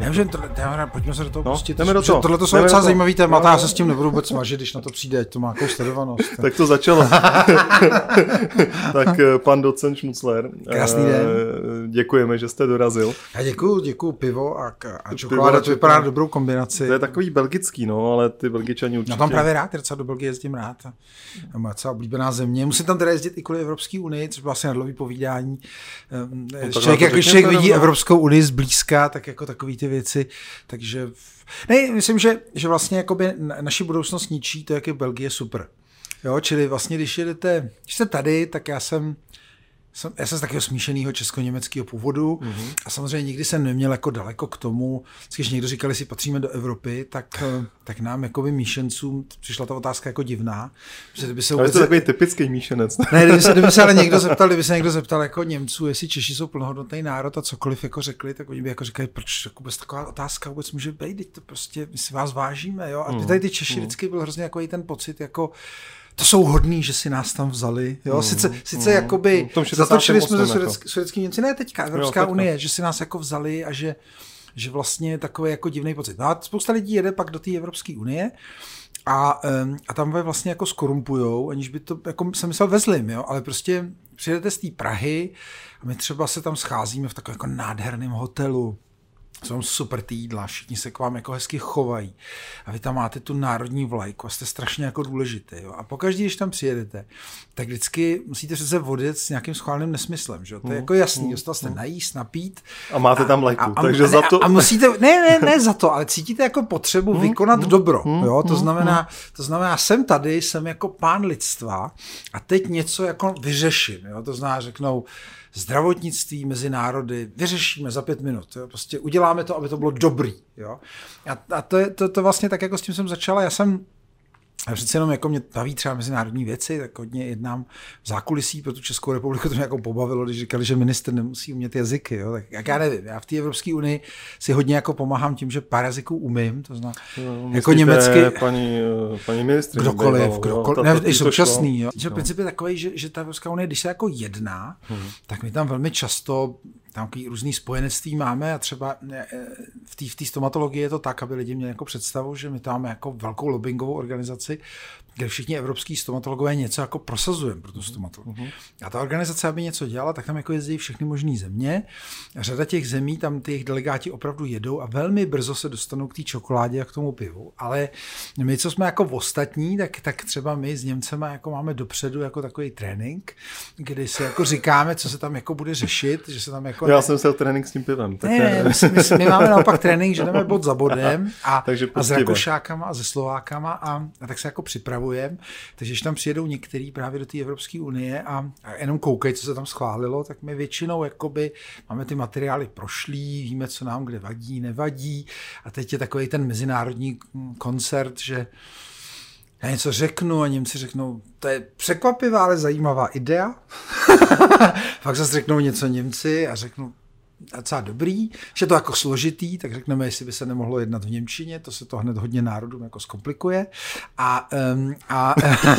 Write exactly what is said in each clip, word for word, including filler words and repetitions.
Nevím, to, to, pojďme se do toho no, pustit. Do to. Tohle to jsou docela zajímavý témata, já se s tím nebudu vůbec smažit, když na to přijde, ať to má nějakou sledovanost. Tak. tak to začalo. Tak pan docent Šmucler. Krásný den. Děkujeme, že jste dorazil. Já děkuju, děkuju pivo a, a čokoláda, to vypadá na dobrou kombinaci. To je takový belgický, no, ale ty Belgičani určitě. Já tam právě rád, docela do Belgie jezdím rád. To je docela oblíbená země. Musím tam teda jezdit i kvůli Evropské unii, což bylo asi na dlouhý povídání. No, člověk, jako člověk vidí no. Evropskou unii zblízka, tak jako takový ty věci. Takže ne, myslím, že, že vlastně jakoby naši budoucnost ničí to, jak je Belgie super. Jo, čili vlastně, když jedete, když jste tady, tak já jsem Jsem, já jsem z takového smíšeného česko-německého původu mm-hmm. a samozřejmě nikdy jsem neměl jako daleko k tomu, když někdo říkal, jestli patříme do Evropy, tak, tak nám jakoby míšencům přišla ta otázka jako divná. By se vůbec... Ale to je takový typický míšenec. Ne, kdyby se, kdyby se ale někdo zeptal, kdyby se někdo zeptal jako Němců, jestli Češi jsou plnohodnotný národ a cokoliv jako řekli, tak oni by jako říkali, proč jako vůbec taková otázka vůbec může být, teď to prostě, my si vás vážíme, jo. A tady ty Češi mm. vždycky byl hrozně jako ten pocit, jako to jsou hodní, že si nás tam vzali. Jo? Mm, sice sice mm, jakoby zatočili jsme se sovětský Němci, ne teďka, Evropská jo, unie, že si nás jako vzali a že, že vlastně takový jako divný pocit. No a spousta lidí jede pak do té Evropské unie a, a tam vlastně jako skorumpujou, aniž by to, jako jsem myslel ve zlým, jo? Ale prostě přijedete z té Prahy a my třeba se tam scházíme v takovém jako nádherném hotelu. Jsou super ty jídla, všichni se k vám jako hezky chovají a vy tam máte tu národní vlajku a jste strašně jako důležitý. Jo? A pokaždý, když tam přijedete, tak vždycky musíte přece vodit s nějakým schváleným nesmyslem. Že? To je jako jasný, dostal jste najíst, napít. A máte tam vlajku, a, a, takže a, za to... A, a musíte, ne, ne, ne za to, ale cítíte jako potřebu vykonat dobro. Jo? To znamená, to znamená, jsem tady, jsem jako pán lidstva a teď něco jako vyřeším. Jo? To znamená, řeknou, zdravotnictví mezi národy vyřešíme za pět minut. Jo? Prostě uděláme to, aby to bylo dobrý. Jo? A, a to, je, to, to vlastně tak, jako s tím jsem začala. Já jsem A přece jenom jako mě baví třeba mezinárodní věci, tak hodně jednám v zákulisí pro tu Českou republiku, to mě jako pobavilo, když říkali, že ministr nemusí umět jazyky, jo, tak jak já nevím, já v té Evropské unii si hodně jako pomáhám tím, že pár jazyků umím, to znamená no, jako německy, paní, paní ministr, kdokoliv, kdokoliv, ne, i současný, jo. Že no. Princip je takový, že, že ta Evropská unie, když se jako jedná, hmm. tak my tam velmi často tam různý spojenectví máme a třeba v té v té stomatologii je to tak, aby lidi měli jako představu, že my tam máme jako velkou lobbingovou organizaci, kde všichni evropský stomatologové něco jako prosazujeme pro tu stomatologii. Uh-huh. A ta organizace, aby něco dělala, tak tam jako jezdí všechny možné země. Řada těch zemí, tam ty jejich delegáti opravdu jedou a velmi brzo se dostanou k té čokoládě a k tomu pivu. Ale my, co jsme jako ostatní, tak, tak třeba my s Němcema jako máme dopředu jako takový trénink, kdy si jako říkáme, co se tam jako bude řešit, že se tam jako Já ne... jsem se trénink s tím pivem. Tak ne, ne, my, my, my máme naopak trénink, že jdeme bod za bodem a, a s Rakušákama a se Slovákama a, a tak se jako připravujeme. Takže když tam přijedou některý právě do té Evropské unie a, a jenom koukají, co se tam schválilo, tak my většinou jakoby máme ty materiály prošlý, víme, co nám kde vadí, nevadí a teď je takový ten mezinárodní koncert, že já něco řeknu a Němci řeknou, to je překvapivá, ale zajímavá idea. Pak zase řeknou něco Němci a řeknu, docela dobrý, že to jako složitý, tak řekneme, jestli by se nemohlo jednat v němčině, to se to hned hodně národům jako zkomplikuje. A, um, a,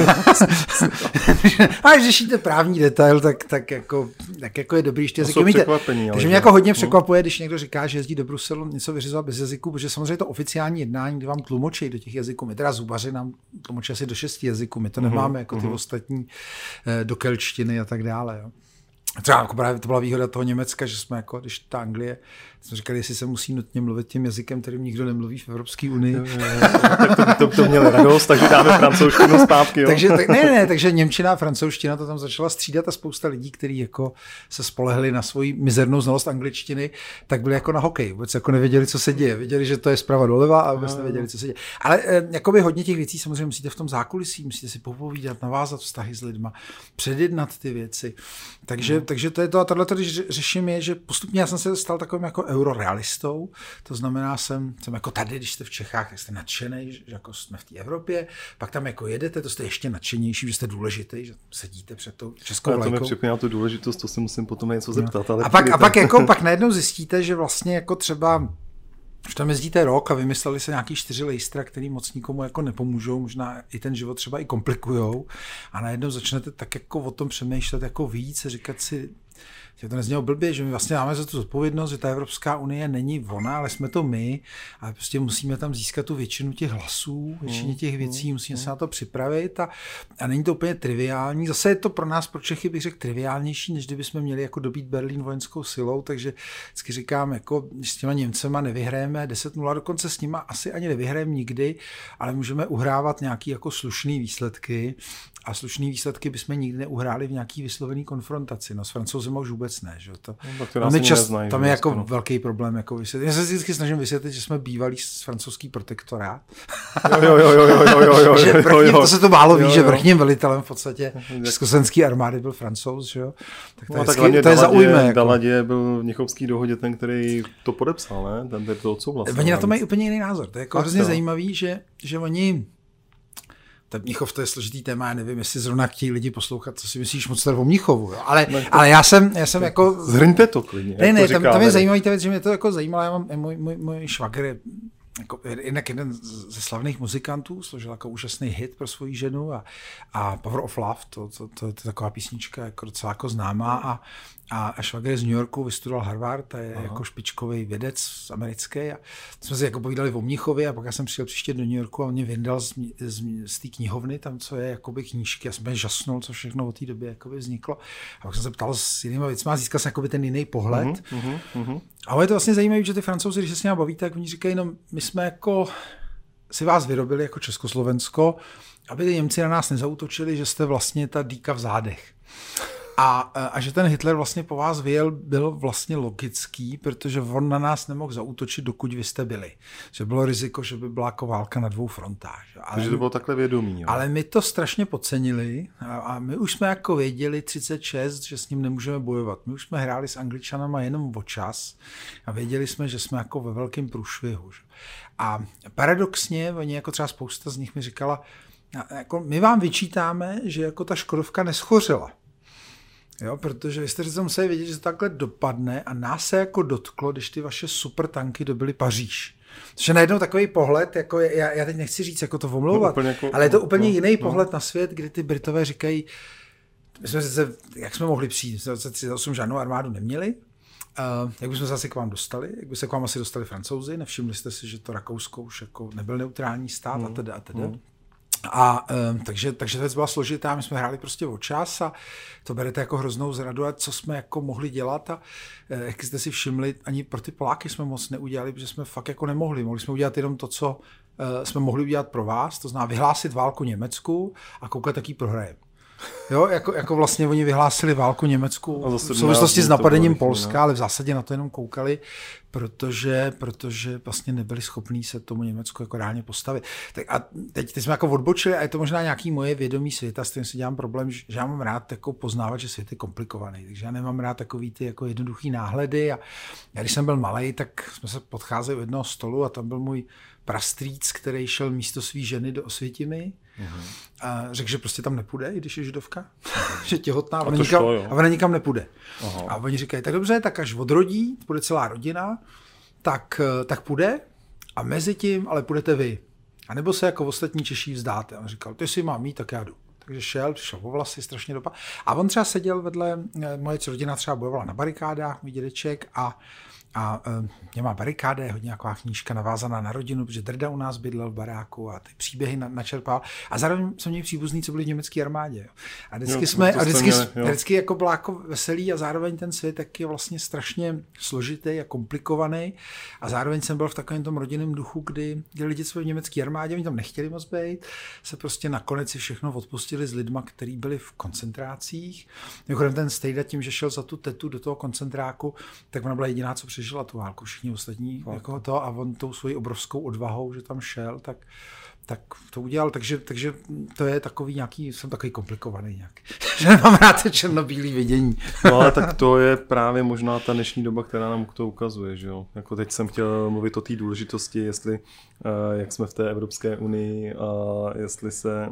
a když řešíte právní detail, tak, tak, jako, tak jako je dobrý, že ty jazyky umíte. Takže mě jako hodně překvapuje, když někdo říká, že jezdí do Bruselu něco vyřizovat bez jazyků, protože samozřejmě to oficiální jednání, kdy vám tlumočí do těch jazyků, my teda zubaři nám tlumočí asi do šesti jazyků, my to nemáme jako ty ostatní do kelčtiny a tak dále. Jo. Třeba jako právě to byla výhoda toho Německa, že jsme jako, když ta Anglie, jsme říkali, jestli se musí nutně mluvit tím jazykem, kterým nikdo nemluví v Evropské unii. Jo, jo, jo. Tak to, to, to měli radost, takže dáme francouzštinu zpátky. Jo. takže, tak, ne, ne, takže němčina a francouzština to tam začala střídat a spousta lidí, kteří jako se spolehli na svoji mizernou znalost angličtiny, tak byli jako na hokej, vůbec jako nevěděli, co se děje. Věděli, že to je zprava doleva a vůbec nevěděli, co se děje. Ale jakoby hodně těch věcí samozřejmě musíte v tom zákulisí, musíte si popovídat, navázat vztahy s lidma, předjednat ty věci. Takže, hmm. takže to je to a tohle, když řeším, je, že postupně já jsem se stal takovým jako eurorealistou, to znamená, jsem, jsem jako tady, když jste v Čechách, tak jste nadšenej, že jako jsme v té Evropě, pak tam jako jedete, to jste ještě nadšenější, že jste důležitý, že sedíte před tou českou vlajkou. To mi připomíná tu důležitost, to si musím potom něco zeptat. Ale a pak, a pak, jako, pak najednou zjistíte, že vlastně jako třeba že tam jezdíte rok a vymysleli se nějaký čtyři lejstra, který moc nikomu jako nepomůžou, možná i ten život třeba i komplikujou a najednou začnete tak jako o tom přemýšlet jako víc a říkat si, že to neznělo blbě, že my vlastně máme za tu zodpovědnost, že ta Evropská unie není ona, ale jsme to my a prostě musíme tam získat tu většinu těch hlasů, většině těch věcí, musíme se na to připravit a, a není to úplně triviální. Zase je to pro nás, pro Čechy bych řekl triviálnější, než kdybychom měli jako dobít Berlín vojenskou silou, takže vždycky říkám, jako s těma Němcema nevyhrajeme deset nula, dokonce s nima asi ani nevyhrajeme nikdy, ale můžeme uhrávat nějaký jako slušný výsledky a slušný výsledky bychom nikdy neuhráli v nějaký vyslovený konfrontaci. No s Francouzem už vůbec ne. Že? To, no, to tam, čas, neznají, tam je jako no. velký problém. Jako vysvětlit. Já se vždycky snažím vysvětlit, že jsme bývalý francouzský protektorát. Jo, jo, jo, jo, jo, jo, že vrchním, jo, jo. To se to málo ví, jo, jo. že vrchním velitelem v podstatě československé armády byl Francouz. Že? Tak to, no, je, tak hezky, to je zaujme. Jako. Daladě byl v Mnichovské dohodě ten, který to podepsal, ne? Ten, ten to odsouhlasil. Oni na to mají úplně jiný názor. To je jako hrozně zajímavý, že, že oni ten Mnichov, to je složitý téma, já nevím, jestli zrovna chtějí lidi poslouchat, co si myslíš moc tady o Mnichovu, jo? Ale, no, ale já jsem, já jsem jako... Zhrňte to klidně. Ne, ne, tam, tam je zajímavý ta věc, že mě to jako zajímalo, já mám, můj, můj, můj švagr je jako, jinak jeden ze slavných muzikantů, složil jako úžasný hit pro svoji ženu a, a Power of Love, to, to, to, to je taková písnička jako docela jako známá a, a, a švagr je z New Yorku, vystudoval Harvard a je Aha. jako špičkový vědec americký a jsme si jako povídali o Mnichově a pak já jsem přijel příště do New Yorku a on mě vyndal z, z, z té knihovny, tam co je jakoby knížky, já jsem mě žasnul, co všechno od té doby jakoby vzniklo a pak jsem se ptal s jinýma věcmi a získal jsem jakoby ten jiný pohled. Uh-huh, uh-huh. A je to vlastně zajímavé, že ty Francouzi, když se s nimi bavíte, tak oni říkají, no my jsme jako si vás vyrobili jako Československo, aby ty Němci na nás nezautočili, že jste vlastně ta dýka v zádech. A, a že ten Hitler vlastně po vás vyjel, byl vlastně logický, protože on na nás nemohl zaútočit, dokud vy jste byli. Že bylo riziko, že by byla jako válka na dvou frontách. Ale, takže to bylo takhle vědomí. Jo? Ale my to strašně podcenili a, a my už jsme jako věděli třicet šest, že s ním nemůžeme bojovat. My už jsme hráli s Angličanama jenom o čas a věděli jsme, že jsme jako ve velkém průšvihu. Že? A paradoxně, oni jako třeba spousta z nich mi říkala, jako my vám vyčítáme, že jako ta Škodovka neschořila. Jo, protože vy jste to museli vědět, že to takhle dopadne a nás se jako dotklo, když ty vaše super tanky dobily Paříž. Což je najednou takový pohled, jako je, já, já teď nechci říct, jako to omlouvat, no, jako, ale je to úplně no, jiný no. pohled na svět, kdy ty Britové říkají, my jsme se, jak jsme mohli přijít, v roce třicet osm žádnou armádu neměli, uh, jak bychom se asi k vám dostali, jak by se k vám asi dostali Francouzi, nevšimli jste si, že to Rakousko už jako nebyl neutrální stát mm. a teda a teda. Mm. A um, takže, takže věc byla složitá, my jsme hráli prostě o čas a to berete jako hroznou zradu a co jsme jako mohli dělat a jak jste si všimli, ani pro ty Poláky jsme moc neudělali, protože jsme fakt jako nemohli. Mohli jsme udělat jenom to, co uh, jsme mohli udělat pro vás, to znamená vyhlásit válku Německu a koukat, jaký prohrajeme. Jo, jako, jako vlastně oni vyhlásili válku Německu v souvislosti s napadením Polska, ale v zásadě na to jenom koukali, protože, protože vlastně nebyli schopní se tomu Německu jako reálně postavit. Tak a teď, teď jsme jako odbočili a je to možná nějaký moje vědomí světa, s kterým si dělám problém, že já mám rád jako poznávat, že svět je komplikovaný, takže já nemám rád takový ty jako jednoduchý náhledy a já když jsem byl malej, tak jsme se podcházeli u jednoho stolu a tam byl můj prastrýc, který šel místo svý ženy do Osvětimi. Uhum. A řekl, že prostě tam nepůjde, i když je židovka, že těhotná a ona, nikam, šlo, a ona nikam nepůjde. Aha. A oni říkají, tak dobře, tak až odrodí, půjde celá rodina, tak, tak půjde a mezi tím ale půjdete vy. A nebo se jako ostatní Češi vzdáte. A on říkal, ty si mám mít, tak já jdu. Takže šel, přišel o vlasy, strašně dopa. A on třeba seděl vedle, moje rodina třeba bojovala na barikádách, můj dědeček a A e, má barikády, hodně nějaká knížka navázaná na rodinu, protože Drda u nás bydlel v baráku a ty příběhy na, načerpal. A zároveň jsou měli příbuzní, co byli v německé armádě. Jo. A vždycky, jo, jsme, a vždycky, měli, vždycky jako bylo jako veselý a zároveň ten svět tak je vlastně strašně složitý a komplikovaný. A zároveň jsem byl v takovém tom rodinném duchu, kdy, kdy lidi, co byli v německé armádě, oni tam nechtěli moc být, se prostě nakonec si všechno odpustili s lidma, kteří byli v koncentrácích. Mimochodem ten Stejda tím, že šel za tu tetu do toho koncentráku, tak ona byla jediná, co přežila tu válku, všichni ostatní no. jako to a on tou svojí obrovskou odvahou, že tam šel, tak, tak to udělal, takže, takže to je takový nějaký, jsem takový komplikovaný nějak, že nemám rád černobílý vidění. No ale tak to je právě možná ta dnešní doba, která nám to ukazuje, že jo. Jako teď jsem chtěl mluvit o té důležitosti, jestli, jak jsme v té Evropské unii a jestli se...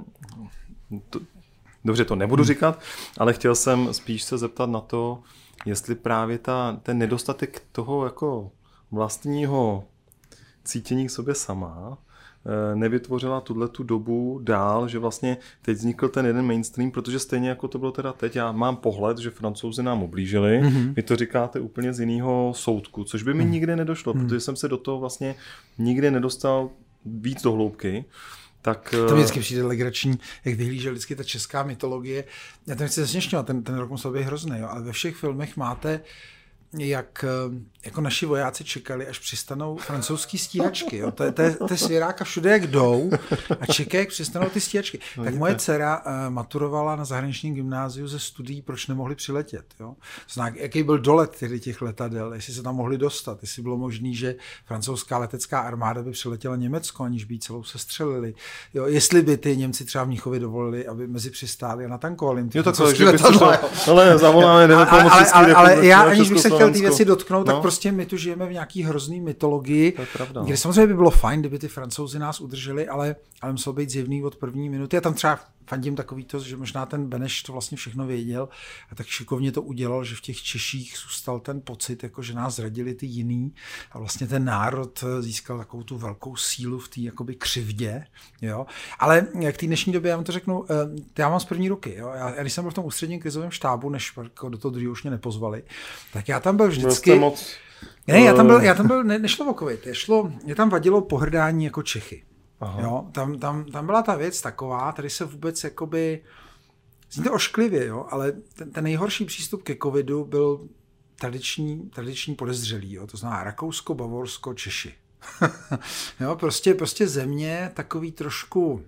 To, dobře, to nebudu říkat, ale chtěl jsem spíš se zeptat na to, jestli právě ta, ten nedostatek toho jako vlastního cítění k sobě sama nevytvořila tuhletu dobu dál, že vlastně teď vznikl ten jeden mainstream, protože stejně jako to bylo teda teď, já mám pohled, že Francouzi nám ublížili, mm-hmm. vy to říkáte úplně z jiného soudku, což by mi mm. nikdy nedošlo, mm. protože jsem se do toho vlastně nikdy nedostal víc do hloubky. Tak, to vždycky přijde legrační, jak vyhlížel vždycky ta česká mytologie. Já to nechci zesměšňovat, ten, ten rok musel být hrozný, jo, ale ve všech filmech máte, jak jako naši vojáci čekali, až přistanou francouzský stíhačky. Jo. To, je, to, je, to je svěráka všude, jak jdou a čekají, jak přistanou ty stíhačky. No, tak moje dcera uh, maturovala na zahraničním gymnáziu ze studií, proč nemohli přiletět. Jo. Zná, jaký byl dolet těch letadel, jestli se tam mohli dostat, jestli bylo možné, že francouzská letecká armáda by přiletěla Německo, aniž by celou sestřelili. Jo. Jestli by ty Němci třeba v Mnichově dovolili, aby mezi přistáli a natankovali. Jo, tak to, že letadla, ale zavoláme, jdeme pomoci ale, ale, ale já, aniž bych se chtěl ty věci dotknout, no. tak prostě my tu žijeme v nějaký hrozný mytologii, pravda, kde samozřejmě by bylo fajn, kdyby ty Francouzi nás udrželi, ale, ale muselo být zjevný od první minuty. Já tam třeba fandím takový to, že možná ten Beneš to vlastně všechno věděl a tak šikovně to udělal, že v těch Češích zůstal ten pocit, jako že nás zradili ty jiný a vlastně ten národ získal takovou tu velkou sílu v té jakoby křivdě. Jo? Ale k té dnešní době, já vám to řeknu, já mám z první ruky. Jo? Já, když jsem byl v tom ústředním krizovém štábu, než jako do toho druhého už mě nepozvali, tak já tam byl vždycky... Moc... Ne, já tam byl, já tam byl ne, nešlo o covid, šlo, mě tam vadilo pohrdání jako Čechy. Jo, tam, tam, tam byla ta věc taková, tady se vůbec jakoby, zní to ošklivě, jo, ale ten, ten nejhorší přístup ke covidu byl tradiční, tradiční podezřelý, jo, to znamená Rakousko, Bavorsko, Češi. Jo, prostě, prostě země takový trošku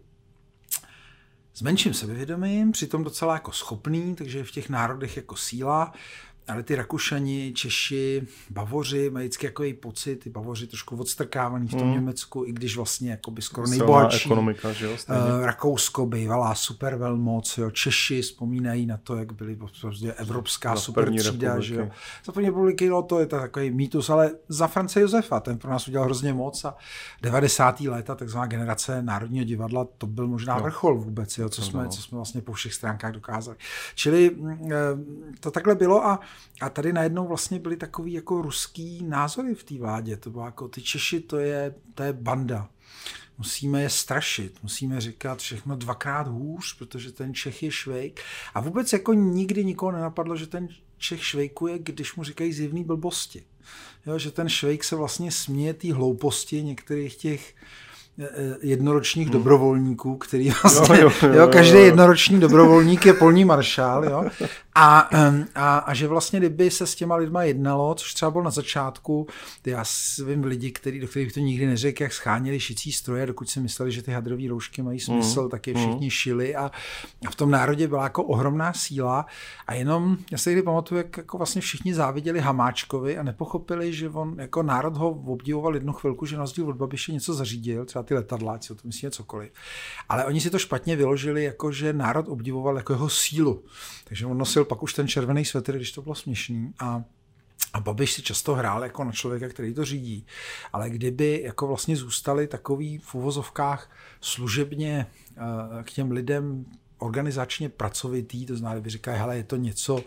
s menším sebevědomím, přitom docela jako schopný, takže v těch národech jako síla. Ale ty Rakušani, Češi, Bavoři mají vždycky jako její pocit, ty Bavoři trošku odstrkávaný v tom mm. Německu, i když vlastně jako by skoro nejbohatší. Ekonomika, že jo, uh, Rakousko bývalá super velmoc, jo. Češi vzpomínají na to, jak byly prostě evropská super třída, že jo. Za první republiky, no to je takový mýtus, ale za France Josefa, ten pro nás udělal hrozně moc a devadesátá léta, takzvaná generace Národního divadla, to byl možná no. vrchol vůbec, jo, co, no. jsme, co jsme vlastně po všech stránkách dokázali. Čili uh, to takhle bylo a A tady najednou vlastně byly takový jako ruský názory v té vládě. To bylo jako ty Češi, to je, to je banda. Musíme je strašit, musíme říkat všechno dvakrát hůř, protože ten Čech je švejk. A vůbec jako nikdy nikoho nenapadlo, že ten Čech švejkuje, když mu říkají zjevný blbosti. Jo, že ten švejk se vlastně směje té hlouposti některých těch jednoročních hmm. dobrovolníků, který vlastně, jo, jo, jo, jo, každý jednoroční dobrovolník je polní maršál, jo, a, a, a že vlastně, kdyby se s těma lidma jednalo, což třeba bylo na začátku, já vím lidi, který, do kterých to nikdy neřekl, jak scháněli šicí stroje, dokud si mysleli, že ty hadrové roušky mají smysl, hmm. tak je všichni šili a, a v tom národě byla jako ohromná síla a jenom, já si kdy pamatuju, jak jako vlastně všichni záviděli Hamáčkovi a nepochopili, že on jako národ ho obdivoval jednu chvilku, že na rozdíl od Babiše něco zařídil, třeba ty letadla, co to myslí cokoliv. Ale oni si to špatně vyložili, jako že národ obdivoval jako jeho sílu. Takže on nosil pak už ten červený svetr, když to bylo směšný a A Babiš si často hrál jako na člověka, který to řídí. Ale kdyby jako vlastně zůstali takový v uvozovkách služebně k těm lidem organizačně pracovitý, to znamená, kdyby říkají, hele, je to něco,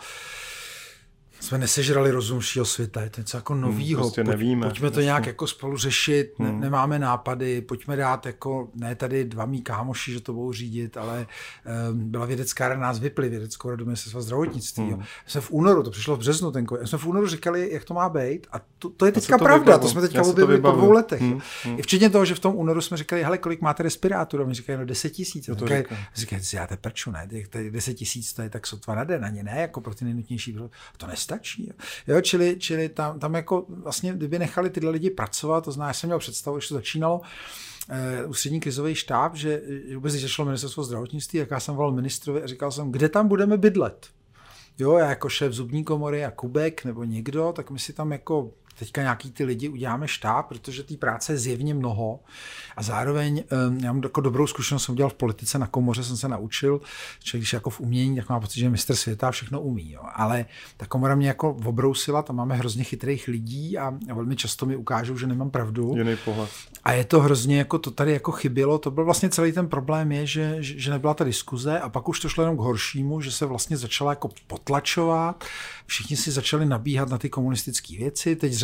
jsme nesežrali rozum všího světa, je to něco jako novýho, hmm, prostě Pojď, nevíme, pojďme to vlastně. nějak jako spolu řešit, ne, hmm. nemáme nápady, pojďme dát jako, ne tady dva mý kámoši, že to budou řídit, ale um, byla vědecká rada, nás vypli vědeckou radu ministerstva zdravotnictví. Hmm. Jsme v únoru, to přišlo v březnu, ten COVID, jsme v únoru říkali, jak to má být a to, to je teďka to pravda, vybavil. To jsme teďka objevili po dvou letech. Hmm. Hmm. I včetně toho, že v tom únoru jsme říkali, hele, kolik máte respirátorů, a my říkají, no deset tisíc. Říkají, říkají, já te prču, ne, deset tisíc to je tak sotva na den, ani ne, jako pro ty nejnutnější, to nestačí. Jo. Jo, čili, čili tam, tam jako vlastně, kdyby nechali tyhle lidi pracovat, to znamená, já jsem měl představu, že to začínalo uh, ústřední krizový štáb, že vůbec když začalo ministerstvo zdravotnictví, jak já jsem volal ministrovi a říkal jsem, kde tam budeme bydlet. Jo, já jako šéf zubní komory a Kubek nebo někdo, tak my si tam jako teďka nějaký ty lidi uděláme štáb, protože té práce je zjevně mnoho a zároveň já mám jako dobrou zkušenost, jsem udělal v politice na komoře, jsem se naučil, že když jako v umění, tak má pocit, že mistr světa všechno umí, jo. Ale ta komora mě jako obrousila, tam máme hrozně chytrých lidí a, a velmi často mi ukážou, že nemám pravdu. Jiný pohled. A je to hrozně, jako to tady jako chybělo, to byl vlastně celý ten problém je, že, že nebyla ta diskuze a pak už to šlo jenom k horšímu, že se vlastně začala jako potlačovat, všichni si začali nabíhat na ty komunistické věci, teď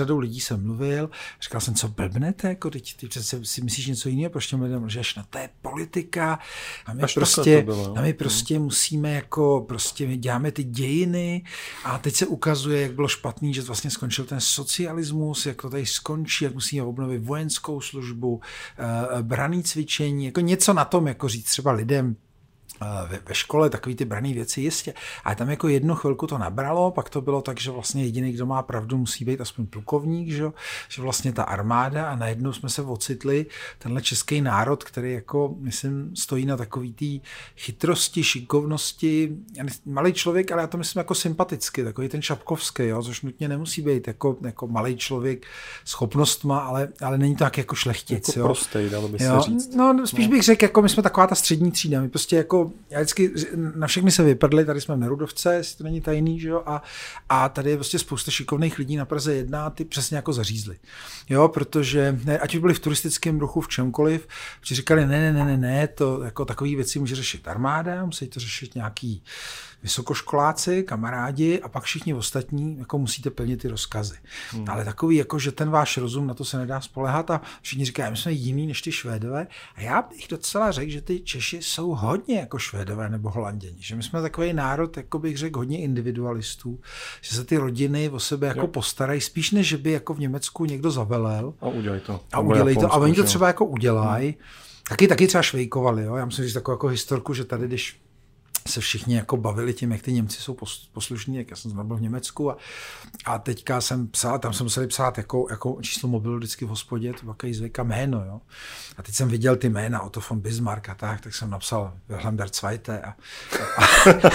řadou lidí jsem mluvil, říkal jsem, co blbnete, jako teď ty přece si myslíš něco jiného, proč těm lidem lžeš, no to je politika a my Až prostě, bylo, a my prostě hmm. musíme jako, prostě my děláme ty dějiny a teď se ukazuje, jak bylo špatný, že vlastně skončil ten socialismus, jak to tady skončí, jak musíme obnovit vojenskou službu, branný cvičení, jako něco na tom, jako říct třeba lidem, Ve, ve škole takový ty braný věci jistě. Ale tam jako jednu chvilku to nabralo, pak to bylo tak, že vlastně jediný, kdo má pravdu, musí být aspoň plukovník, že, že vlastně ta armáda a najednou jsme se ocitli, tenhle český národ, který jako, myslím, stojí na takový té chytrosti, šikovnosti. Malý člověk, ale já to myslím jako sympaticky, takový ten Čapkovský, jo, což nutně nemusí být jako, jako malý člověk schopnostma, ale, ale není to tak jako šlechtic. Jako jo. prostej, dalo by se jo. říct. No, spíš bych řekl, jako my jsme taková ta střední třída, my prostě jako já vždycky na všechny se vyprdli, tady jsme v Nerudovce, jestli to není tajný, že jo, a, a tady je prostě spousta šikovných lidí na Praze jedna a ty přesně jako zařízli. Jo, protože ne, ať už byli v turistickém ruchu, v čemkoliv, protože říkali, ne, ne, ne, ne, ne, to jako takové věci může řešit armáda, musí to řešit nějaký vysokoškoláci, kamarádi a pak všichni ostatní jako musíte plnit ty rozkazy. Hmm. Ale takový, jako, že ten váš rozum, na to se nedá spoléhat a všichni říkají, my jsme jiný než ty Švédové a já bych docela řekl, že ty Češi jsou hodně jako Švédové nebo Holanděni, že my jsme takový národ, jako bych řekl, hodně individualistů, že se ty rodiny o sebe jako jo. postarají, spíš než že by jako v Německu někdo zavelel. A udělej to. A udělej to a oni to třeba jako udělají. Hmm. Taky, taky třeba švejkovali, jo? Já musím říct takovou jako historku, že tady, když se všichni jako bavili tím, jak ty Němci jsou poslušní, jak já jsem znamenal v Německu a, a teďka jsem psal, tam jsem musel psát jako, jako číslo mobilu vždycky v hospodě, to takový zvyk a jméno, jo. A teď jsem viděl ty jména, Otto von Bismarck a tak, tak jsem napsal Wilhelm der Zweite a, a,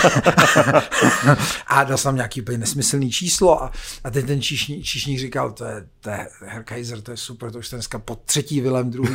a, a dal jsem nějaký úplně nesmyslný číslo a, a teď ten číšník, číšník říkal, to je, to je Herr Kaiser, to je super, to už dneska po třetí Wilhelm druhý.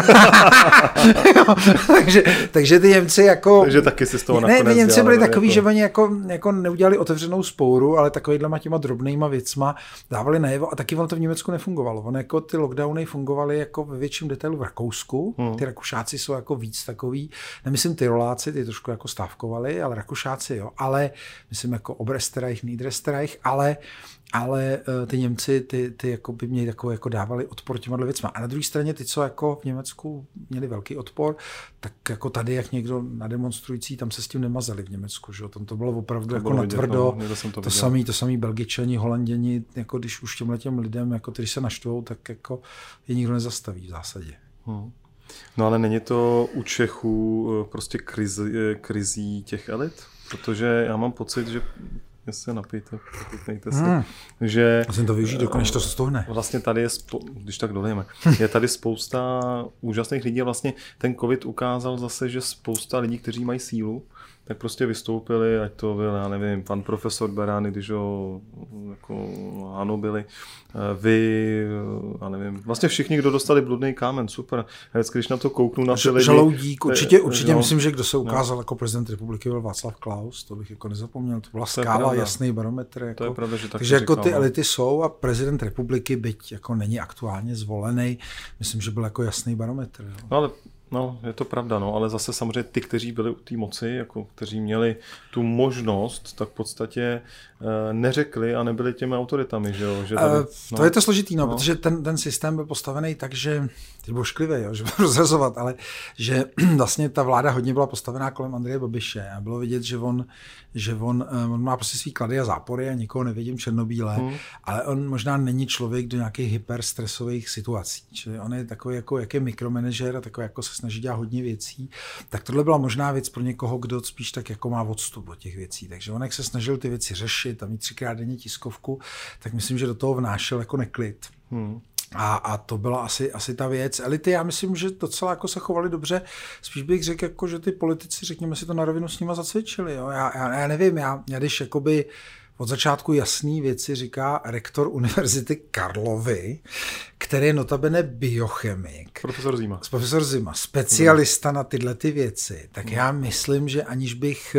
takže, takže ty Němci jako... Takže taky si z toho ne, my Němci byli takový, jako... že oni jako, jako neudělali otevřenou spouru, ale takovýhlema těma drobnejma věcma dávali najevo a taky ono to v Německu nefungovalo. Ono jako ty lockdowny fungovaly jako ve větším detailu v Rakousku. Hmm. Ty Rakušáci jsou jako víc takový, nemyslím Tyroláci, ty trošku jako stávkovali, ale Rakušáci jo, ale myslím jako Oberösterreich, Niederösterreich, ale ale ty Němci, ty, ty jako by měli takovou, jako dávali odpor těma věcma. A na druhé straně ty, co jako v Německu měli velký odpor, tak jako tady, jak někdo na demonstrující, tam se s tím nemazali v Německu. Že? Tam to bylo opravdu to jako bylo natvrdo. To, to, to samý, to samý Belgičani, Holanděni, jako když už těmhletěm lidem, jako když se naštvou, tak jako je nikdo nezastaví v zásadě. Hmm. No ale není to u Čechů prostě krizi, krizí těch elit? Protože já mám pocit, že jestli se napijte, napijte se, hmm. že... Já jsem to využít, dokonce to se stohne. Vlastně tady je, spo, když tak dolejeme, je tady spousta úžasných lidí a vlastně ten covid ukázal zase, že spousta lidí, kteří mají sílu, tak prostě vystoupili, ať to byl, já nevím, pan profesor Berány, když ho jako ano byli, vy, já nevím, vlastně všichni, kdo dostali bludný kámen, super. Vždycky, když na to kouknu na ty lidi... Žaloudík, určitě, určitě no, myslím, že kdo se ukázal no. jako prezident republiky byl Václav Klaus, to bych jako nezapomněl, to byla skála, to jasný barometr. Jako, to je pravda, že takže jako říkal, ty elity jsou a prezident republiky, byť jako není aktuálně zvolený, myslím, že byl jako jasný barometr. Jo. No, ale no, je to pravda, no, ale zase samozřejmě ty, kteří byli u té moci, jako kteří měli tu možnost, tak v podstatě e, neřekli a nebyli těmi autoritami, že jo? Že tady, no, to je to složitý, no, no. protože ten, ten systém byl postavený tak, že, teď byl šklivý, jo, že byl rozhazovat, ale že vlastně ta vláda hodně byla postavená kolem Andreje Babiše a bylo vidět, že on, že on, on má prostě svý klady a zápory a nikoho nevidím černobíle, hmm. ale on možná není člověk do nějakých hyperstresových situací, čili on je takový, jako, jak je mikromanažer a takový, jako se snaží dělat hodně věcí, tak tohle byla možná věc pro někoho, kdo spíš tak jako má odstup od těch věcí. Takže on, jak se snažil ty věci řešit a mít třikrát denně tiskovku, tak myslím, že do toho vnášel jako neklid. Hmm. A, a to byla asi, asi ta věc. Elity, já myslím, že docela jako se chovali dobře. Spíš bych řekl, jako, že ty politici, řekněme si to na rovinu, s nima zacvičili. Jo? Já, já, já nevím, já, já když jakoby od začátku jasný věci říká rektor Univerzity Karlovy, který je notabene biochemik. Profesor Zima. Profesor Zima, specialista hmm. na tyhle ty věci. Tak hmm. já myslím, že aniž bych...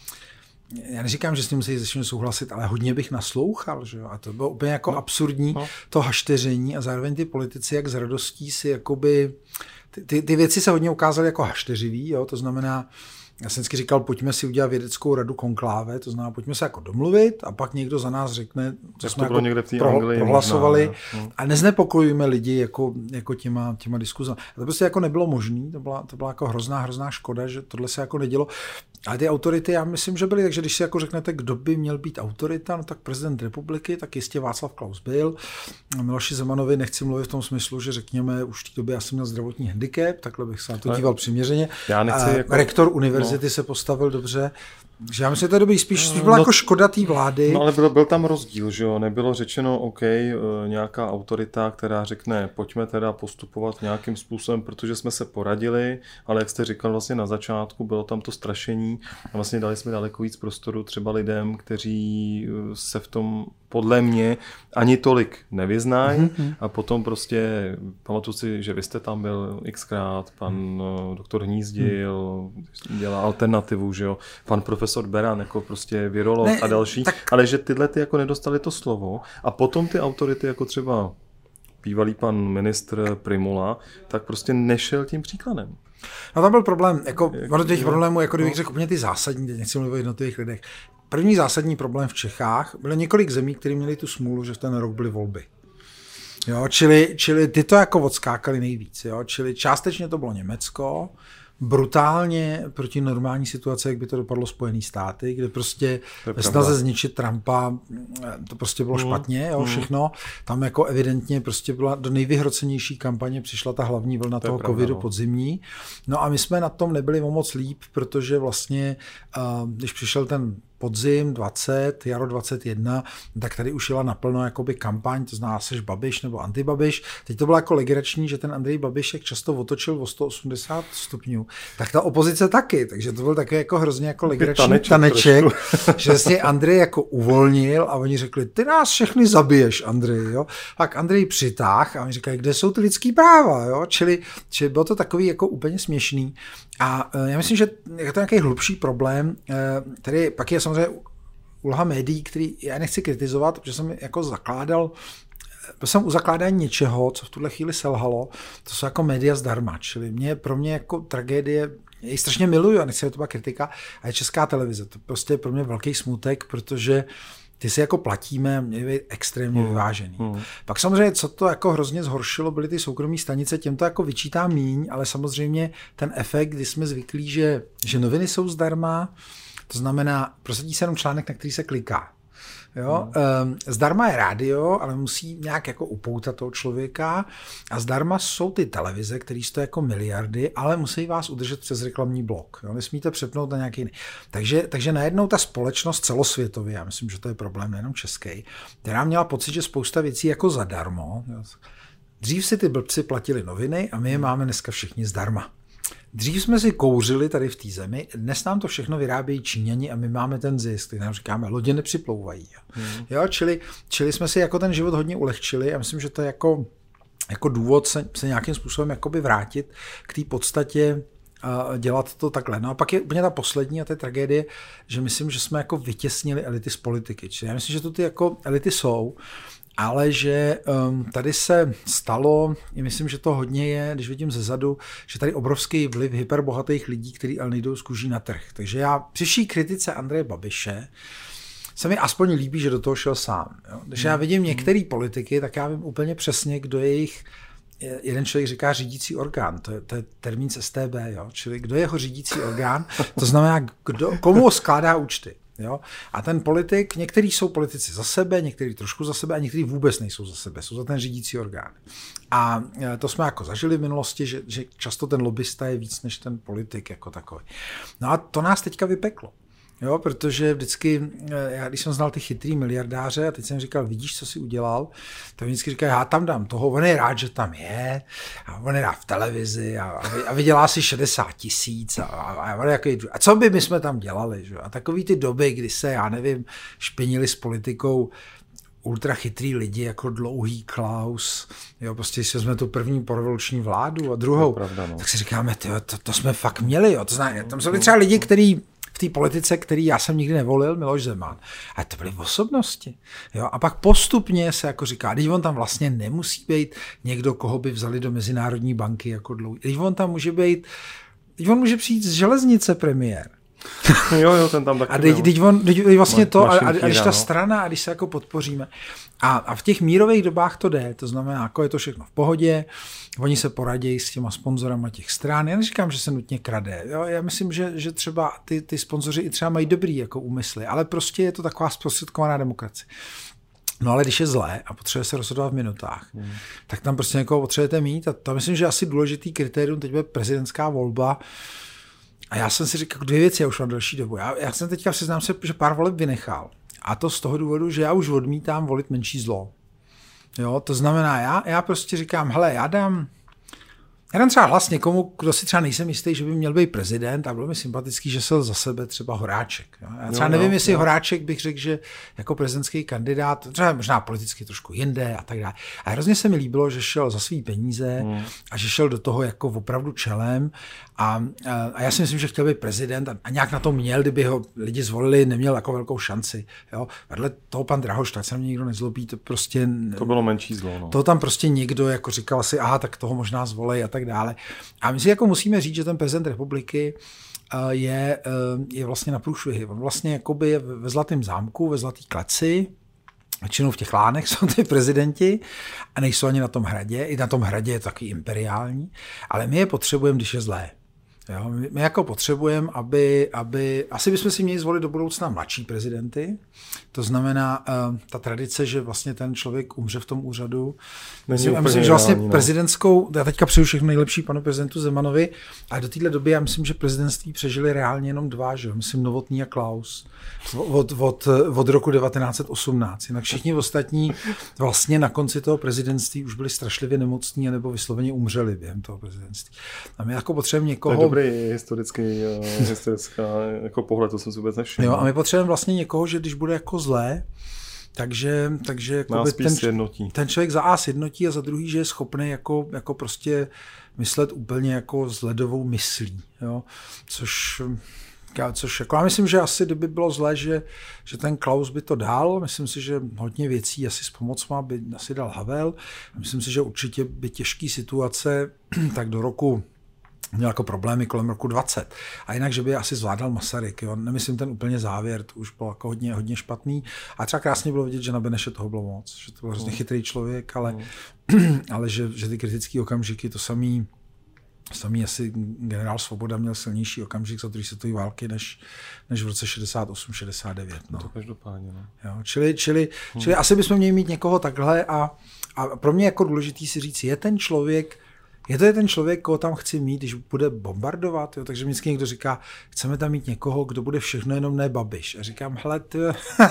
Já neříkám, že s tím musí začít souhlasit, ale hodně bych naslouchal, že jo? A to bylo úplně jako no. absurdní no. to hašteření a zároveň ty politici jak s radostí si jakoby... Ty, ty, ty věci se hodně ukázaly jako hašteřivý, jo? To znamená, já jsem vždycky říkal, pojďme si udělat vědeckou radu konkláve, to znamená, pojďme se jako domluvit a pak někdo za nás řekne, co Jak jsme to jako pro, Anglii, prohlasovali možná, a neznepokojujeme lidi jako, jako těma, těma diskuzami. To prostě jako nebylo možné, to byla, to byla jako hrozná, hrozná škoda, že tohle se jako nedělo. Ale ty autority, já myslím, že byly, takže když si jako řeknete, kdo by měl být autorita, no tak prezident republiky, tak jistě Václav Klaus byl. Miloši Zemanovi nechci mluvit v tom smyslu, že řekněme, už v té době já jsem měl zdravotní handicap, takhle bych se na to díval přiměřeně. Já nechci jako... Rektor univerzity no. se postavil dobře. Takže já myslím, že to je dobrý, spíš, spíš byla no, jako škoda té vlády. No ale byl, byl tam rozdíl, že jo, nebylo řečeno, OK, nějaká autorita, která řekne, pojďme teda postupovat nějakým způsobem, protože jsme se poradili, ale jak jste říkal vlastně na začátku, bylo tam to strašení a vlastně dali jsme daleko víc prostoru třeba lidem, kteří se v tom podle mě ani tolik nevyznají mm-hmm. a potom prostě, pamatuju si, že vy jste tam byl xkrát, pan mm. doktor Hnízdil, mm. dělá alternativu, že jo, pan profesor Beran, jako prostě virolog ne, a další, tak... ale že tyhle ty jako nedostali to slovo a potom ty autority, jako třeba bývalý pan ministr Prymula, tak prostě nešel tím příkladem. No tam byl problém, jako od těch problémů, jako kdybych řekl úplně ty zásadní, teď nechci mluvit o jednotlivých lidech. První zásadní problém v Čechách bylo několik zemí, které měli tu smůlu, že v ten rok byly volby. Jo, čili, čili ty to jako odskákali nejvíc. Jo, čili částečně to bylo Německo, brutálně proti normální situaci, jak by to dopadlo Spojený státy, kde prostě ve snaze zničit Trumpa to prostě bylo mm. špatně, jo, všechno. Tam jako evidentně prostě byla do nejvyhrocenější kampaně přišla ta hlavní vlna to toho pravda, covidu no. podzimní. No a my jsme na tom nebyli o moc líp, protože vlastně, když přišel ten podzim dvacet, jaro dvacet jedna, tak tady už jela naplno jakoby kampaň, to znamená seš Babiš nebo antibabiš. Teď to bylo jako legrační, že ten Andrej Babišek často otočil o sto osmdesát stupňů. Tak ta opozice taky, takže to byl taky jako hrozně jako legrační taneček, taneček že vlastně Andrej jako uvolnil a oni řekli, ty nás všechny zabiješ, Andrej, jo. Tak Andrej přitáh a oni říkali, kde jsou ty lidský práva, jo. Čili, čili bylo to takový jako úplně směšný. A já myslím, že je to nějaký hlubší problém, který pak je samozřejmě úloha médií, který já nechci kritizovat, protože jsem jako zakládal, byl jsem u zakládání něčeho, co v tuhle chvíli selhalo, to jsou jako média zdarma, čili mě, pro mě jako tragédie, já ji strašně miluju a nechci, to byla kritika, a je Česká televize, to prostě je pro mě velký smutek, protože ty si jako platíme, měli být extrémně vyvážený. Hmm. Pak samozřejmě, co to jako hrozně zhoršilo, byly ty soukromí stanice, těm to jako vyčítá míň, ale samozřejmě ten efekt, kdy jsme zvyklí, že, že noviny jsou zdarma, to znamená, prosadí se jenom článek, na který se kliká. Jo? Hmm. Zdarma je rádio, ale musí nějak jako upoutat toho člověka a zdarma jsou ty televize, které stojí jako miliardy, ale musí vás udržet přes reklamní blok. Jo? Nesmíte přepnout na nějaký jiný. Takže, takže najednou ta společnost celosvětově, já myslím, že to je problém nejenom český, která měla pocit, že spousta věcí jako zadarmo. Jo? Dřív si ty blbci platili noviny a my je máme dneska všichni zdarma. Dřív jsme si kouřili tady v té zemi, dnes nám to všechno vyrábějí Číňani a my máme ten zisk, který nám říkáme, lodě nepřiplouvají. Hmm. Jo, čili, čili jsme si jako ten život hodně ulehčili a myslím, že to je jako, jako důvod se, se nějakým způsobem jakoby vrátit k té podstatě a dělat to takhle. No a pak je úplně ta poslední a ta tragédie, že myslím, že jsme jako vytěsnili elity z politiky. Čili já myslím, že to ty jako elity jsou, ale že um, tady se stalo, myslím, že to hodně je, když vidím zezadu, že tady obrovský vliv hyperbohatých lidí, kteří ale nejdou z kůží na trh. Takže já při vší kritice Andreje Babiše se mi aspoň líbí, že do toho šel sám. Jo? Když já vidím některé politiky, tak já vím úplně přesně, kdo je jejich, jeden člověk říká řídící orgán, to je, to je termín z S T B, jo? Čili kdo je jeho řídící orgán, to znamená, kdo, komu skládá účty. Jo? A ten politik, některý jsou politici za sebe, některý trošku za sebe a některý vůbec nejsou za sebe, jsou za ten řídící orgán. A to jsme jako zažili v minulosti, že, že často ten lobbysta je víc než ten politik jako takový. No a to nás teďka vypeklo. Jo, protože vždycky, já když jsem znal ty chytrý miliardáře a teď jsem říkal, vidíš, co jsi udělal, tak vždycky říká, já tam dám toho, on je rád, že tam je, a on je rád v televizi a, a vydělá si šedesát tisíc a, a, a, a co by my jsme tam dělali, že? A takový ty doby, kdy se, já nevím, špinili s politikou ultra chytrý lidi jako Dlouhý, Klaus, jo, prostě si vezme tu první porevoluční vládu a druhou, pravda, no. Tak si říkáme, tyjo, to, to jsme fakt měli, jo, to znamená, tam jsou třeba lidi, kteří v té politice, který já jsem nikdy nevolil, Miloš Zeman. Ale to byly osobnosti. Jo? A pak postupně se jako říká, když on tam vlastně nemusí být někdo, koho by vzali do Mezinárodní banky jako Dlouhý. Když on tam může být teď on může přijít z železnice premiér. Jo, jo, ten tam taky a teď, teď, on, teď vlastně to, Ma, a, a když ta strana, a když se jako podpoříme, a, a v těch mírových dobách to jde, to znamená, jako je to všechno v pohodě, oni se poradí s těma sponzorama těch stran, já neříkám, že se nutně krade, jo? Já myslím, že, že třeba ty, ty sponzoři i třeba mají dobrý jako úmysly, ale prostě je to taková zprostředkovaná demokracie. No ale když je zlé a potřebuje se rozhodovat v minutách, hmm. tak tam prostě někoho potřebujete mít a to myslím, že asi důležitý kritérium teď bude prezidentská volba. A já jsem si říkal dvě věci, já už mám delší dobu. Já, já jsem teďka přiznám se, že pár voleb vynechal. A to z toho důvodu, že já už odmítám volit menší zlo. Jo, to znamená, já, já prostě říkám, hele, já dám, já dám třeba hlas někomu, kdo si třeba nejsem jistý, že by měl být prezident a bylo mi sympatický, že se za sebe třeba Horáček. Jo. Já třeba jo, nevím, jo, jestli jo. Horáček bych řekl, že jako prezidentský kandidát, třeba možná politicky trošku jinde a tak dále. A hrozně se mi líbilo, že šel za svý peníze hmm. a že šel do toho jako opravdu čelem a, a já si myslím, že chtěl být prezident a, a nějak na to měl, kdyby ho lidi zvolili, neměl jako velkou šanci. Jo. Vedle toho pan Drahoš, tak se na mě nikdo nezlobí, to prostě... To bylo menší zlo. No. To tam prostě někdo jako říkal si, aha, tak toho možná zvolej a tak dále. A my si jako musíme říct, že ten prezident republiky je, je vlastně na průšvihy. On vlastně jakoby je ve Zlatém zámku, ve Zlatý kleci, většinou v těch lánech jsou ty prezidenti a nejsou ani na tom hradě. I na tom hradě je to takový imperiální, ale my je potřebujeme, když je zlé. Jo, my, my jako potřebujeme, aby, aby, asi bychom si měli zvolit do budoucna mladší prezidenty, to znamená uh, ta tradice, že vlastně ten člověk umře v tom úřadu. Myslím, já myslím, že vlastně reální, prezidentskou, já teďka přeju všechno nejlepší panu prezidentu Zemanovi, a do téhle doby já myslím, že prezidentství přežili reálně jenom dva, že? Myslím Novotný a Klaus od, od, od roku devatenáct set osmnáct. Jinak všichni ostatní vlastně na konci toho prezidentství už byli strašlivě nemocní nebo vysloveně umřeli během toho prezidentství. A my jako potřebujeme někoho... To je dobrý historický, historická jako pohled, to jsem si vůbec nevšiml. Jo, a my potřebujeme vlastně někoho, že když bude jako zlé, takže, takže ten, ten člověk za A sjednotí a za druhý, že je schopný jako, jako prostě myslet úplně jako s ledovou myslí. Jo? Což, což jako já myslím, že asi kdyby bylo zlé, že, že ten Klaus by to dal. Myslím si, že hodně věcí asi s pomocma by asi dal Havel. Myslím si, že určitě by těžký situace tak do roku měl jako problémy kolem roku dvacet. A jinak, že by asi zvládal Masaryk. Jo? Nemyslím ten úplně závěr, to už bylo jako hodně, hodně špatný. A třeba krásně bylo vidět, že na Beneše toho bylo moc. Že to byl hrozně chytrý člověk, ale, mm. ale že, že ty kritické okamžiky, to samý, samý asi generál Svoboda měl silnější okamžik za druhé světové války, než, než v roce šedesát osm šedesát devět. No. To každopádně. No. Jo? Čili, čili, hmm. čili asi bychom měli mít někoho takhle a, a pro mě jako důležitý si říct, je ten člověk, Je to je ten člověk, koho tam chci mít, když bude bombardovat, jo? Takže vždycky někdo říká, chceme tam mít někoho, kdo bude všechno, jenom ne Babiš. A říkám, hele, ty,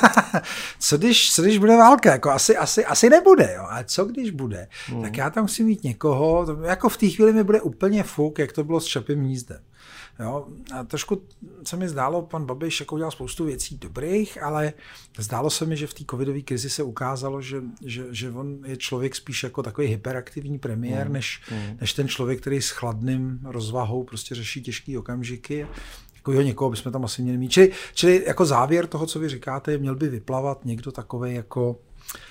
co, když, co když bude válka? Jako asi, asi, asi nebude, jo? A co když bude? Hmm. Tak já tam chci mít někoho, to, jako v té chvíli mi bude úplně fuk, jak to bylo s Čapím hnízdem. Jo, a trošku se mi zdálo, pan Babiš jako udělal spoustu věcí dobrých, ale zdálo se mi, že v té covidové krizi se ukázalo, že, že, že on je člověk spíš jako takový hyperaktivní premiér, mm. než, mm. než ten člověk, který s chladným rozvahou prostě řeší těžké okamžiky. Jako jo, někoho bychom tam asi měli mít. Čili, čili jako závěr toho, co vy říkáte, měl by vyplavat někdo takovej jako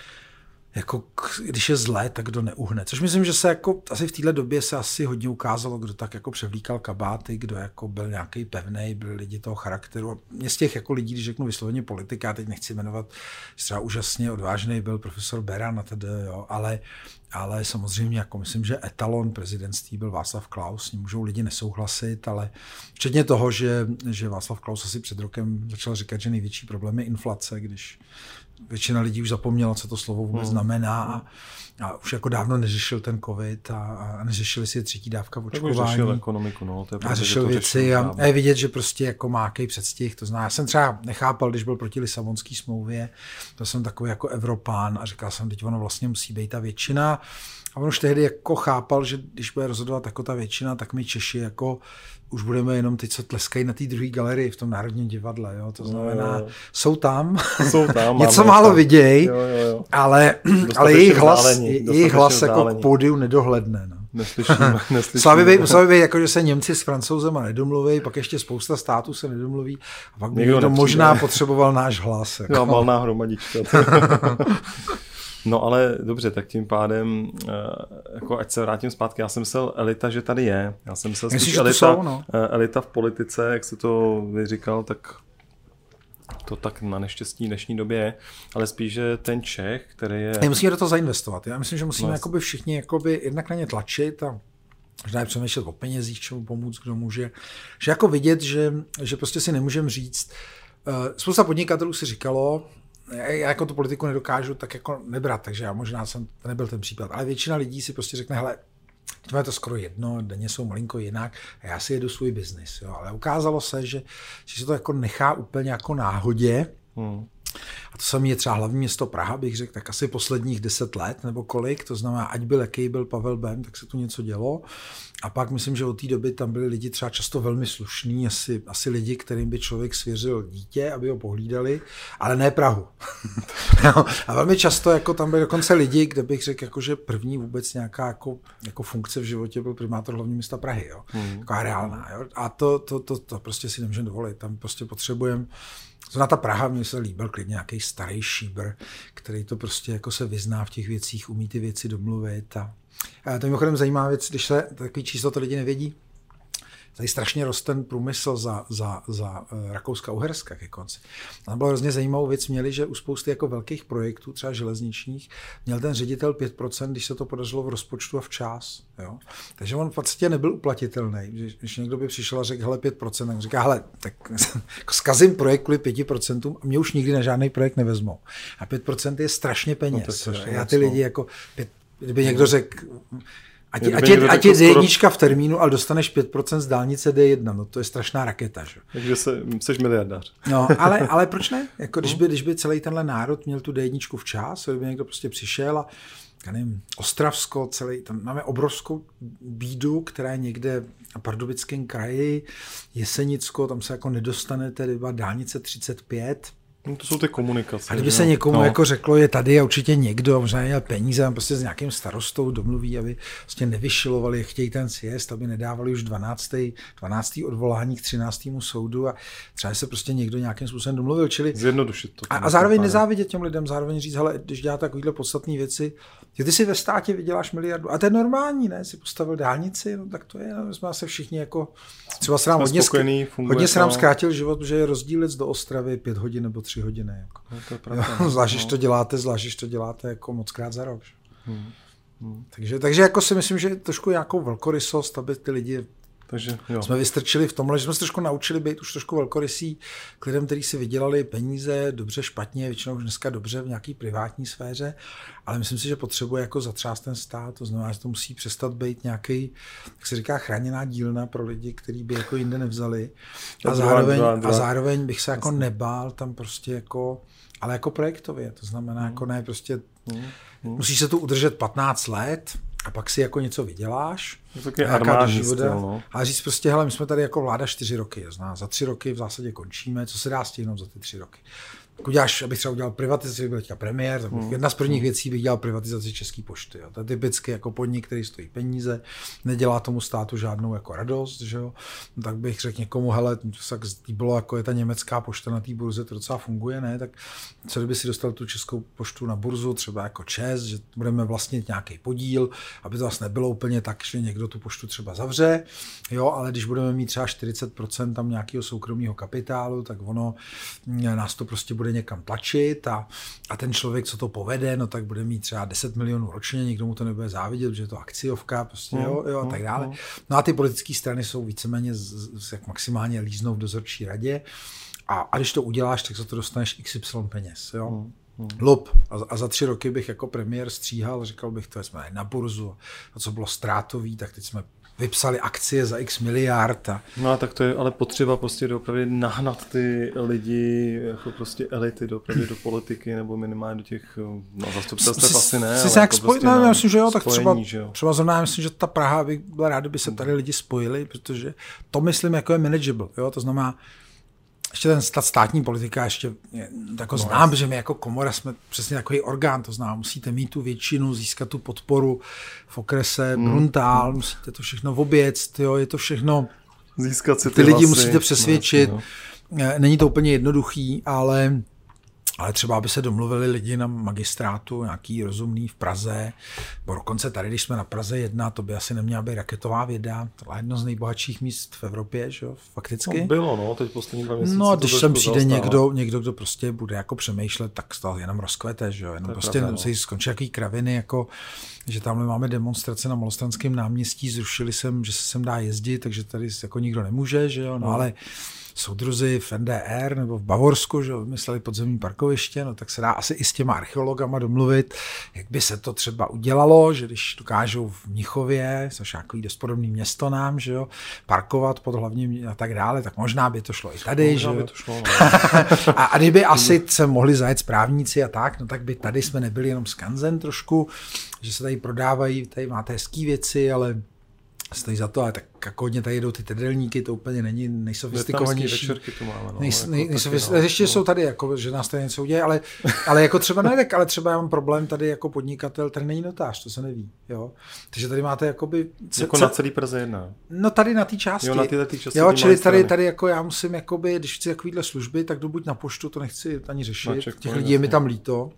jako když je zlé, tak kdo neuhne. Což myslím, že se jako asi v téhle době se asi hodně ukázalo, kdo tak jako převlíkal kabáty, kdo jako byl nějaký pevnej, byl lidi toho charakteru. Mě z těch jako lidí, když řeknu vysloveně politika, teď nechci jmenovat, že třeba úžasně odvážný byl profesor Beran a tedy, jo, ale, ale samozřejmě jako myslím, že etalon prezidentství byl Václav Klaus, s ním můžou lidi nesouhlasit, ale včetně toho, že, že Václav Klaus asi před rokem začal říkat, že největší problém je inflace, když většina lidí už zapomněla, co to slovo vůbec hmm. znamená a, a už jako dávno neřešil ten covid a, a neřešili si třetí dávka v očkování. Tak řešil ekonomiku, no. To je a řešil to věci a, a je vidět, že prostě jako má jaký předstih. To znamená, já jsem třeba nechápal, když byl proti Lisabonské smlouvě, to jsem takový jako Evropán a říkal jsem, teď ono vlastně musí být ta většina. A on už tehdy jako chápal, že když bude rozhodovat jako ta většina, tak my Češi jako už budeme jenom ty, co tleskají na té druhé galerii v tom Národním divadle. Jo? To znamená, no, jsou tam, jsou tam něco málo vidějí, ale, ale jejich hlas, jejich hlas jako k pódiu nedohledne. No. Neslyšíme, neslyšíme. Musel by být jako, že se Němci s Francouzema nedomluví, pak ještě spousta států se nedomluví a pak by to možná potřeboval náš hlas. Jako. No, malná hromadička. No ale dobře, tak tím pádem, jako ať se vrátím zpátky, já jsem myslel elita, že tady je. Já jsem myslel spíš elita, jsou, no. elita v politice, jak se to vyříkal, tak to tak na neštěstí v dnešní době je, ale spíš, že ten Čech, který je... Já musíme do toho zainvestovat. Já myslím, že musíme no. jakoby všichni jakoby jednak na ně tlačit a možná přemýšlet o penězích, čemu pomůct, kdo může. Že jako vidět, že, že prostě si nemůžeme říct, uh, spousta podnikatelů si říkalo, já jako tu politiku nedokážu tak jako nebrat, takže já možná jsem nebyl ten případ, ale většina lidí si prostě řekne, hele, to je to skoro jedno, denně jsou malinko jinak a já si jedu svůj biznis. Jo. Ale ukázalo se, že, že se to jako nechá úplně jako náhodě. Hmm. A to samé je třeba hlavní město Praha, bych řekl, tak asi posledních deset let nebo kolik, to znamená, ať byl jaký byl Pavel Bém, tak se tu něco dělo. A pak myslím, že od té doby tam byli lidi třeba často velmi slušní, asi, asi lidi, kterým by člověk svěřil dítě, aby ho pohlídali, ale ne Prahu. No, a velmi často jako tam byli dokonce lidi, kde bych řekl, jako, že první vůbec nějaká jako, jako funkce v životě byl primátor hlavního města Prahy. Jo? Mm. Taková reálná. Jo? A to, to, to, to prostě si nemůžeme dovolit. Tam prostě potřebujeme. Zná ta Praha, mně se líbil klidně nějaký starý šíbr, který to prostě jako se vyzná v těch věcích, umí ty věci domluvit. A, a to je mimochodem zajímavá věc, když se takový číslo to lidi nevědí. Tady strašně roste ten průmysl za, za, za Rakouska-Uherska ke konci. Tam bylo hrozně zajímavou věc, měli, že u spousty jako velkých projektů, třeba železničních, měl ten ředitel pět procent, když se to podařilo v rozpočtu a včas. Jo? Takže on v podstatě nebyl uplatitelný. Když někdo by přišel a řekl, hele, pět procent, tak říká, hele, tak jako zkazím projekt kvůli pět procent a mě už nikdy na žádný projekt nevezmou. A pět procent je strašně peněz. No, já ty lidi jako, pět, kdyby někdo řekl, Ať je, ať je, ať je skoro... jednička v termínu, ale dostaneš pět procent z dálnice D jedna, no to je strašná raketa. Že? Takže se, jsi miliardář. No, ale, ale proč ne? Jako, když, by, když by celý tenhle národ měl tu D jedna včas, kdyby někdo prostě přišel a já nevím, Ostravsko, celý, tam máme obrovskou bídu, která je někde na Pardubickém kraji, Jesenicko, tam se jako nedostanete, třeba dálnice třicet pět. No to jsou ty komunikace. A kdyby se někomu no. jako řeklo, je tady a určitě někdo, možná měl peníze, a prostě s nějakým starostou domluví, aby prostě nevyšilovali, chtějí ten sjezd, aby nedávali už dvanácté odvolání k třináctému soudu a třeba se prostě někdo nějakým způsobem domluvil. Čili zjednodušit to. A, a zároveň nezávidět těm lidem, zároveň říct, hele, když dělá takovýhle podstatné věci, že ty si ve státě vyděláš miliardu. A to je normální, ne? Si postavil dálnici, no tak to je, no, jsme se všichni jako, třeba se nám hodně, spokojený, hodně se nám zkrátil život, protože je rozdíl do Ostravy pět hodin nebo tři hodiny. Jako. No, to je pravda, jo, zvlášť, když no. to děláte, zvlášť, když to děláte jako mockrát za rok. Hmm. Hmm. Takže, takže jako si myslím, že je trošku nějakou velkorysost, aby ty lidi takže, jo. jsme vystrčili v tomhle, že jsme se trošku naučili být už trošku velkorysí k lidem, kteří si vydělali peníze, dobře, špatně, většinou už dneska dobře v nějaký privátní sféře, ale myslím si, že potřebuje jako zatřást ten stát, to znamená, že to musí přestat být nějaký, jak se říká, chráněná dílna pro lidi, který by jako jinde nevzali. A zároveň, a zároveň bych se jako nebál tam prostě jako, ale jako projektově, to znamená jako ne prostě, musíš se tu udržet patnáct let, a pak si jako něco vyděláš. To je armádní styl, no. A říct prostě, hele, my jsme tady jako vláda čtyři roky, zná, za tři roky v zásadě končíme, co se dá stihnout za ty tři roky. Jak uděláš, abych třeba udělal privatizaci, byl teďka premiér, tak hmm. jedna z prvních věcí bych dělal privatizaci České pošty. Jo. To je typicky jako podnik, který stojí peníze, nedělá tomu státu žádnou jako radost, že jo. No, tak bych řekl někomu, hele, to tak bylo, jako je ta německá pošta na té burze, to docela funguje, ne? Tak co kdyby si dostal tu Českou poštu na burzu, třeba jako ČEZ, že budeme vlastnit nějaký podíl, aby to vlastně nebylo úplně tak, že někdo tu poštu třeba zavře, jo, ale když budeme mít třeba čtyřicet procent tam nějakého soukromého kapitálu, tak ono nás to prostě bude někam tlačit a, a ten člověk, co to povede, no tak bude mít třeba deset milionů ročně, nikdo mu to nebude závidět, protože je to akciovka, prostě, jo, jo, a tak dále. No a ty politické strany jsou víceméně z, z, jak maximálně líznou v dozorčí radě a, a když to uděláš, tak za to dostaneš iks ypsilon peněz, jo. Hmm. Hmm. Lup. A, a za tři roky bych jako premiér stříhal, říkal bych, to jsme na burzu, a co bylo ztrátový, tak teď jsme vypsali akcie za x miliard. A... No a tak to je ale potřeba prostě dopravě nahnat ty lidi, jako prostě elity dopravě do politiky nebo minimálně do těch, no zastupitelstev asi ne. Jsi se jak jako spojit? Prostě no, já myslím, že jo, tak spojení, třeba, že jo. třeba zrovna, já myslím, že ta Praha by byla ráda, kdyby se tady lidi spojili, protože to myslím jako je manageable, jo, to znamená, ještě ten státní politika, ještě jako no, znám, že my jako komora jsme přesně takový orgán, to znamená, musíte mít tu většinu, získat tu podporu v okrese mm. Bruntál, musíte to všechno oběct, jo, je to všechno, získat si ty, ty lidi hlasy. Musíte přesvědčit, no, no. Není to úplně jednoduchý, ale Ale třeba, aby se domluvili lidi na magistrátu, nějaký rozumný v Praze, bo dokonce tady, když jsme na Praze jedna, to by asi neměla být raketová věda, to je jedno z nejbohatších míst v Evropě, že jo, fakticky. No, bylo, no, teď poslední dva měsíce. No, když sem přijde někdo, někdo, kdo prostě bude jako přemýšlet, tak to jenom rozkvete, že jo, jenom prostě pravda, se no. skončí jaký kraviny, jako, že tamhle máme demonstrace na Malostranském náměstí, zrušili jsem, že se sem dá jezdit, takže tady jako nikdo nemůže, že jo, no, no. ale soudruzi v N D R nebo v Bavorsku, že vymysleli podzemní parkoviště, no tak se dá asi i s těma archeologama domluvit, jak by se to třeba udělalo, že když dokážou v Mnichově, což je takový dost podobný město nám, že jo, parkovat pod hlavním a tak dále, tak možná by to šlo i tady, možná že jo. By to šlo, no. a, a kdyby asi se mohli zajet správníci a tak, no tak by tady jsme nebyli jenom skanzen trošku, že se tady prodávají, tady máte hezký věci, ale stojí za to, ale tak jako hodně tady jdou ty tedelníky, to úplně není nejsofistikovanější. Večerky to máme, no, nej, jako nej, nejsofist... no, Ještě no. jsou tady, jako, že nás tady něco uděje, ale, ale jako třeba ne, tak, ale třeba já mám problém tady jako podnikatel, tady není notář, to se neví. Jo? Takže tady máte jakoby... C- jako c- na celý Praze jedna. No tady na té části. Jo, na tyhle tý části. Jo, čili tady, tady jako já musím, jakoby, když chci takovýhle služby, tak jdu buď na poštu, to nechci ani řešit, Maček, těch lidí je mi tam líto.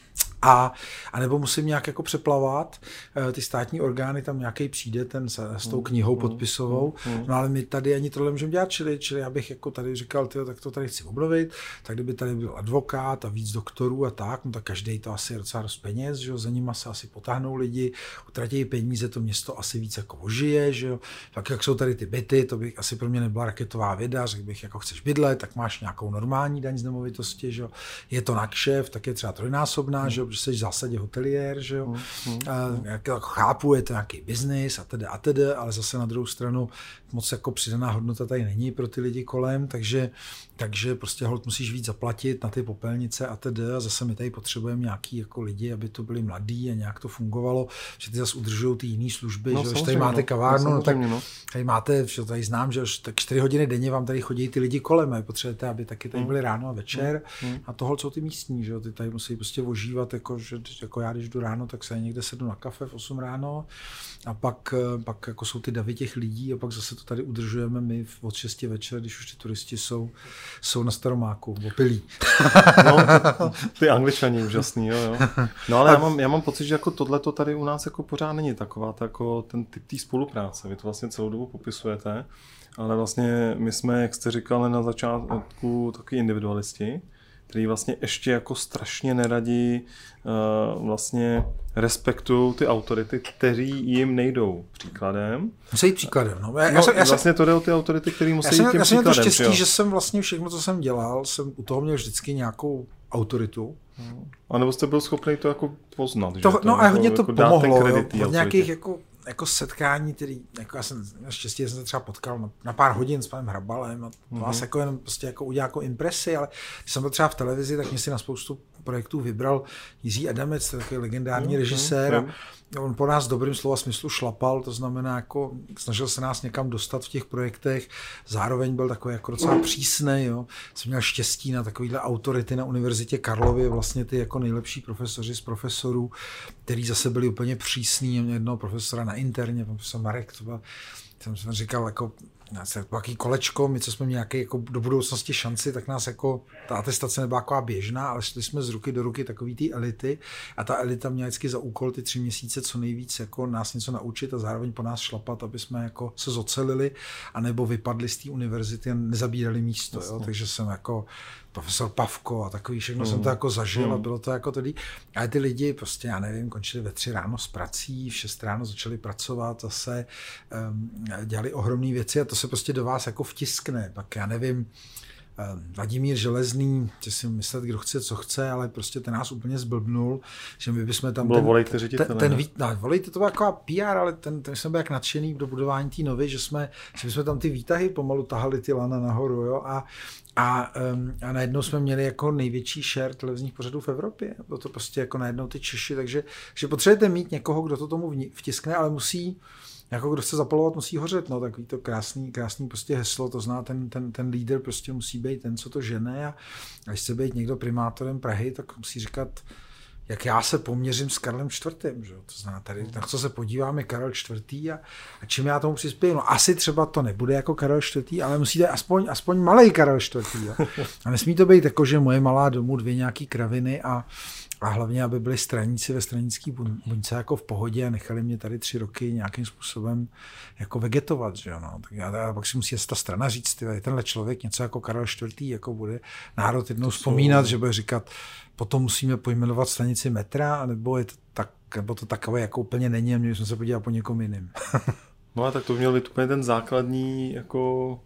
A, a nebo musím nějak jako přeplavat, ty státní orgány, tam nějaký přijde ten s, s tou knihou podpisovou, no ale my tady ani tohle můžeme dělat, čili, čili já bych jako tady říkal, tyjo, tak to tady chci obnovit, tak kdyby tady byl advokát a víc doktorů a tak, no tak každý to asi je docela dost peněz, že jo, za nima se asi potáhnou lidi, utratí peníze, to město asi víc jako ožije, že jo, tak jak jsou tady ty byty, to bych asi pro mě nebyla raketová věda, řekl bych, jako chceš bydlet, tak máš nějakou normální daň z nemovitosti, že jo, je to na kšeft, tak je třeba trojnásobná, že jo, že jsi v zásadě hoteliér, že jo. Mm, mm, a, jak, jako chápu, je to nějaký biznis a tedy a tedy, ale zase na druhou stranu moc jako přidaná hodnota tady není pro ty lidi kolem, takže, takže prostě holt musíš víc zaplatit na ty popelnice a tedy a zase my tady potřebujeme nějaký jako lidi, aby to byli mladí a nějak to fungovalo, že ty zase udržují ty jiné služby, no, že když tady máte kavárnu, no, tak no. tady máte, že tady znám, že tak čtyři hodiny denně vám tady chodí ty lidi kolem a potřebujete, aby taky tady byli ráno a večer mm. a tohle jsou ty místní, že jo, ty tady musí prostě ožívat, jako, že jako já když jdu ráno, tak se někde sednu na kafe v osm ráno a pak, pak jako jsou ty davy těch lidí a pak zase to tady udržujeme my od šesti večer, když už ty turisti jsou, jsou na Staromáku, opilí. No, ty Angličani úžasný, jo, jo. No ale já mám, já mám pocit, že jako tohleto tady u nás jako pořád není taková ta, jako ten typ té spolupráce. Vy to vlastně celou dobu popisujete, ale vlastně my jsme, jak jste říkali na začátku, takový individualisti, který vlastně ještě jako strašně neradí uh, vlastně respektují ty autority, kteří jim nejdou příkladem. Musí jít příkladem. No. Já, no, já jsem, já vlastně to jde o ty autority, který musí já jsem, jít tím já jsem příkladem. Já jsem to štěstí, jo? že jsem vlastně všechno, co jsem dělal, jsem u toho měl vždycky nějakou autoritu. A nebo jste byl schopný to jako poznat. To, že? no to a hodně jako, to jako pomohlo. Jo, od nějakých jako, jako setkání, který, jako já jsem štěstí, jsem se třeba potkal na, na pár hodin s panem Hrabalem a mm-hmm. vás jako jenom prostě jako udělal jako impresi, ale když jsem byl třeba v televizi, tak mě si na spoustu projektů vybral Jiří Adamec, takový legendární mm-hmm. režisér. Mm-hmm. A on po nás v dobrým slova smyslu šlapal, to znamená, jako snažil se nás někam dostat v těch projektech, zároveň byl takový jako docela přísný, jo. Jsem měl štěstí na takovýhle autority na Univerzitě Karlově, vlastně ty jako nejlepší profesoři z profesorů, který zase byli úplně přísní, měl jednoho profesora na interně, profesor Marek, to byl, jsem, jsem říkal, jako takový kolečko, my co jsme měli nějaké jako do budoucnosti šanci, tak nás jako ta atestace nebyla taková běžná, ale šli jsme z ruky do ruky takový ty elity a ta elita měla vždycky za úkol ty tři měsíce co nejvíc jako nás něco naučit a zároveň po nás šlapat, aby jsme jako se zocelili anebo vypadli z té univerzity a nezabírali místo, jo? Takže jsem jako profesor Pavko a takový všechno mm. jsem to jako zažil mm. a bylo to jako tady. Ale ty lidi prostě, já nevím, končili ve tři ráno s prací, v šest ráno začali pracovat zase, um, dělali ohromné věci a to se prostě do vás jako vtiskne. Pak já nevím, um, Vladimír Železný, že si myslet, kdo chce, co chce, ale prostě ten nás úplně zblbnul, že my bychom tam... Bylo ten, volejte ředitele. Ten, ten, no, volejte, to byla taková P R, ale ten, ten jsem byl jak nadšený do budování té novy, že jsme, že jsme tam ty výtahy pomalu tahali ty lana nahoru, jo, a A, um, a najednou jsme měli jako největší share televizních pořadů v Evropě. Bylo to prostě jako najednou ty Češi, takže že potřebujete mít někoho, kdo to tomu vtiskne, ale musí, jako kdo chce zapalovat, musí hořet. No, takový to krásný, krásný prostě heslo, to zná ten, ten, ten lídr prostě musí být ten, co to žene a, a když chce být někdo primátorem Prahy, tak musí říkat, jak já se poměřím s Karlem čtvrtým. Že? To znamená, tady, na co se podíváme, Karel čtvrtý a, a čím já tomu přispěju. No asi třeba to nebude jako Karel čtvrtý, ale musíte aspoň, aspoň malej Karel čtvrtý. Jo? A nesmí to být jako, že moje malá domů, dvě nějaký kraviny a, a hlavně, aby byli straníci ve stranický buňce jako v pohodě a nechali mě tady tři roky nějakým způsobem jako vegetovat. Že? No? Tak já, já pak si musí ta strana říct, tyhle, tenhle člověk něco jako Karel čtvrtý jako bude národ jednou vzpomínat, že bude říkat, potom musíme pojmenovat stanici metra, nebo je to tak, nebo to takové, jako úplně není, a měli jsme se podívat po někom jiným. No a tak to měl být úplně ten základní, jako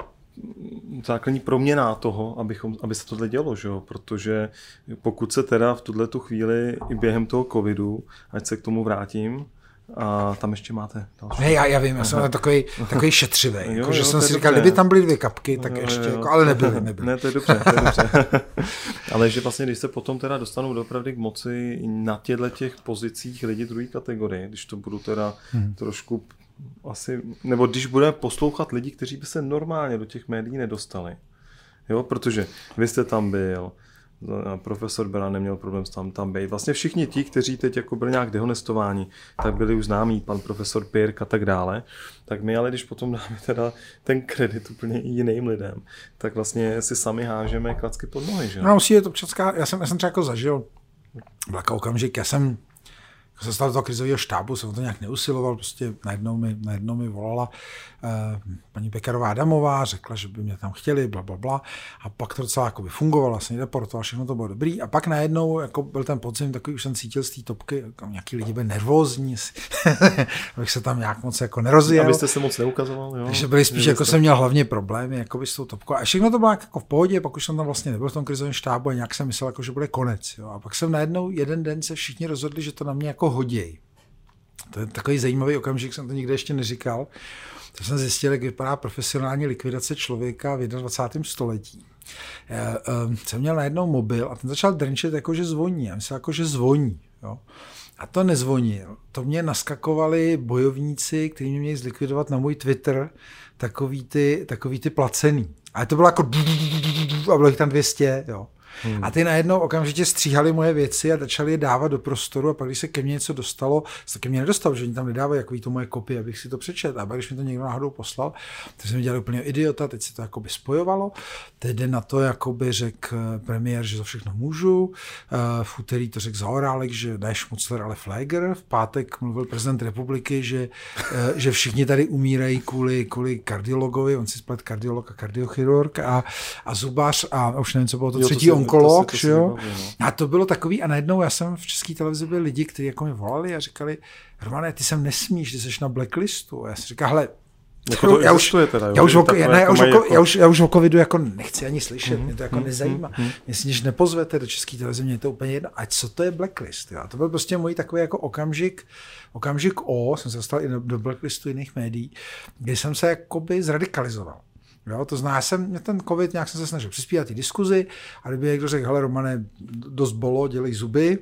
základní proměna toho, abychom, aby se tohle dělo, že jo? Protože pokud se teda v tuhle tu chvíli i během toho covidu, ať se k tomu vrátím, a tam ještě máte další. Ne, já, já vím, já jsem takový, takový šetřivý, jako, že jsem si říkal, kdyby tam byly dvě kapky, tak jo, ještě, jo. Jako, ale nebyly, nebyly. Ne, to je dobře, to je dobře. Ale že vlastně, když se potom teda dostanou dopravdy k moci na těchto těch pozicích lidi druhé kategorie, když to budu teda hmm. trošku asi, nebo když budeme poslouchat lidi, kteří by se normálně do těch médií nedostali, jo, protože vy jste tam byl, profesor Beran neměl problém tam, tam být. Vlastně všichni ti, kteří teď jako byli nějak dehonestováni, tak byli už známí, pan profesor Pirk a tak dále. Tak my ale když potom dáme teda ten kredit úplně jiným lidem, tak vlastně si sami hážeme klacky pod nohy, že? No, musí je to občanská, já jsem, já jsem třeba jako zažil vlaka okamžik, já jsem se stal do toho krizového štábu, jsem to nějak neusiloval, prostě najednou mi, najednou mi volala eh, paní Pekarová Adamová, řekla, že by mě tam chtěli, bla, bla, bla. A pak to docela jako by fungovalo, jsem deportoval, všechno to bylo dobrý. A pak najednou jako byl ten podzim, takový už jsem cítil z té topky, jako nějaký lidi byli nervózní, abych se tam nějak moc jako nerozjel. Abyste se moc neukazoval, jo? Takže byli spíš, jako jsem měl hlavně problémy jako by s tou topkou. A všechno to bylo jako v pohodě, pak už jsem tam vlastně nebyl v tom krizovém štábu a nějak jsem myslel, jako, že bude konec. Jo? A pak jsem najednou jeden den se všichni rozhodli, že to na mě jako hoděj. To je takový zajímavý okamžik, jsem to nikde ještě neříkal. To jsem zjistil, jak vypadá profesionální likvidace člověka v dvacátém prvním století. Já, um, jsem měl najednou mobil a ten začal drnčet jako, že zvoní. Já myslel, jako, že zvoní. Jo? A to nezvonil. To mě naskakovali bojovníci, kteří mě měli zlikvidovat na můj Twitter, takový ty, takový ty placený. A to bylo jako a bylo jich tam dvě stě, jo. Hmm. A ty najednou okamžitě stříhali moje věci a začali je dávat do prostoru a pak, když se ke mně něco dostalo, se ke mně nedostalo, že oni tam nedávají jakový to moje kopie, abych si to přečetl. A pak, když mi to někdo náhodou poslal, tak jsem dělal úplně idiota, teď se to jakoby spojovalo. Teď jde na to, jakoby řekl premiér, že to všechno můžu. V úterý to řekl Zaorálek, že ne Šmucler, ale Flegr. V pátek mluvil prezident republiky, že, že všichni tady umírají kvůli, kvůli kardiologovi, on si splet kardiolog a kardiochirurg a, a zubař a už nevím, co bylo to jo, třetí to onkolog, že jo? No. A to bylo takový, a najednou já jsem v České televizi byl lidi, kteří jako mi volali a říkali, Romane, ty sem nesmíš, ty jsi na blacklistu. A já si říkal, hele, jako to já, už, teda, jo, já, už o, ne, jako já, už jako... já, už, já už o covidu jako nechci ani slyšet, mm, mě to jako mm, nezajímá. Mm, Jestli když nepozvete do České televize, mě je to úplně jedno. Ať co to je blacklist? Jo? To byl prostě můj takový jako okamžik, okamžik O, jsem se dostal i do, do blacklistu jiných médií, kdy jsem se jakoby zradikalizoval. Jo, to znamená, jsem, mě ten covid nějak jsem se snažil přispívat ty diskuzi a kdyby někdo řekl, hele Romane, dost bolo, dělej zuby,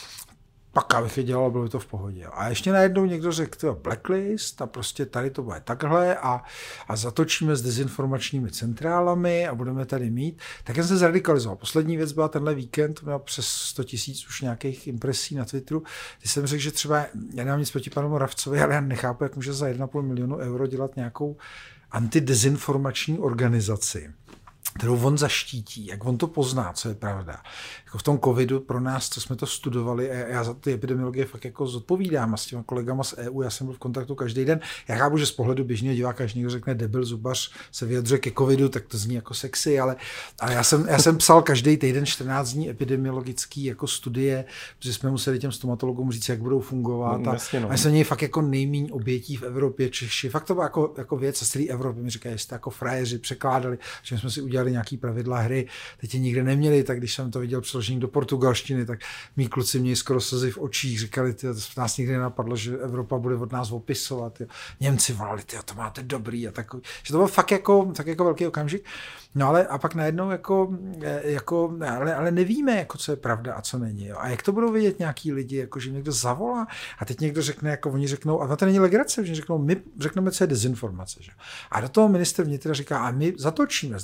pak abych je dělal, bylo by to v pohodě. A ještě najednou někdo řekl, to je blacklist a prostě tady to bude takhle a, a zatočíme s dezinformačními centrálami a budeme tady mít. Tak jsem se zradikalizoval. Poslední věc byla tenhle víkend, měl přes sto tisíc už nějakých impresí na Twitteru, kdy jsem řekl, že třeba, já nemám nic proti panu Moravcovi, ale já nechápu, jak může za jedna půl milionu euro dělat nějakou antidezinformační organizaci, kterou on zaštítí, jak on to pozná, co je pravda. Jako v tom covidu pro nás, co jsme to studovali, a já za ty epidemiologie fakt jako zodpovídám a s těma kolegama z E U, já jsem byl v kontaktu každý den. Já chápu, že z pohledu běžného diváka, když někdo řekne debil zubař, se vyjadřuje ke covidu, tak to zní jako sexy, ale, ale já, jsem, já jsem psal každý týden čtrnáct dní epidemiologický jako studie, protože jsme museli těm stomatologům říct, jak budou fungovat. No, a, no. a jsem měl fakt jako nejméně obětí v Evropě, Češi. Fakt to byla jako, jako věc, a z celé Evropy mi říkají, že jste jako frajeři překládali, že jsme si udělali nějaký pravidla hry, teď je nikde neměli, tak když jsem to viděl přeložení do portugalštiny, tak mý kluci měli skoro slzy v očích, říkali, tyjo, to nás nikdy nenapadlo, že Evropa bude od nás opisovat. Tyjo. Němci volali, tyjo, to máte dobrý a takový. Že to byl fakt jako, tak jako velký okamžik. No ale a pak najednou jako, jako ale, ale nevíme, jako, co je pravda a co není. Jo. A jak to budou vědět nějaký lidi, jako, že někdo zavolá a teď někdo řekne, jako oni řeknou, a to není legrace, že řeknou, my řekneme, co je dezinformace. Že? A do toho ministr vnitra říká, a my zatočíme s dezinformací.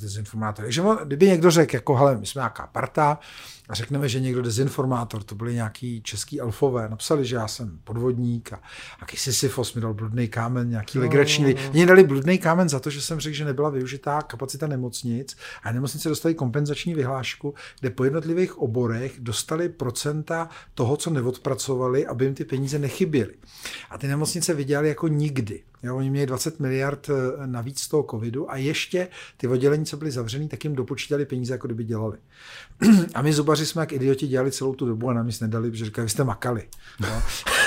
dezinformátor. Takže kdyby někdo řekl, jako hele, my jsme nějaká parta a řekneme, že někdo dezinformátor, to byli nějaký český elfové, napsali, že já jsem podvodník a nějaký Sisyfos mi dal bludný kámen, nějaký legrační lidi. Mě dali bludný kámen za to, že jsem řekl, že nebyla využitá kapacita nemocnic a nemocnice dostali kompenzační vyhlášku, kde po jednotlivých oborech dostali procenta toho, co neodpracovali, aby jim ty peníze nechyběly. A ty nemocnice vydělaly jako nikdy. Jo, oni měli dvacet miliard navíc z toho covidu a ještě ty oddělení, co byly zavřený, tak jim dopočítali peníze, jako kdyby dělali. A my zubaři jsme jak idioti dělali celou tu dobu a nám nic nedali, protože říkali, vy jste makali. No.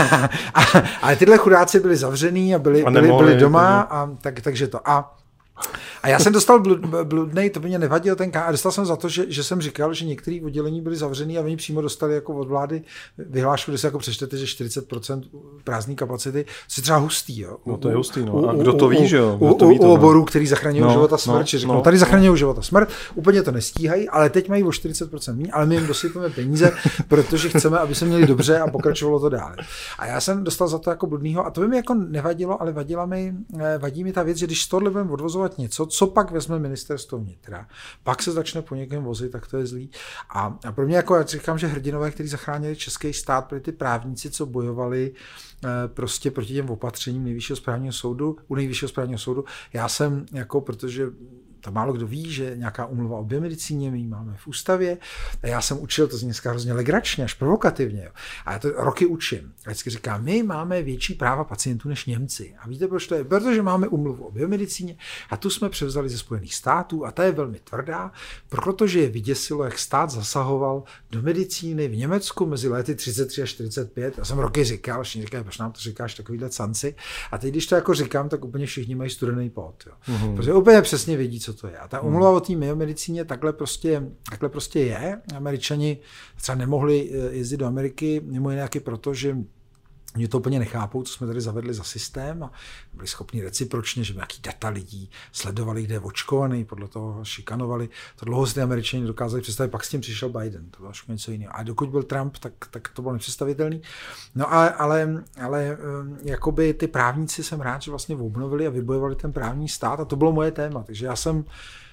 Ale tyhle chudáci byli zavřený a byli, a byli, byli doma, a tak, takže to. A A já jsem dostal blud, bludnej, to by mě nevadilo ten ká, a dostal jsem za to, že, že jsem říkal, že některé oddělení byly zavřený a oni přímo dostali jako od vlády vyhlášku, kde se jako přečtete, že čtyřicet procent prázdné kapacity, což je třeba hustý. Jo. No to je hustý, no. A kdo to ví, že jo? U, u, u oborů, který zachraňují no, život a smrt, no, či řeknou, no, tady zachraňují život a smrt, úplně to nestíhají, ale teď mají o čtyřicet procent méně, ale my jim dosypeme peníze, protože chceme, aby se měli dobře a pokračovalo to dál. A já jsem dostal za to jako bludnýho a to by mi jako nevadilo, ale vadila mi, vadí mi ta věc, že když z tohohle budeme odvozovat něco, co pak vezme ministerstvo vnitra, pak se začne po někém vozit, tak to je zlý. A, a pro mě, jako já říkám, že hrdinové, kteří zachránili český stát, byli ty právníci, co bojovali e, prostě proti těm opatřením nejvyššího správního soudu, u nejvyššího správního soudu. Já jsem, jako, protože to málo kdo ví, že nějaká úmluva o biomedicíně, my ji máme v ústavě. A já jsem učil, to zní dneska hrozně legračně, až provokativně. Jo. A já to roky učím. A vždycky říkám, my máme větší práva pacientů než Němci. A víte, proč to je? Protože máme úmluvu o biomedicíně a tu jsme převzali ze Spojených států a ta je velmi tvrdá, protože je vyděsilo, jak stát zasahoval do medicíny v Německu mezi lety třicet tři a čtyřicet pět. Já jsem roky říkal, všichni říkají, proč nám to říkáš, takovýhle canci. A teď, když to jako říkám, tak úplně všichni mají studený pot. Jo. Mm-hmm. Protože úplně přesně vědí, co to je. A ta umluva o té biomedicíně takhle prostě, takhle prostě je. Američani třeba nemohli jezdit do Ameriky, mimo jiné proto, že oni to úplně nechápou, co jsme tady zavedli za systém a byli schopni recipročně, že nějaký data lidí sledovali, kde je očkovaný, podle toho šikanovali. To dlouho si ty Američani dokázali představit, pak s tím přišel Biden, to bylo něco jiného. A dokud byl Trump, tak, tak to bylo nepředstavitelný. No ale, ale, ale jakoby ty právníci jsem rád, že vlastně obnovili a vybojovali ten právní stát a to bylo moje téma, takže já jsem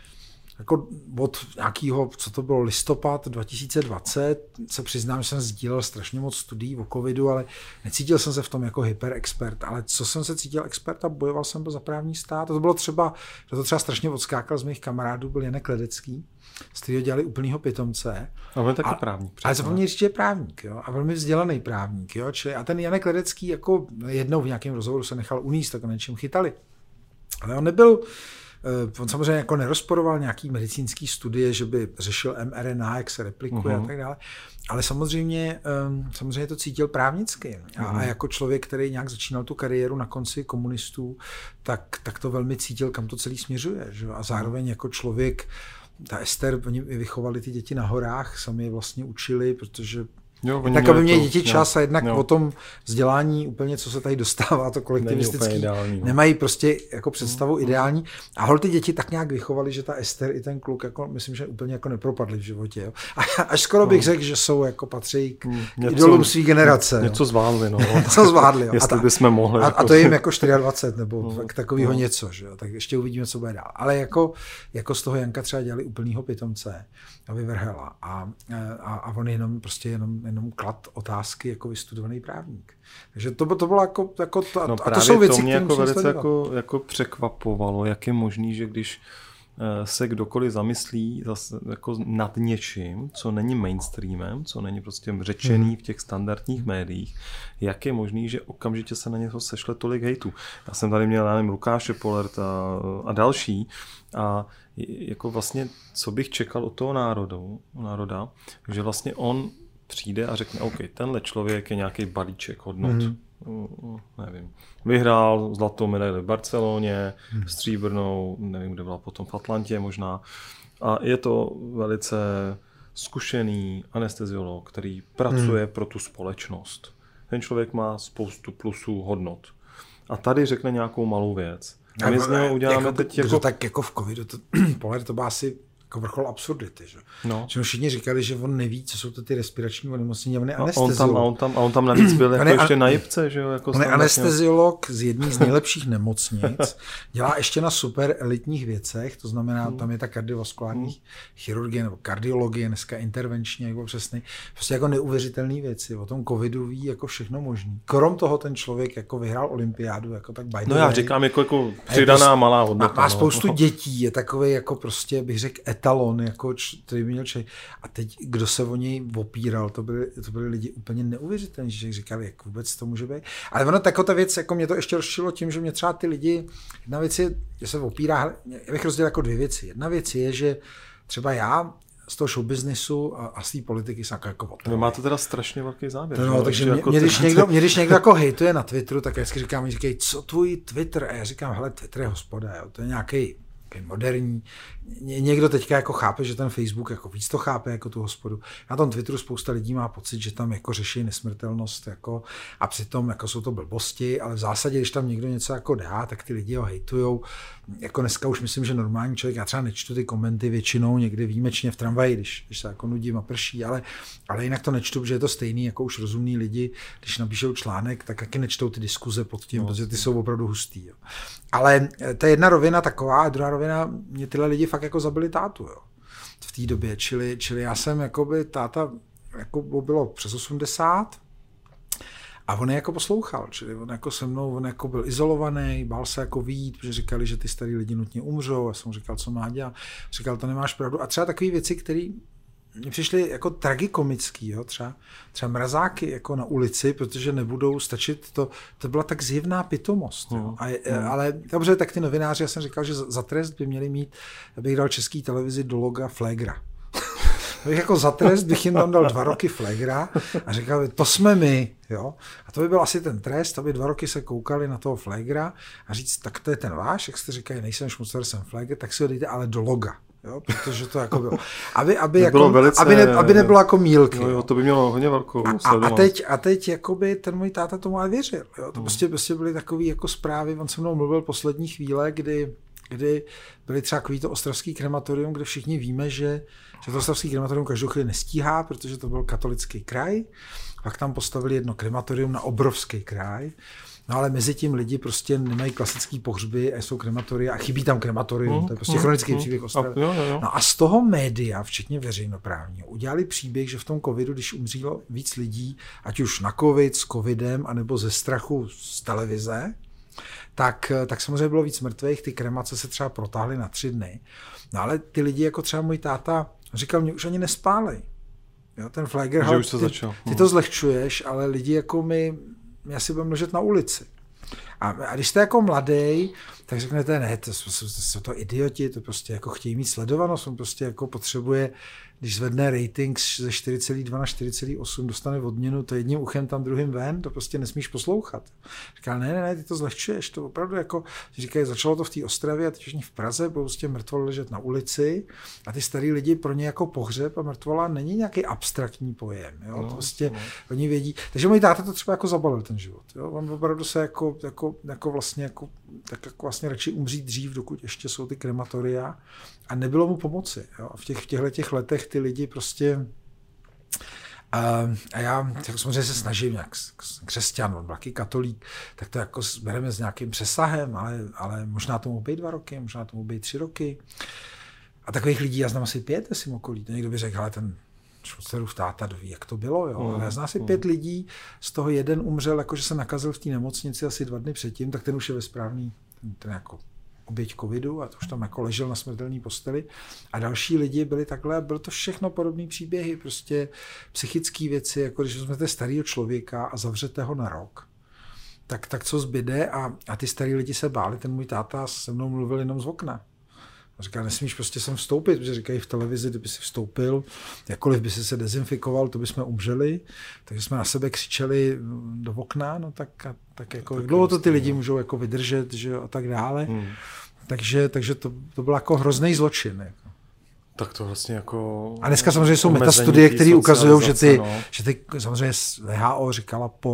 jako od nějakého, co to bylo, listopad dva tisíce dvacet, se přiznám, že jsem sdílel strašně moc studií o covidu, ale necítil jsem se v tom jako hyperexpert, ale co jsem se cítil expert a bojoval jsem byl za právní stát. A to bylo třeba, že to třeba strašně odskákal z mých kamarádů, byl Janek Ledecký, z kterého dělali úplnýho pitomce. A on je taky právník. Ale zapomněli říct, že je právník, jo? A velmi vzdělaný právník. Jo? Čili, a ten Janek Ledecký jako jednou v nějakém rozhovoru se nechal uníst, tak něčím chytali. Ale on nebyl On samozřejmě jako nerozporoval nějaký medicínský studie, že by řešil em er en á, jak se replikuje uh-huh. a tak dále, ale samozřejmě, samozřejmě to cítil právnicky. A, uh-huh. a jako člověk, který nějak začínal tu kariéru na konci komunistů, tak, tak to velmi cítil, kam to celý směřuje. Že? A zároveň jako člověk, ta Ester, oni vychovali ty děti na horách, sami je vlastně učili, protože Jo, tak, aby měli děti čas jo, a jednak jo. o tom vzdělání úplně, co se tady dostává, to kolektivistický, ideální, no. nemají prostě jako představu mm. ideální. A hol ty děti tak nějak vychovali, že ta Ester i ten kluk, jako, myslím, že úplně jako nepropadli v životě. Jo. A až skoro bych no. řekl, že jsou, jako patří k něco, idolům svý generace. Něco zvládli, no. něco zvládli, jo. Jestli bychom mohli. A, jako... a to je jim jako dvacet čtyři nebo no. takového no. něco, že jo. Tak ještě uvidíme, co bude dál. Ale jako, jako z toho Janka třeba dělali úplnýho pitomce a vyvrhela. A, a, a on jenom prostě jenom, jenom klad otázky jako vystudovaný právník. Takže to, to bylo jako, jako to, no a to jsou věci, to mě jako velice jako, jako překvapovalo, jak je možný, že když se kdokoliv zamyslí zase jako nad něčím, co není mainstreamem, co není prostě řečený v těch standardních médiích, jak je možný, že okamžitě se na něco sešle tolik hejtu. Já jsem tady měl, já nevím, Lukáše Polerta a, a další a jako vlastně, co bych čekal od toho národu, národa, že vlastně on přijde a řekne, OK, tenhle člověk je nějaký balíček hodnot. Mm. Uh, nevím. Vyhrál zlatou medaili v Barceloně, mm. stříbrnou, nevím, kde byla potom v Atlantě možná. A je to velice zkušený anesteziolog, který pracuje mm. pro tu společnost. Ten člověk má spoustu plusů, hodnot. A tady řekne nějakou malou věc. A my z něho uděláme jako, teď jako... Tak jako v covidu, to, Poler to byl asi jako vrchol absurdity, že? No. Že všichni říkali, že on neví, co jsou to ty respirační onemocnění, on je a anesteziolog. on tam, a, on tam, a on tam navíc byl jako ještě na jipce, že jo? Jako on je anesteziolog z jedné z nejlepších nemocnic, dělá ještě na super elitních věcech, to znamená, hmm. tam je ta kardiovaskulární hmm. chirurgie nebo kardiologie, dneska intervenční, jako přesný, prostě jako neuvěřitelné věci, o tom covidu ví jako všechno možný. Krom toho ten člověk jako vyhrál olympiádu, jako tak by the No já way. říkám jako, jako přidaná malá hodnota. Má, má spoustu no. dětí, je takový jako prostě, bych řekl, etalon, jako který by měl člověk. A teď, kdo se o něj opíral, to byli, to byli lidi úplně neuvěřitelní, že říkali, jak vůbec to může být. Ale ono, taková ta věc, jako mě to ještě rozčilo tím, že mě třeba ty lidi, jedna věc je, že se opírá, já bych rozdělil jako dvě věci. Jedna věc je, že třeba já z toho showbiznisu a, a z té politiky jsem jako otrvý. No má to teda strašně velký záběr. No, takže mě, jako mě, když někdo, mě když někdo jako hejtuje na Twitteru, tak já vždycky říkám, mi říkají, co tvůj Twitter? A já říkám, hele, Twitter je hospoda, jo, to je nějaký moderní. Někdo teďka jako chápe, že ten Facebook jako víc to chápe jako tu hospodu. Na tom Twitteru spousta lidí má pocit, že tam jako řeší nesmrtelnost jako, a přitom jako jsou to blbosti, ale v zásadě, když tam někdo něco jako dá, tak ty lidi ho hejtujou. Jako dneska už myslím, že normální člověk, já třeba nečtu ty komenty většinou, někdy výjimečně v tramvaji, když, když se jako nudím a prší, ale, ale jinak to nečtu, protože je to stejný, jako už rozumní lidi, když napíšou článek, tak taky nečtou ty diskuze pod tím, no, protože ty jsou opravdu hustý. Jo. Ale to je jedna rovina taková, a druhá rovina, mě tyhle lidi fakt jako zabili tátu, jo. V té době, čili, čili já jsem, jakoby, táta, jako bylo přes osmdesát a on je jako poslouchal, čili on jako se mnou, on jako byl izolovaný, bál se jako vyjít, protože říkali, že ty starý lidi nutně umřou, já jsem říkal, co má dělat, říkal, to nemáš pravdu. A třeba takové věci, které mně přišly jako tragikomický, jo, třeba, třeba mrazáky jako na ulici, protože nebudou stačit, to, to byla tak zjevná pitomost. Jo. A, hmm. Ale dobře, tak ty novináři, já jsem říkal, že za trest by měli mít, abych dal České televizi do loga Flagra. Bych jako za trest bych jim tam dal dva roky Flagra a říkal, to jsme my, jo. A to by byl asi ten trest, aby dva roky se koukali na toho Flagra a říct, tak to je ten váš, jak jste říkají, nejsem šmucer, jsem Flagra, tak si ho dejte ale do loga. Jo, protože to jako bylo. Aby, aby, jako, velice, aby, ne, aby nebylo jako mílky. Jo, jo, to by mělo hodně velkou a, a teď, a teď jakoby ten můj táta tomu ale věřil. Jo. To hmm. prostě, prostě byly takové jako zprávy, on se mnou mluvil poslední chvíle, kdy, kdy byly třeba takový to ostravský krematorium, kde všichni víme, že, že to ostravský krematorium každou chvíli nestíhá, protože to byl katolický kraj. Pak tam postavili jedno krematorium na obrovský kraj. No ale mezi tím lidi prostě nemají klasický pohřby a jsou krematoria a chybí tam krematorium. Mm, to je prostě mm, chronický mm, příběh Ostravy. Jo, jo. No a z toho média, včetně veřejnoprávního, udělali příběh, že v tom covidu, když umřelo víc lidí, ať už na covid, s covidem, anebo ze strachu z televize, tak, tak samozřejmě bylo víc mrtvých, ty kremace se třeba protáhly na tři dny. No ale ty lidi, jako třeba můj táta, říkal, mě už ani nespálej. Jo, ten Flager, že už to ty, začal. ty to zlehčuješ, ale lidi jako my, my asi budeme ležet na ulici. A, a když jste jako mladý, tak řeknete, ne, to jsou, to jsou to idioti, to prostě jako chtějí mít sledovanost, on prostě jako potřebuje, když zvedne rating ze čtyři celá dva na čtyři celá osm, dostane odměnu, to jedním uchem tam druhým ven, to prostě nesmíš poslouchat. Říkal, ne, ne, ne, ty to zlehčuješ, to opravdu jako, říkají, začalo to v té Ostravě a teď v Praze, prostě mrtvol ležet na ulici a ty starý lidi pro ně jako pohřeb a mrtvola není nějaký abstraktní pojem, jo, no, to prostě no. Oni vědí, takže můj táta to třeba jako zabalil ten život, jo, on opravdu se jako, jako, jako vlastně jako, tak jako vlastně radši umřít dřív, dokud ještě jsou ty krematoria a nebylo mu pomoci, jo, a v těch, v těchto těch letech ty lidi prostě a, a já jako samozřejmě se snažím jak křesťan, on byl katolík, tak to jako bereme s nějakým přesahem, ale, ale možná tomu být dva roky, možná tomu být tři roky. A takových lidí já znám asi pět, jestli okolí. Někdo by řekl, ale ten Šmucerův táta ví, jak to bylo, jo. Ale já znám asi pět lidí, z toho jeden umřel, jakože se nakazil v té nemocnici asi dva dny předtím, tak ten už je ve správný, ten, ten jako oběť covidu a to už tam jako ležel na smrtelné posteli. A další lidi byli takhle, bylo to všechno podobné příběhy, prostě psychické věci, jako když vezmete starého člověka a zavřete ho na rok, tak, tak co zbyde a, a ty starý lidi se báli, ten můj táta se mnou mluvil jenom z okna. A říká, nesmíš prostě sem vstoupit, protože říkají v televizi, kdyby si vstoupil, jakkoliv by si se dezinfikoval, to bychom umřeli, takže jsme na sebe křičeli do okna, no tak, a, tak jako, jak dlouho to ty lidi můžou jako vydržet, že a tak dále. Hmm. Takže, takže to, to byl jako hrozný zločin. Jako. Tak to vlastně jako... A dneska samozřejmě jsou metastudie, které ukazují, že ty, no. že ty, samozřejmě W H O říkala po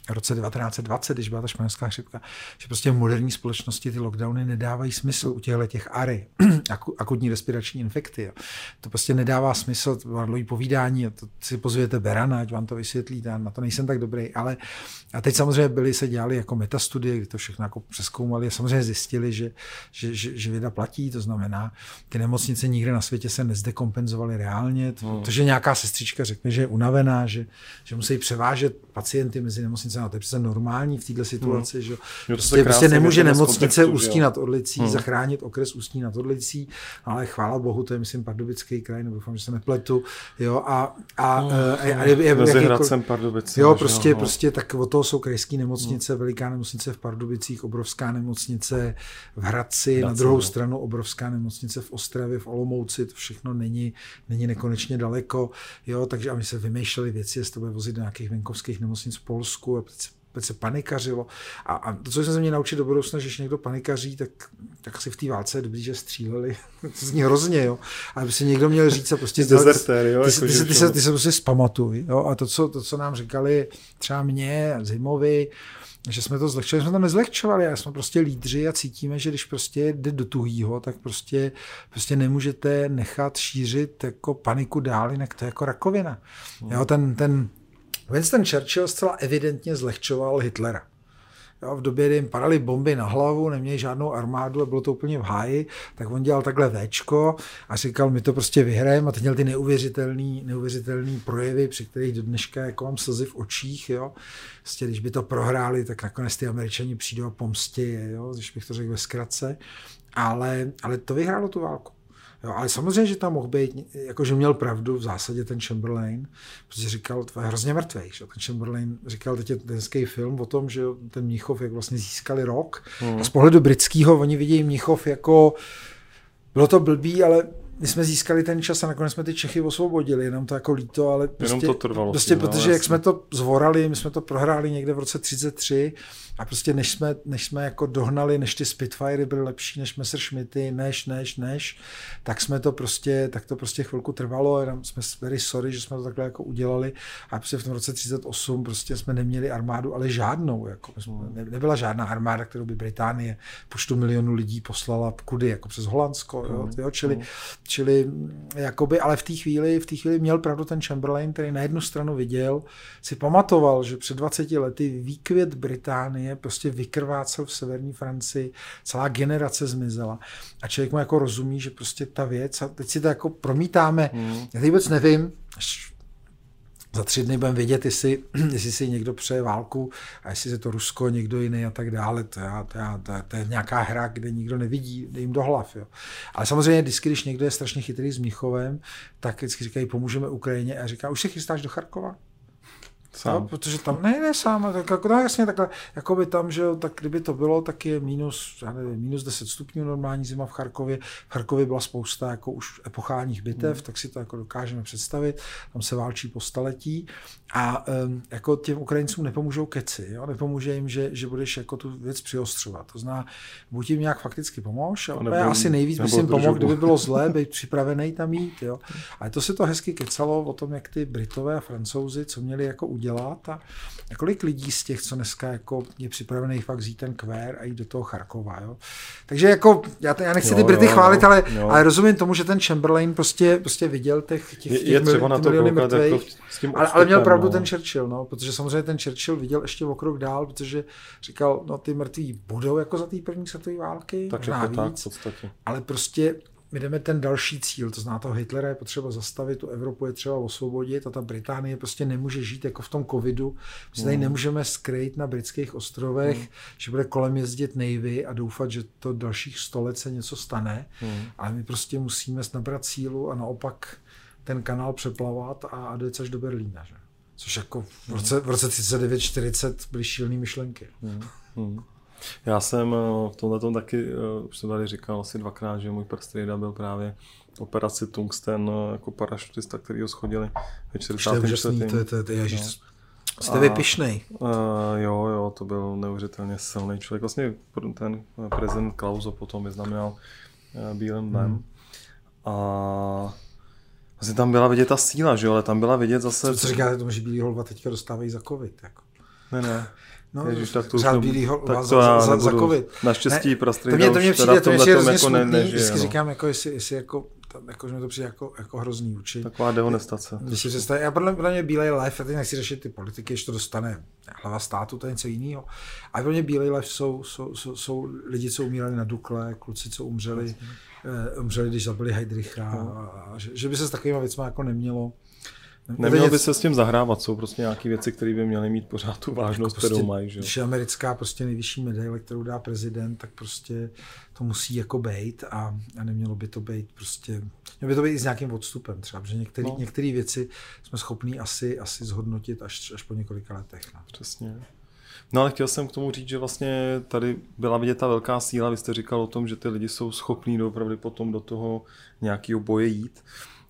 v roce devatenáct set dvacet, když byla ta španělská chřipka, že prostě v moderní společnosti ty lockdowny nedávají smysl u těchto těch A R I, akutní respirační infekty. Jo. To prostě nedává smysl, to bylo dlouhý povídání, a to si pozvěte Berana, ať vám to vysvětlí, na to nejsem tak dobrý, ale a teď samozřejmě byly, se dělali jako metastudie, kdy to všechno jako přeskoumali a samozřejmě zjistili, že, že, že, že věda platí, to znamená, ty nemocnice nikde na světě se nezdekompenzovaly reálně, protože nějaká sestřička řekne, že je unavená, že, že musí převážet pacienty mezi nemocnicemi, a to je přece normální v této situaci, hmm. že prostě, prostě nemůže nemocnice Ústí nad Orlicí hmm. zachránit okres Ústí nad Orlicí, ale chvála bohu, to je myslím Pardubický kraj, nebo doufám, že se nepletu, jo, a, a, hmm. a, a je, je, mezi Hradcem Pardubice. Jo, prostě, no. prostě tak o toho jsou krajské nemocnice, hmm. veliká nemocnice v Pardubicích, obrovská nemocnice v Hradci, Hradci na druhou no. stranu obrovská nemocnice v Ostravě, v Olomouci, to všechno není, není nekonečně daleko, jo, takže a my se vymýšleli věci, jestli to bude vozit do nějakých venkovských nemocnic v Polsku, a teď se panikařilo. A, a to, co jsme se měli naučit do budoucna, že když někdo panikaří, tak, tak si v té válce je dobrý, že stříleli. To zní hrozně, jo. Ale by si někdo měl říct a prostě... Dezertér, jo. Ty, ty, ty, ty, se, ty se prostě zpamatuj, jo. A to co, to, co nám říkali třeba mě, Zimovi, že jsme to zlehčovali, jsme to nezlehčovali, ale jsme prostě lídři a cítíme, že když prostě jde do tuhýho, tak prostě, prostě nemůžete nechat šířit jako paniku dál, jinak to je jako rakovina. Jo, ten, ten Winston Churchill zcela evidentně zlehčoval Hitlera. Jo, v době, kdy jim padaly bomby na hlavu, neměli žádnou armádu a bylo to úplně v háji, tak on dělal takhle véčko a říkal, my to prostě vyhrajeme, a teď měl ty neuvěřitelný, neuvěřitelný projevy, při kterých do dneška jako mám slzy v očích. Jo. Prostě, když by to prohráli, tak nakonec ty Američani přijdou a pomstí, jo, když bych to řekl ve zkratce. Ale, ale to vyhrálo tu válku. Jo, ale samozřejmě, že tam mohl být, jakože měl pravdu v zásadě ten Chamberlain, protože říkal, to je hrozně mrtvej, že ten Chamberlain říkal, teď je ten hezký film o tom, že ten Mnichov, jak vlastně získali rok. Hmm. A z pohledu britského oni vidějí Mnichov jako, bylo to blbý, ale my jsme získali ten čas a nakonec jsme ty Čechy osvobodili, jenom to jako líto, ale prostě, to trvalo prostě si, protože jak jsme to zvorali, my jsme to prohráli někde v roce třicet tři a prostě než jsme, než jsme jako dohnali, než ty Spitfirey byly lepší, než Messerschmitty, než, než, než, tak jsme to prostě, tak to prostě chvilku trvalo, jenom jsme very sorry, že jsme to takhle jako udělali a prostě v tom roce třicet osm prostě jsme neměli armádu, ale žádnou, jako ne, nebyla žádná armáda, kterou by Británie počtu milionů lidí poslala kudy, jako přes Holandsko, jo, jo, čili Čili jakoby, ale v té chvíli, v té chvíli měl pravdu ten Chamberlain, který na jednu stranu viděl, si pamatoval, že před dvaceti lety výkvět Británie prostě vykrvácel v severní Francii, celá generace zmizela. A člověk mu jako rozumí, že prostě ta věc, a teď si to jako promítáme, mm. já teď vůbec nevím, za tři dny budeme vědět, jestli, jestli si někdo přeje válku a jestli je to Rusko, někdo jiný a tak dále. To je, to, je, to, je, to je nějaká hra, kde nikdo nevidí, jde jim do hlav. Jo. Ale samozřejmě vždycky, když někdo je strašně chytrý s Mnichovem, tak vždycky říkají, pomůžeme Ukrajině a říká, už se chystáš do Charkova? Sám. No, protože tam, ne, ne sám, tak, jako, no, jasně takhle, jako by tam, že tak kdyby to bylo, tak je minus, já nevím, minus deset stupňů normální zima v Charkově. V Charkově byla spousta jako už epochálních bitev, hmm. tak si to jako dokážeme představit, tam se válčí po staletí a um, jako těm Ukrajincům nepomůžou keci, jo? Nepomůže jim, že, že budeš jako tu věc přiostřovat. To znamená, buď jim nějak fakticky pomož, ale nebo, asi nejvíc by si jim pomohl, kdyby bylo zlé, být připravený tam jít. Jo? Ale to se to hezky kecalo o tom, jak ty Britové a Francouzi, co měli jako udělat a, a kolik lidí z těch, co dneska jako je připravený fakt vzít ten kvér a jít do toho Charkova. Jo? Takže jako, já, já nechci jo, ty Brity jo, chválit, ale, ale rozumím tomu, že ten Chamberlain prostě, prostě viděl těch, těch, těch je, je třeba na to koukat jako s tím ale, ale měl pravdu no. ten Churchill, no, protože samozřejmě ten Churchill viděl ještě o krok dál, protože říkal, no ty mrtví budou jako za té první světové války, tak možná jako víc, tak, ale prostě my jdeme ten další cíl, to znamená toho Hitlera je potřeba zastavit, tu Evropu je třeba osvobodit a ta Británie prostě nemůže žít jako v tom covidu. My se tady nemůžeme skrýt na britských ostrovech, mm. že bude kolem jezdit Navy a doufat, že to dalších sto let se něco stane, mm. ale my prostě musíme nabrat sílu a naopak ten kanál přeplavat a dojet až do Berlína. Že? Což jako v roce, v roce třicet devět čtyřicet byly šílený myšlenky. Mm. Mm. Já jsem v tomhletom taky, už jsem tady říkal asi dvakrát, že můj prstrejda byl právě operaci Tungsten jako parašutista, který ho schodili ve čtyřicátém čtvrtém To je to, to je, ježiš, jste vy pyšnej. Uh, jo, jo, to byl neuvěřitelně silný člověk. Vlastně ten prezident Klaus ho potom vyznamenal uh, bílým dnem. Hmm. A vlastně tam byla vidět ta síla, že jo, ale tam byla vidět zase... Co, co říkáte tomu, že bílý holva teďka dostávají za covid, jako? Ne, ne. No, Ježiš, tak to řád už bílýho tak za, za, za, za covid. Naštěstí prastrý to mě, to mě přijde, to mě přijde hrozně smutný, ne, vždycky no. říkám, jako jestli, jestli jako, jako, že mi to přijde jako, jako hrozný uči. Taková dehonestace. Když si představí, já podle, podle mě bílej life, já teď nechci řešit ty politiky, ještě to dostane hlava státu, to je něco jiného. A podle mě bílej life jsou, jsou, jsou, jsou lidi, co umírali na Dukle, kluci, co umřeli, uh, umřeli, když zabili Heydricha, no. a, a že, že by se s takovými věcmi jako nemělo. Nemělo by se s tím zahrávat, jsou prostě nějaké věci, které by měly mít pořád tu vážnost, prostě, kterou mají. Že? Když je americká prostě nejvyšší medaile, kterou dá prezident, tak prostě to musí jako bejt a, a nemělo by to být prostě, mělo by to být i s nějakým odstupem třeba, protože některé no. některé věci jsme schopní asi, asi zhodnotit až, až po několika letech. No. Přesně. No ale chtěl jsem k tomu říct, že vlastně tady byla vidět ta velká síla, vy jste říkal o tom, že ty lidi jsou schopní opravdu potom do toho nějakého boje jít.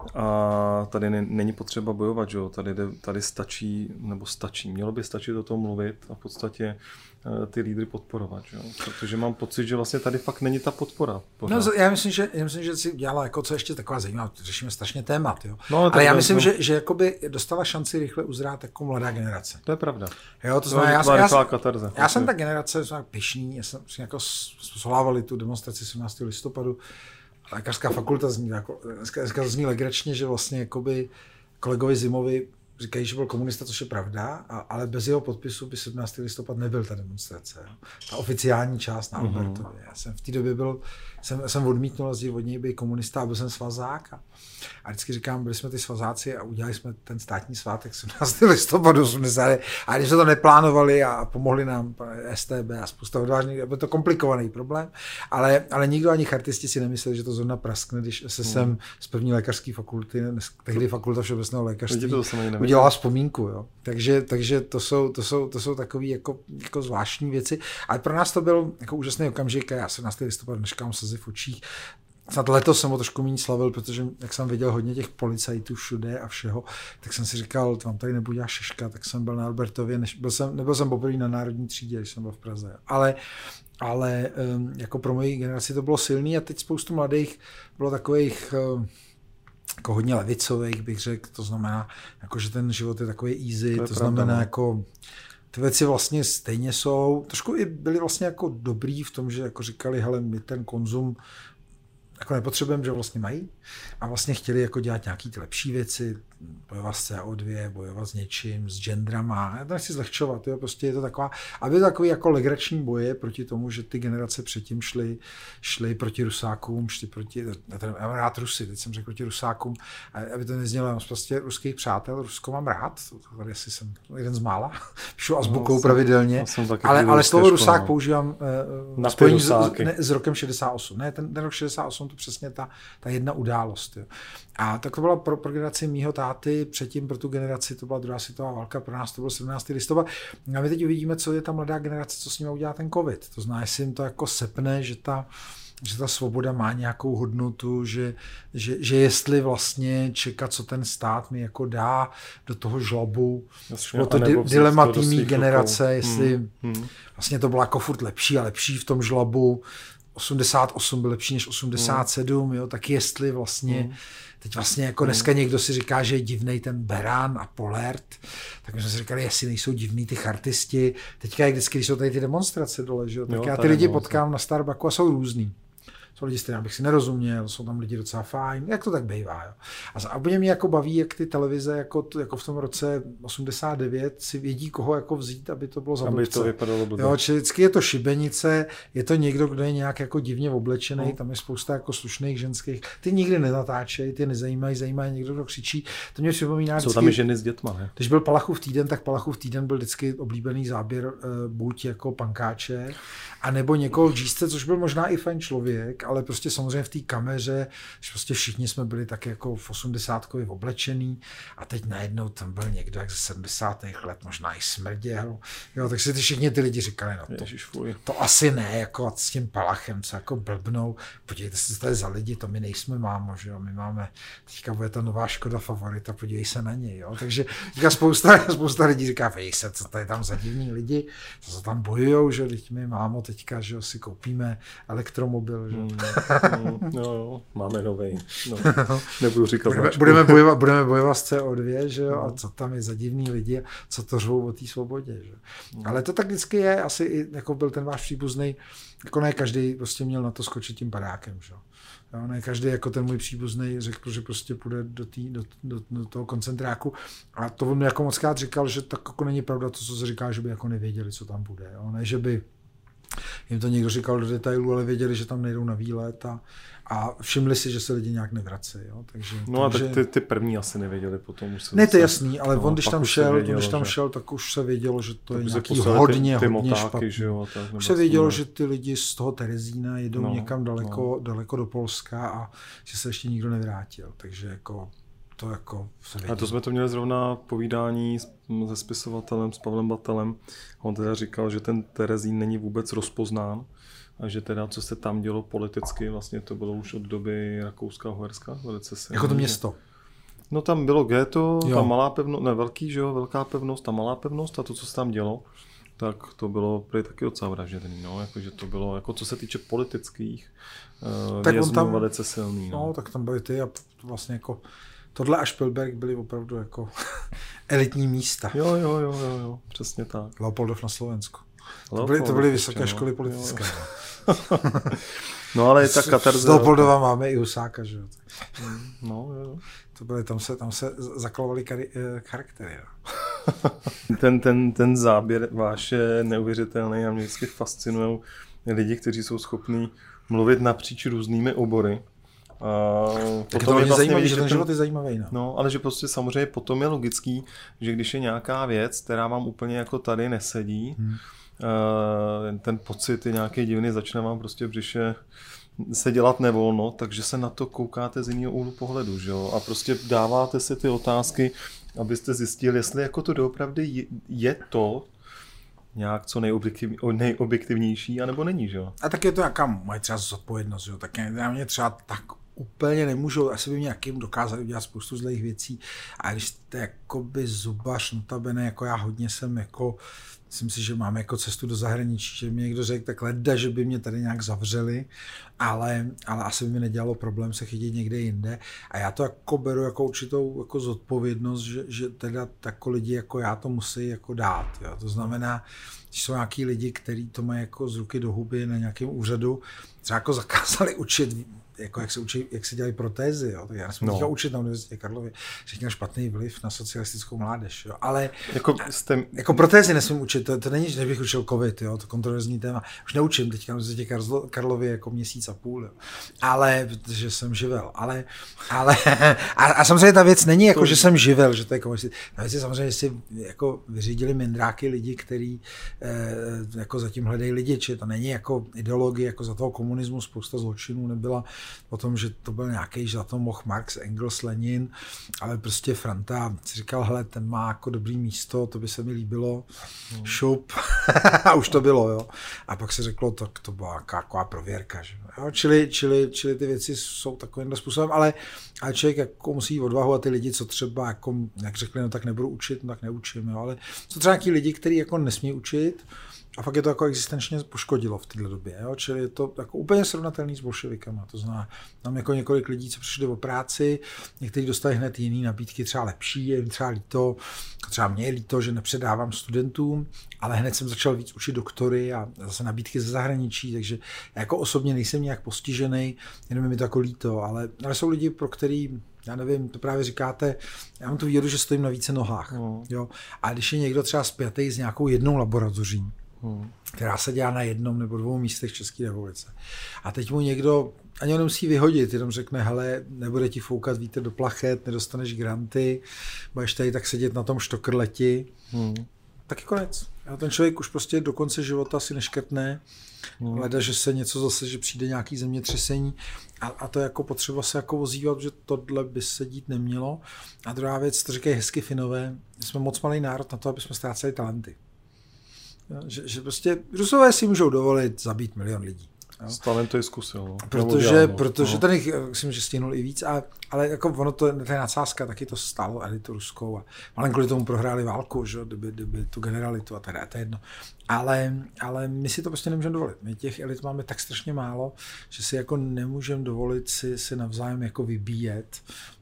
A tady není potřeba bojovat, že jo? Tady, tady stačí, nebo stačí, mělo by stačit o tom mluvit a v podstatě ty lídry podporovat, že jo? Protože mám pocit, že vlastně tady fakt není ta podpora. Pořád. No, já myslím, že, já myslím, že si dělala jako co ještě taková zajímavá, řešíme strašně témat, jo? No, ale, ale já myslím, no. že, že jakoby dostala šanci rychle uzrát jako mladá generace. To je pravda. Jo, to znamená, já, já, já, katarze, já jsem ta generace, jsem pyšný, já jsem jako svolávali tu demonstraci sedmnáctého listopadu. Lékařská fakulta zní, jako, dneska zní legračně, že vlastně jakoby kolegovi Zimovi říkají, že byl komunista, což je pravda, a, ale bez jeho podpisu by sedmnáctého listopad nebyl ta demonstrace. Jo. Ta oficiální část na Albertově. Mm-hmm. Já jsem v té době byl, jsem, jsem odmítnul z od něj být komunista a byl jsem svazák. A, a vždycky říkám, byli jsme ty svazáci a udělali jsme ten státní svátek sedmnáctého listopadu osmdesát. A když jsme to neplánovali a pomohli nám S T B a spousta odvážných, byl to komplikovaný problém, ale, ale nikdo ani chartisti si nemysleli, že to zrovna praskne, když se sem mm. z první lékařské fakulty, tehdy fakulta všeobecného lékařství, udělala vzpomínku. Jo. Takže, takže to jsou, to jsou, to jsou takové jako, jako zvláštní věci. Ale pro nás to byl jako úžasný okamžik a já sedmnáctého listopadu dneška mám slzy v očích. Snad letos jsem ho trošku méně slavil, protože jak jsem viděl hodně těch policajtů všude a všeho, tak jsem si říkal, vám tady nebude šeška, tak jsem byl na Albertově, než, byl jsem, nebyl jsem poprvé na Národní třídě, když jsem byl v Praze. Ale, ale um, jako pro moji generaci to bylo silný a teď spoustu mladých bylo takových um, jako hodně levicových, bych řekl, to znamená, jako, že ten život je takový easy, to, to znamená, jako ty věci vlastně stejně jsou, trošku i byli vlastně jako dobrý v tom, že jako říkali, hele, my ten konzum jako nepotřebujeme, že vlastně mají a vlastně chtěli jako dělat nějaký ty lepší věci, bojovat s C O dva, bojovat s něčím, s gendrama, já to nechci zlehčovat, jo, prostě je to taková, aby to takový jako legrační boje proti tomu, že ty generace předtím šly, šly proti Rusákům, šly proti, já mám rád Rusy, teď jsem řekl proti Rusákům, aby to neznělo, já mám prostě ruských přátel, Rusko mám rád, to tady asi jsem jeden z mála, píšu azbukou no, pravidelně, ale, ale slovo Rusák škola, používám uh, spojení s, ne, s rokem šedesát osm, ne, ten, ten rok šedesát osm to přesně ta, ta jedna událost, jo. A tak to byla pro, pro generaci mýho táty, předtím pro tu generaci to byla druhá světová válka, pro nás to byl sedmnáctého listopad. A my teď uvidíme, co je ta mladá generace, co s ním udělá ten covid. To znamená, jestli jim to jako sepne, že ta, že ta svoboda má nějakou hodnotu, že, že, že jestli vlastně čekat, co ten stát mi jako dá do toho žlabu. Bylo to di- dilema té mý generace, jestli hmm. Hmm. vlastně to bylo jako furt lepší a lepší v tom žlabu. osmdesát osm byl lepší než osmdesát sedm, hmm. jo, tak jestli vlastně hmm. teď vlastně jako dneska někdo si říká, že je divnej ten Beran a Polert, tak my jsme si říkali, jestli nejsou divný ty chartisti. Teďka, jak vždycky, když jsou tady ty demonstrace dole, že? Tak jo, já ty lidi potkám na Starbucku a jsou různý. Jsou lidi, s kterými bych si nerozuměl, jsou tam lidi docela fajn, jak to tak bývá. Jo? A, a mě jako baví, jak ty televize, jako, to, jako v tom roce osmdesát devět, si vědí, koho jako vzít, aby to bylo za aby to vypadalo blbě. Jo, vždycky je to šibenice, je to někdo, kdo je nějak jako divně oblečený, no. Tam je spousta jako slušných ženských. Ty nikdy nenatáčejí, ty nezajímají, zajímají někdo, kdo křičí. To mě připomíná vždycky, jsou tam i ženy s dětma, ne? Když byl Palachův týden, tak Palachův týden byl vždycky oblíbený záběr uh, buď jako pankáče, anebo někoho v džísce, což byl možná i fajn člověk, ale prostě samozřejmě v té kameře, že prostě všichni jsme byli tak jako v osmdesátkově oblečený a teď najednou tam byl někdo jak ze sedmdesátých let, možná i smrděl. Jo, tak si ty všichni ty lidi říkali, no to, Ježiš, to asi ne, jako s tím Palachem, co jako blbnou. Podívejte se, co to je za lidi, to my nejsme mámo, že jo, my máme, teďka bude ta nová Škoda Favorita, podívej se na něj, jo. Takže teďka spousta, spousta lidí říká, vej se, co to je tam za divní lidi, co tam bojujou, že teď my mámo, teď teďka, že jo, si koupíme elektromobil, že? Mm, mm, no, jo, máme novej. No, nebudu říkat budeme, budeme, bojovat, budeme bojovat s C O dva, že jo, no. A co tam je za divný lidi, co to řvou o té svobodě, že? Mm. Ale to tak vždycky je, asi i, jako byl ten váš příbuznej, jako ne každý prostě měl na to skočit tím padákem, že jo. Jo, ne každý jako ten můj příbuzný řekl, že prostě půjde do, tý, do, do, do toho koncentráku. A to on mi jako mockrát říkal, že tak jako není pravda to, co se říká, že by jako nevěděli, co tam bude. Jo. Ne, že by jim to někdo říkal do detailu, ale věděli, že tam nejdou na výlet a, a všimli si, že se lidi nějak nevracejí. Jo. Takže, no takže... a tak ty, ty první asi nevěděli potom. Už se ne, to je jasný, ale no, on, když tam šel, vědělo, když tam že... šel, tak už se vědělo, že to je nějaký hodně, hodně, ty, ty hodně motáky, špatný. že jo, tak, už se vědělo, že ty lidi z toho Terezína jedou no, někam daleko, no. daleko do Polska a že se ještě nikdo nevrátil. Takže jako to jako se vědělo. A to jsme to měli zrovna povídání se spisovatelem, s Pavlem Batelem. On teda říkal, že ten Terezín není vůbec rozpoznán a že teda, co se tam dělo politicky, vlastně to bylo už od doby Rakouska a Uherska. Velice se jako to město. No tam bylo ghetto, ta malá pevnost, ne velký, že jo, velká pevnost, ta malá pevnost a to, co se tam dělo, tak to bylo prý taky docela vražedný, no, jakože to bylo, jako co se týče politických tak vězňů, tam, velice silný. No. no, tak tam byly ty a vlastně jako tohle a Špilberk byly opravdu jako elitní místa. Jo, jo, jo, jo, jo, přesně tak. Leopoldov na Slovensku. To Leopoldov byly, to byly vysoké no. školy politické. No ale ta katarze... Z Leopoldova máme i Husáka, že jo. No, jo. To byly, tam se, tam se zaklalovali kari, charaktery. ten, ten, ten záběr váš je neuvěřitelný a mě vždycky fascinují lidi, kteří jsou schopní mluvit napříč různými obory. A tak je to vlastně zajímavé, že ten život je zajímavý. No. no, ale že prostě samozřejmě potom je logický, že když je nějaká věc, která vám úplně jako tady nesedí, hmm. ten pocit je nějaký divný, začne vám prostě v břiše se dělat nevolno, takže se na to koukáte z jiného úhlu pohledu, že jo? A prostě dáváte si ty otázky, abyste zjistili, jestli jako to doopravdy je to nějak co nejobjektiv, nejobjektivnější, anebo není, že jo? A tak je to nějaká moje třeba zodpovědnost, jo? Tak já mě třeba tak úplně nemůžu, asi by mě jakým dokázali udělat spoustu zlých věcí, a když jste jakoby zubař, notabene, jako já hodně jsem jako, myslím si, že mám jako cestu do zahraničí, že mi někdo řekl tak leda, že by mě tady nějak zavřeli, ale, ale asi by mi nedělalo problém se chytit někde jinde. A já to jako beru jako určitou jako zodpovědnost, že, že teda tako lidi jako já to musí jako dát. Jo. To znamená, že jsou nějaký lidi, kteří to mají jako z ruky do huby na nějakém úřadu, třeba jako zakázali učit, jako jak se učí, jak se dělají protézy, jo. Tak já jsem no. učit na Univerzitě Karlově, že měl špatný vliv na socialistickou mládež, jo. Ale jako, jste... jako protézy nesmím učit, to, to není, že bych učil covid, jo, to kontroverzní téma. Už neučím teďka na Univerzitě Karlově jako měsíc a půl, jo. Ale, protože jsem živel, ale, ale a, a samozřejmě ta věc není jako, to... že jsem živel, že to je komunistické. Ta věc je samozřejmě, že si jako vyřídili mindráky lidi, kteří eh, jako zatím hledají lidi, či to není jako ideologie, jako za toho komunismu spousta zločinů nebyla. O tom, že to byl nějaký, že za to mohl Marx, Engels, Lenin, ale prostě Franta si říkal, hele, ten má jako dobrý místo, to by se mi líbilo, hmm. šup, a už to bylo, jo. A pak se řeklo, tak to byla taková prověrka, že jo. Čili, čili, čili ty věci jsou takovýmhle způsobem, ale, ale člověk jako musí odvahu a ty lidi, co třeba, jako, jak řekli, no tak nebudu učit, no tak neučím, jo, ale jsou třeba nějaký lidi, kteří jako nesmí učit, a fakt je to jako existenčně poškodilo v této době, jo? Čili je to jako úplně srovnatelný s bolševikama. To znamená, tam jako několik lidí, co přišli o práci, někteří dostali hned jiný nabídky, třeba lepší, je jim třeba líto, třeba mě je líto, že nepředávám studentům, ale hned jsem začal víc učit doktory a zase nabídky ze zahraničí, takže já jako osobně nejsem nějak postižený, jenom je mi to jako líto, ale, ale jsou lidi, pro který já nevím, to právě říkáte, já mám tu výhodu, že stojím na více nohách, no. Jo? A když je někdo třeba spjatý s nějakou jednou laboratoří, Hmm. která se dělá na jednom nebo dvou místech v České republice. A teď mu někdo ani ho nemusí vyhodit, jenom řekne, hele, nebude ti foukat vítr do plachet, nedostaneš granty, budeš tady tak sedět na tom štokrleti. Hmm. Tak je konec. A ten člověk už prostě do konce života si neškrtne, hmm. leda, že se něco zase, že přijde nějaký zemětřesení a, a to je jako potřeba se jako ozývat, že tohle by se dít nemělo. A druhá věc, to říkají hezky Finové, jsme moc malý národ na to, aby jsme ztráceli talenty. Že, že prostě Rusové si můžou dovolit zabít milion lidí. Jo. Stalin to i zkusil. No. Protože, dělal, protože no. tady, myslím, že stihnul i víc, a, ale jako ono to, ta nadsázka taky to stálo elitu ruskou a ale kvůli tomu prohráli válku, že, kdyby, kdyby tu generalitu a teda, to je jedno. Ale, ale my si to prostě nemůžeme dovolit. My těch elit máme tak strašně málo, že si jako nemůžeme dovolit si, si navzájem jako vybíjet,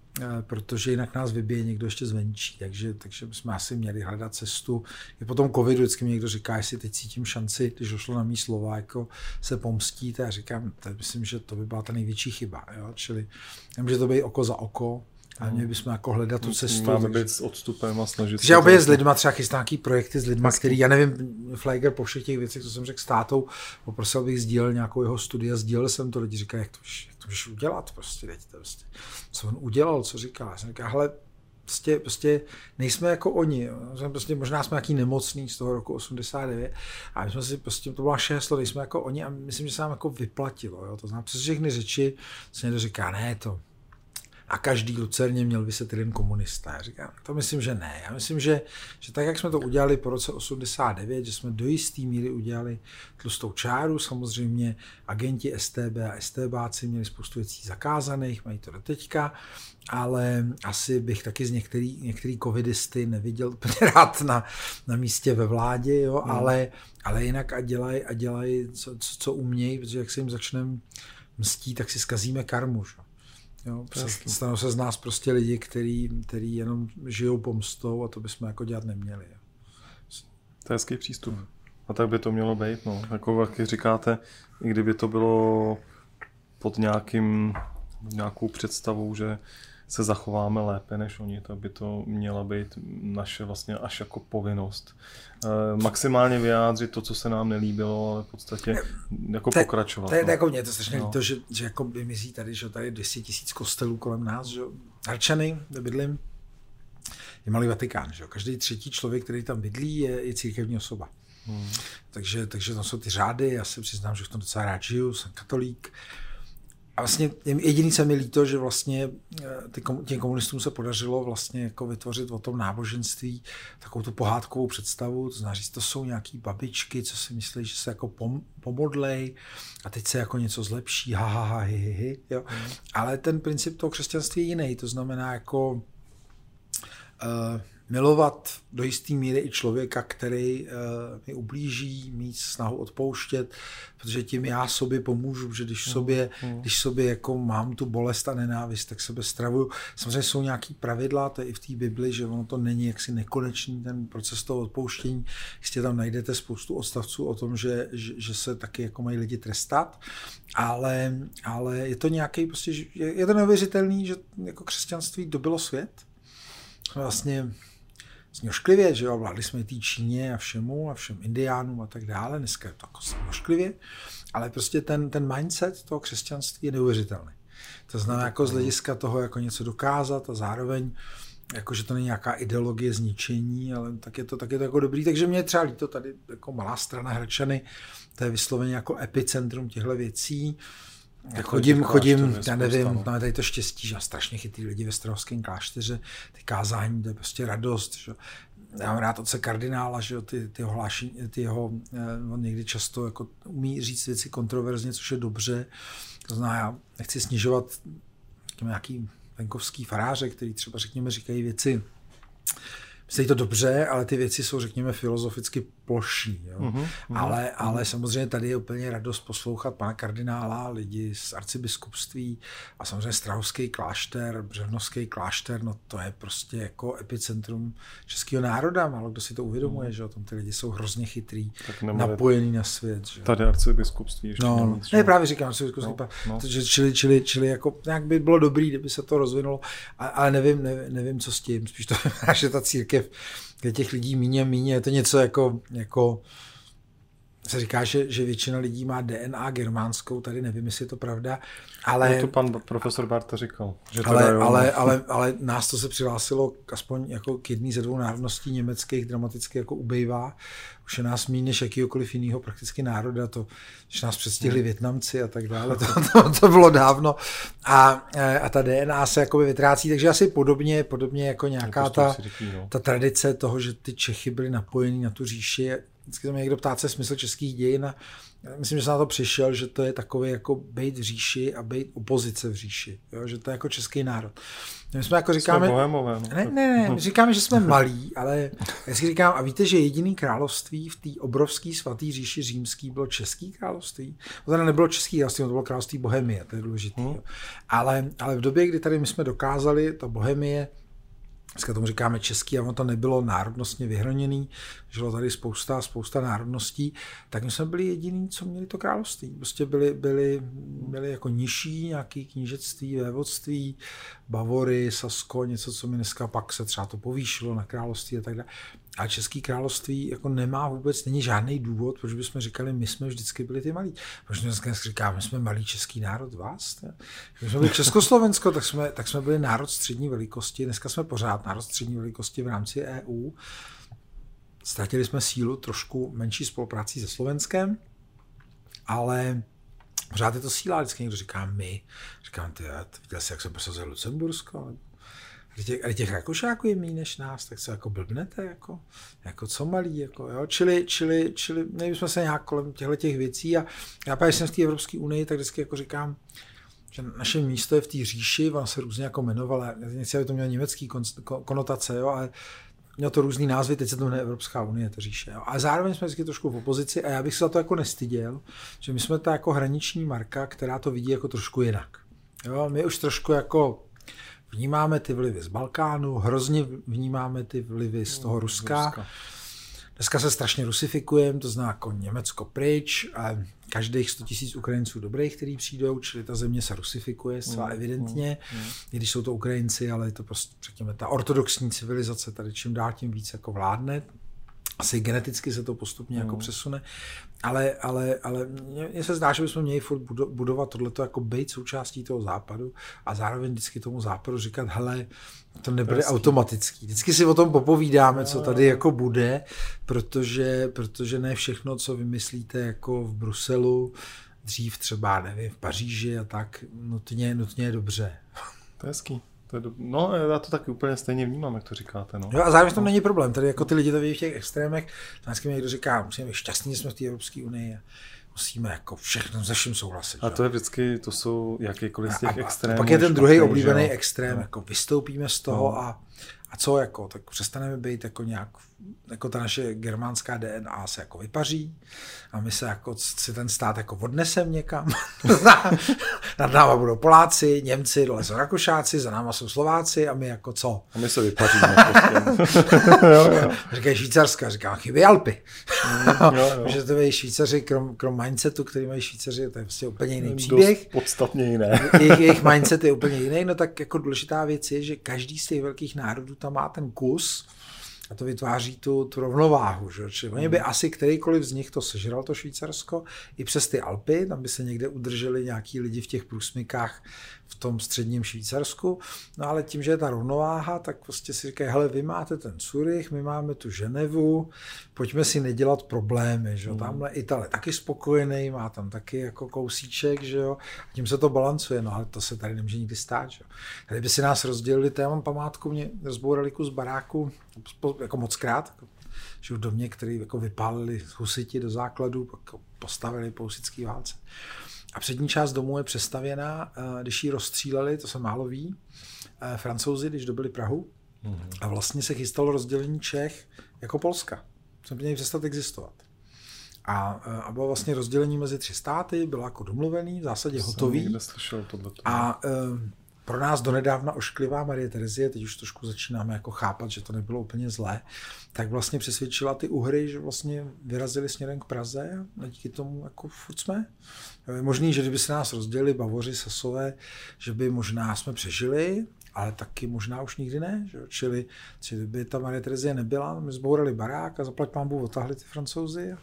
protože jinak nás vybije někdo ještě zvenčí, takže, takže bychom asi měli hledat cestu. I po tom covidu vždycky mi někdo říká, jestli teď cítím šanci, když došlo na mý slova, jako se pomstít, a já říkám, to myslím, že to by byla ta největší chyba, jo? Čili nemůže to být oko za oko, a měli bychom jako hledat tu cestu. Máme být s odstupem a snažit se. Takže obě s lidma, třeba chystám nějaký projekty s lidma, který, já nevím, Fleiger po všech těch věcech, co jsem řekl s tátou, poprosil bych sdílel nějakou jeho studii a sdílel jsem to, lidi říkají, jak to to můžeš udělat, prostě, teď to prostě, co on udělal, co říká. Já jsem říkal, hele, prostě, prostě nejsme jako oni, jo. Prostě, možná jsme nějaký nemocný z toho roku osmdesát devět, a my jsme si prostě, to bylo naše heslo, nejsme jako oni, a myslím, že se nám jako vyplatilo, jo. To znamená, přes všechny řeči se někdo říká, ne, to a každý Lucerně měl vyset jeden komunista. Já říkám, to myslím, že ne. Já myslím, že, že tak, jak jsme to udělali po roce osmdesát devět, že jsme do jisté míry udělali tlustou čáru, samozřejmě agenti S T B a STBáci měli spoustu věcí zakázaných, mají to do teďka, ale asi bych taky z některý, některý covidisty neviděl úplně rád na, na místě ve vládě, jo, hmm. ale, ale jinak a dělají a dělaj, co, co, co umějí, protože jak se jim začneme mstít, tak si zkazíme karmu. Že? Jo, stanou se z nás prostě lidi, který, který jenom žijou pomstou, a to bychom jako dělat neměli. Jo. To je hezký přístup. A tak by to mělo být. No. Jako jak říkáte, i kdyby to bylo pod nějakým, nějakou představou, že se zachováme lépe než oni, tak by to měla být naše vlastně až jako povinnost. E, maximálně vyjádřit to, co se nám nelíbilo, ale v podstatě jako to, pokračovat. To je no. jako mě to strašně no. líto, že, že jako vymyslí tady, že tady dvě stě tisíc kostelů kolem nás, že Hradčany, kde bydlím, je malý Vatikán, že každý třetí člověk, který tam bydlí, je, je církevní osoba. Hmm. Takže, takže tam jsou ty řády, já se přiznám, že v tom docela rád žiju, jsem katolík. A vlastně jediný se mi líto, že vlastně těm komunistům se podařilo vlastně jako vytvořit o tom náboženství takovou tu pohádkovou představu, to znamená, že to jsou nějaký babičky, co si myslí, že se jako pom, pomodlej a teď se jako něco zlepší, ha, ha, ha, hi, hi, hi, jo. Mm. Ale ten princip toho křesťanství je jiný, to znamená jako uh, milovat do jisté míry i člověka, který uh, mi ublíží, mít snahu odpouštět, protože tím já sobě pomůžu, že když sobě, mm. když sobě jako mám tu bolest a nenávist, tak sebe stravuju. Samozřejmě jsou nějaký pravidla, to je i v té Bibli, že ono to není jaksi nekonečný ten proces toho odpouštění. Jistě tam najdete spoustu odstavců o tom, že, že, že se taky jako mají lidi trestat, ale, ale je to nějaký prostě, je, je to neuvěřitelný, že jako křesťanství dobilo svět. Vlastně zní ošklivě, že jo, vládli jsme té Číně a všemu a všem indiánům a tak dále, dneska je to jako ošklivě, ale prostě ten, ten mindset toho křesťanství je neuvěřitelný. To znamená jako z hlediska toho jako něco dokázat a zároveň jako, že to není nějaká ideologie zničení, ale tak je to, tak je to jako dobrý, takže mě je třeba líto tady jako malá strana Hradčany, to je vysloveně jako epicentrum těchto věcí. Tak chodím, chodím, já nevím, máme tady to štěstí, že strašně chytrý lidi ve Strahovském klášteře, ty kázání, to je prostě radost, že já mám rád otce kardinála, že ty, ty jeho hlášení, ty jeho, on někdy často jako umí říct věci kontroverzně, což je dobře, to znamená, já nechci snižovat nějaký venkovský faráře, který třeba, řekněme, říkají věci, myslí to dobře, ale ty věci jsou, řekněme, filozoficky plošní. Jo? Mm-hmm. Ale, ale samozřejmě tady je úplně radost poslouchat pana kardinála, lidi z arcibiskupství a samozřejmě Strahovský klášter, Břevnovský klášter, no to je prostě jako epicentrum českého národa, málo kdo si to uvědomuje, mm. že o tom ty lidi jsou hrozně chytrý, napojení na svět. Že? Tady arcibiskupství ještě no, no. Ne, právě říkám arcibiskupství, no, no. Čili, čili, čili jako nějak by bylo dobrý, kdyby se to rozvinulo, ale nevím, nevím, nevím co s tím, spíš to vypadá, že ta církev kde těch lidí míně, míně, je to něco jako, jako se říká, že, že většina lidí má D N A germánskou, tady nevím, jestli je to pravda, ale... No to pan profesor Barta říkal. Že ale, ale, ale, ale, ale nás to se přihlásilo aspoň jako k jedný ze dvou národností německých dramaticky jako ubejvá. Už je nás méně než jakýhokoliv jiného prakticky národa, to, když nás předstihli hmm. Vietnamci a tak dále, to, to, to bylo dávno. A, a ta D N A se jakoby vytrácí, takže asi podobně, podobně jako nějaká ta, ta tradice toho, že ty Čechy byly napojení na tu říši, vždycky se mě někdo ptá, co je smysl českých dějin a myslím, že jsem na to přišel, že to je takové jako být v říši a být opozice v říši, jo? Že to je jako český národ. My jsme jako říkáme, jsme bohémové, no. ne, ne, ne, my říkáme, že jsme malí, ale já si říkám, a víte, že jediný království v té obrovské svatý říši římský bylo český království? To tady nebylo český království, to bylo království Bohemie, to je důležitý. Hmm. Ale, ale v době, kdy tady my jsme dokázali, ta Bohemie, dneska tomu říkáme český, a ono to nebylo národnostně vyhraněný, žilo tady spousta, spousta národností, tak my jsme byli jediní, co měli to království. Prostě byli, byli, byli jako nižší nějaké knížectví, vévodství, Bavory, Sasko, něco, co mi dneska pak se třeba to povýšilo na království a tak dále. A český království jako nemá vůbec, není žádný důvod, proč bychom říkali, my jsme vždycky byli ty malí. Proč dneska říkáme, my jsme malý český národ, vás? Když jsme byli Československo, tak jsme, tak jsme byli národ střední velikosti, dneska jsme pořád národ střední velikosti v rámci E U. Ztratili jsme sílu trošku menší spoluprácí se Slovenskem, ale pořád je to síla, vždycky někdo říká my. Říkám, ty, viděl jsi, jak se prosazuje Lucembursko? A těch, těch Rakušáků je méně než nás, tak se jako blbnete, jako, jako co malí, jako, jo? Čili, čili, čili nejsme jsme se nějak kolem těchto těch věcí a já právě jsem v té Evropské unii, tak vždycky jako říkám, že naše místo je v té říši, ona se různě jako jmenovala, nechci, aby to mělo německý konotace, jo, ale mělo to různý názvy, teď se to jmenuje Evropská unie, ta říše. Jo. A zároveň jsme vždycky trošku v opozici a já bych se za to jako nestyděl, že my jsme ta jako hraniční marka, která to vidí jako trošku jinak. Jo, my už trošku jako vnímáme ty vlivy z Balkánu, hrozně vnímáme ty vlivy z toho Ruska. Ruska. Dneska se strašně rusifikujeme, to znamená jako Německo pryč, a každých sto tisíc Ukrajinců dobrých, kteří přijdou, čili ta země se rusifikuje zcela mm, evidentně, mm, mm. i když jsou to Ukrajinci, ale je to prostě, řekněme, ta ortodoxní civilizace tady čím dál tím víc jako vládne. Asi geneticky se to postupně mm. jako přesune, ale, ale, ale mně se zdá, že bychom měli furt budovat tohleto jako být součástí toho západu a zároveň vždycky tomu západu říkat, hele, to nebude Presky. automatický. Vždycky si o tom popovídáme, co tady jako bude, protože, protože ne všechno, co vymyslíte jako v Bruselu, dřív třeba, nevím, v Paříži a tak, nutně, nutně je dobře. To je hezký. To je do... No, já to taky úplně stejně vnímám, jak to říkáte. No. Jo, a zároveň to no. není problém. Tady jako ty lidi to vidí v těch extrémech. Vždycky mi někdo říká, musíme být šťastní, že jsme v té Evropské unii. Musíme jako všechno se vším souhlasit. A to je vždycky, to jsou jakýkoliv z těch a, extrémů. A pak je ten druhý oblíbený extrém, no. jako vystoupíme z toho no. a, a co jako, tak přestaneme být jako nějak, jako ta naše germánská D N A se jako vypaří a my se jako si ten stát jako odnesem někam. Nad náma budou Poláci, Němci, dole jsou Rakušáci, za náma jsou Slováci a my jako co? A my se vypaříme. Říkají Švýcarska, říkám, chybí Alpy. Že to mají Švýcaři, krom, krom mindsetu, který mají Švýcaři, to je prostě úplně jiný příběh. Dost podstatně jiné. jejich, jejich mindset je úplně jiný, no tak jako důležitá věc je, že každý z těch velkých národů tam má ten kus a to vytváří tu, tu rovnováhu. Že? Čili oni by asi kterýkoliv z nich to sežral, to Švýcarsko, i přes ty Alpy, tam by se někde udrželi nějaký lidi v těch průsmykách v tom středním Švýcarsku, no ale tím, že je ta rovnováha, tak prostě si říkají, hele, vy máte ten Zurich, my máme tu Ženevu, pojďme si nedělat problémy, že jo, tamhle Ital je taky spokojený, má tam taky jako kousíček, že jo, a tím se to balancuje, no ale to se tady nemůže nikdy stát, že jo. Tady by si nás rozdělili, to já mám památku, mě rozbourali kus baráku, jako moc krát, jako, že v domě, který jako vypálili husiti do základu, pak postavili po husitský válce. A přední část domu je přestavěná, když ji rozstříleli, to se málo ví, Francouzi, když dobili Prahu, mm-hmm. a vlastně se chystalo rozdělení Čech jako Polska. Jsem měli přestat existovat. A, a bylo vlastně rozdělení mezi tři státy, bylo jako domluvený, v zásadě to hotový. A e, pro nás donedávna ošklivá Marie Terezie, teď už trošku začínáme jako chápat, že to nebylo úplně zlé, tak vlastně přesvědčila ty Uhry, že vlastně vyrazili směrem k Praze a díky tomu jako furt jsme. Je možný, že kdyby se nás rozdělili Bavoři, Sasové, že by možná jsme přežili, ale taky možná už nikdy ne. Že? Čili, čili by ta Marie Terezie nebyla, my zbourali barák a zaplať pánbůh otahli ty Francouzi.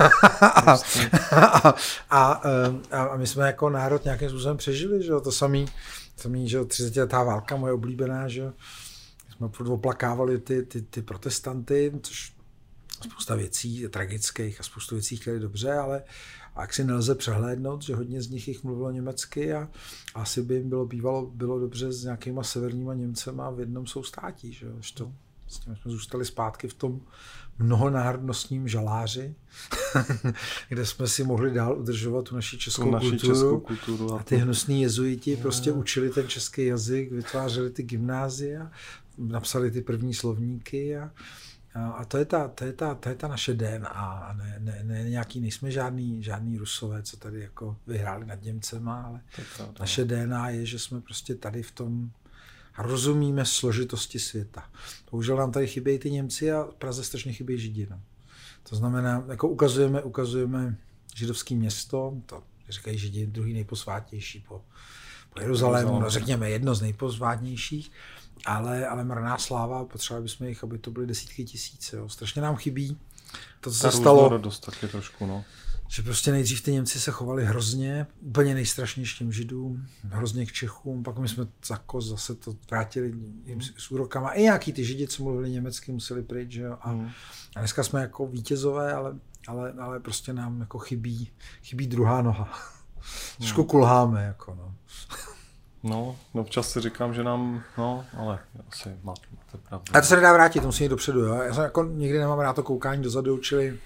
a, a, a, a my jsme jako národ nějakým způsobem přežili. Že? To samý, samý že třicetiletá válka, moje oblíbená, že jsme oplakávali ty, ty, ty protestanty, což spousta věcí tragických a spoustu věcí chtěli dobře, ale jak si nelze přehlédnout, že hodně z nich jich mluvilo německy a asi by jim bylo bývalo bylo dobře s nějakýma severníma Němcema v jednom soustátí, že to Vlastně jsme zůstali zpátky v tom mnohonárodnostním žaláři, kde jsme si mohli dál udržovat tu naši českou, tu naši kulturu, českou kulturu. A ty hnusný jezuiti prostě učili ten český jazyk, vytvářeli ty gymnázia, napsali ty první slovníky a, a to, je ta, to, je ta, to je ta naše D N A a ne, ne, ne nějaký, nejsme žádný, žádný Rusové, co tady jako vyhráli nad Němcema, ale to, to, naše D N A je, že jsme prostě tady v tom a rozumíme složitosti světa. Bohužel nám tady chybějí ty Němci a v Praze strašně chybějí Židi. No. To znamená, jako ukazujeme, ukazujeme židovské město, to říkají Židi, druhý nejposvátnější po, po Jeruzalému, no, řekněme jedno z nejposvátnějších, ale, ale marná sláva, potřebovali bychom jich, aby to byly desítky tisíc. Jo. Strašně nám chybí to, co Ta se stalo. různorodost taky trošku, no. Že prostě nejdřív ty Němci se chovali hrozně, úplně nejstrašnější těm Židům, hrozně k Čechům, pak my jsme jako zase to vrátili jim s úrokama. I nějaký ty Židi, co mluvili německy, museli pryč, že jo. A, mm. a dneska jsme jako vítězové, ale, ale, ale prostě nám jako chybí, chybí druhá noha. Trošku mm. kulháme, jako no. No, občas si říkám, že nám, no, ale asi máte, máte pravdu. A to se nedá vrátit, to musí jít dopředu, jo. Já jsem jako nikdy nemám rád to koukání dozadu, čili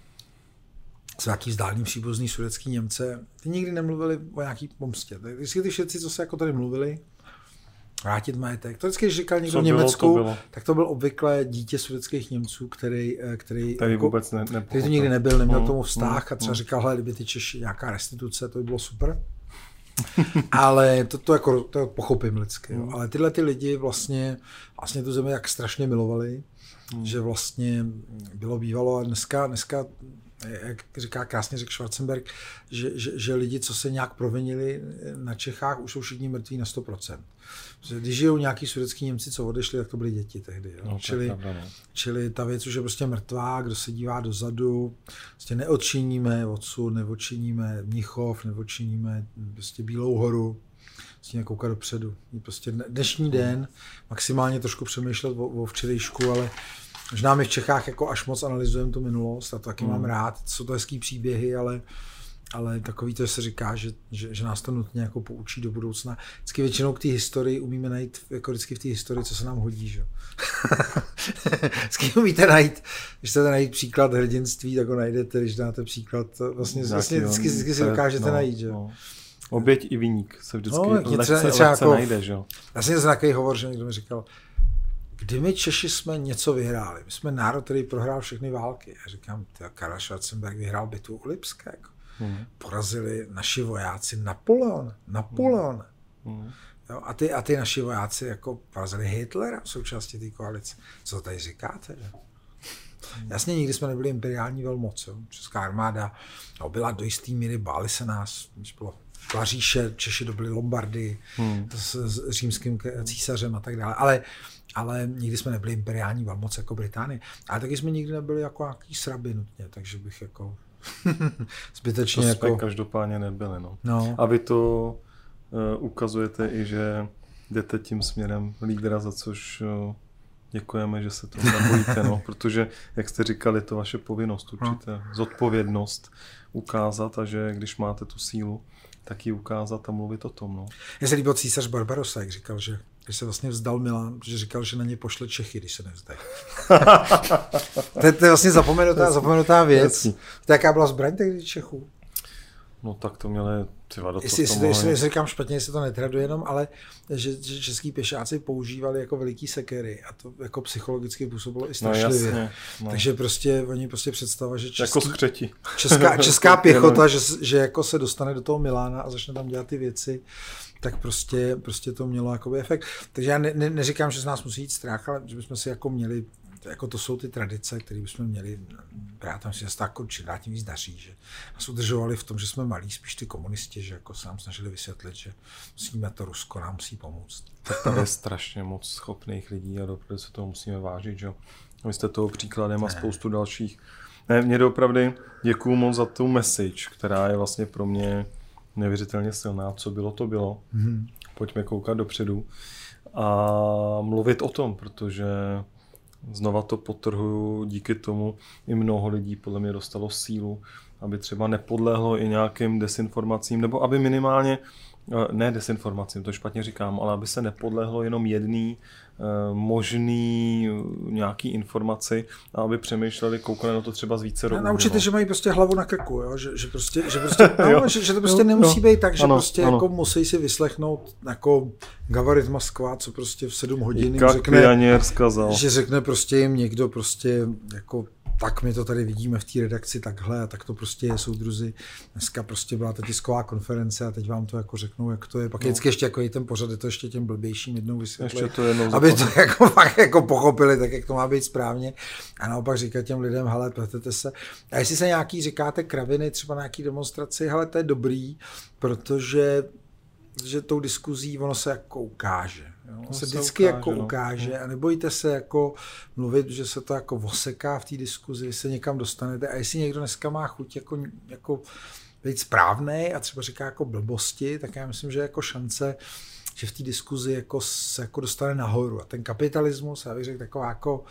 jsou nějaký vzdálný příbuzný sudetský Němce, ty nikdy nemluvili o nějaký pomstě. Vždycky ty všetci, co se jako tady mluvili, vrátit majetek. To vždycky, když říkal někdo v Německu, to tak to byl obvykle dítě sudetských Němců, který, který, tady jako, vůbec ne, který to nikdy nebyl, neměl mm, tomu vztah mm, a třeba říkal, hele, kdyby ty Češi nějaká restituce, to by bylo super. Ale to, to, jako, to pochopím lidsky. Jo. Ale tyhle ty lidi vlastně, vlastně tu zemi jak strašně milovali, mm. že vlastně bylo bývalo a dneska, dneska jak říká krásně řekl Schwarzenberg, že, že, že lidi, co se nějak provinili na Čechách, už jsou všichni mrtví na sto procent. Když žijou nějaký sudetský Němci, co odešli, tak to byli děti tehdy. Jo. No, čili, pravda, no. čili ta věc už je prostě mrtvá, kdo se dívá dozadu, prostě neodčiníme odsud, neodčiníme Mnichov, neodčiníme prostě Bílou horu, prostě koukat dopředu. Prostě dnešní den maximálně trošku přemýšlet o, o včerejšku, ale možná my v Čechách jako až moc analyzujeme tu minulost a to taky mm. mám rád, jsou to hezký příběhy, ale, ale takový to, že se říká, že, že, že nás to nutně jako poučí do budoucna. Vždycky většinou k té historii umíme najít, jako vždycky v té historii, co se nám hodí, že? Vždycky umíte najít, když chcete najít příklad hrdinství, tak ho najdete, když dáte příklad, vlastně, vlastně vždycky, vždycky si dokážete no, najít, že? No. Oběť i viník se vždycky no, lehce, třeba, lehce jako, najde, že jo? Já jsem nějaký hovor, že někdo mi říkal, kdy my Češi jsme něco vyhráli. My jsme národ, který prohrál všechny války. Já říkám, Karel Schwarzenberg vyhrál bitvu u Lipska. Jako. Mm. Porazili naši vojáci Napoleon. Napoleon. Mm. Jo, a, ty, a ty naši vojáci jako porazili Hitlera v součástí té koalice. Co to tady říkáte? Že? Mm. Jasně, nikdy jsme nebyli imperiální velmoc. Jo. Česká armáda no, byla do jistý míry, báli se nás. Bylo Paříže, Češi dobili Lombardy mm. s, s římským císařem a tak dále. Ale ale nikdy jsme nebyli imperiální velmoc jako Británie. Ale taky jsme nikdy nebyli jako nějaký sraby nutně, takže bych jako zbytečně to jako... jsme každopádně nebyli, no. no. A vy to uh, ukazujete i, že jdete tím směrem lídra, za což uh, děkujeme, že se toho nebojíte, no, protože, jak jste říkali, to vaše povinnost určitě, no. zodpovědnost ukázat a že když máte tu sílu, tak ji ukázat a mluvit o tom, no. Mně se líbil císař Barbarossa, jak říkal, že když se vlastně vzdal Milan, že říkal, že na ně pošle Čechy, když se nevzdají. to, je, to je vlastně zapomenutá, zapomenutá věc. To jaká byla zbraň tehdy Čechů? No tak to měli třeba do toho. Jestli, jestli, jestli, jestli říkám špatně, jestli to netraduje jenom, ale že, že český pěšáci používali jako veliký sekery a to jako psychologicky působilo i strašlivě. No, no. Takže prostě oni prostě představa, že český, jako skřeti. česká, česká pěchota, že, že jako se dostane do toho Milána a začne tam dělat ty věci, tak prostě, prostě to mělo jakoby efekt. Takže já ne, ne, neříkám, že z nás musí jít strach, ale že bychom si jako měli, jako to jsou ty tradice, které bychom měli, já tam si zase tak čím dál tím víc daří, že nás udržovali v tom, že jsme malí, spíš ty komunisti, že jako se nám snažili vysvětlit, že musíme to Rusko, nám musí pomoct. Tak tady je strašně moc schopných lidí a dopravdu se toho musíme vážit, že jo. Vy jste toho příkladem a spoustu dalších. Ne, mě doopravdy děkuju moc za tu message, která je vlastně pro mě neuvěřitelně silná. Co bylo, to bylo. Mm-hmm. Pojďme koukat dopředu a mluvit o tom, protože znova to podtrhuju, díky tomu i mnoho lidí podle mě dostalo sílu, aby třeba nepodlehlo i nějakým desinformacím, nebo aby minimálně ne desinformacím, to špatně říkám, ale aby se nepodlehlo jenom jedný možný nějaký informaci a aby přemýšleli, koukali na to třeba z více rohů. Naučíte, že mají prostě hlavu na krku, jo? Že, že, prostě, že, prostě, no, že, že to prostě nemusí být tak, že ano, prostě ano. Jako musí si vyslechnout jako Gavarit Moskva, co prostě v sedm hodin jim řekne, že řekne prostě jim někdo prostě jako tak my to tady vidíme v té redakci takhle a tak to prostě je, soudruzi. Dneska prostě byla ta tisková konference a teď vám to jako řeknou, jak to je. Pak no. Vždycky ještě jako i ten pořad je to ještě těm blbějším jednou vysvětlí, aby to jako fakt jako pochopili, tak jak to má být správně. A naopak říkat těm lidem, hele, pletete se. A jestli se nějaký říkáte kraviny třeba na nějaký demonstraci, hele, to je dobrý, protože že tou diskuzí ono se jako ukáže. Jo? On se vždycky ukáže, jako no. ukáže a nebojte se jako mluvit, že se to jako voseká v té diskuzi, vy se někam dostanete a jestli někdo dneska má chuť jako, jako být správnej a třeba říká jako blbosti, tak já myslím, že je jako šance, že v té diskuzi jako se jako dostane nahoru a ten kapitalismus, já bych řekl taková jako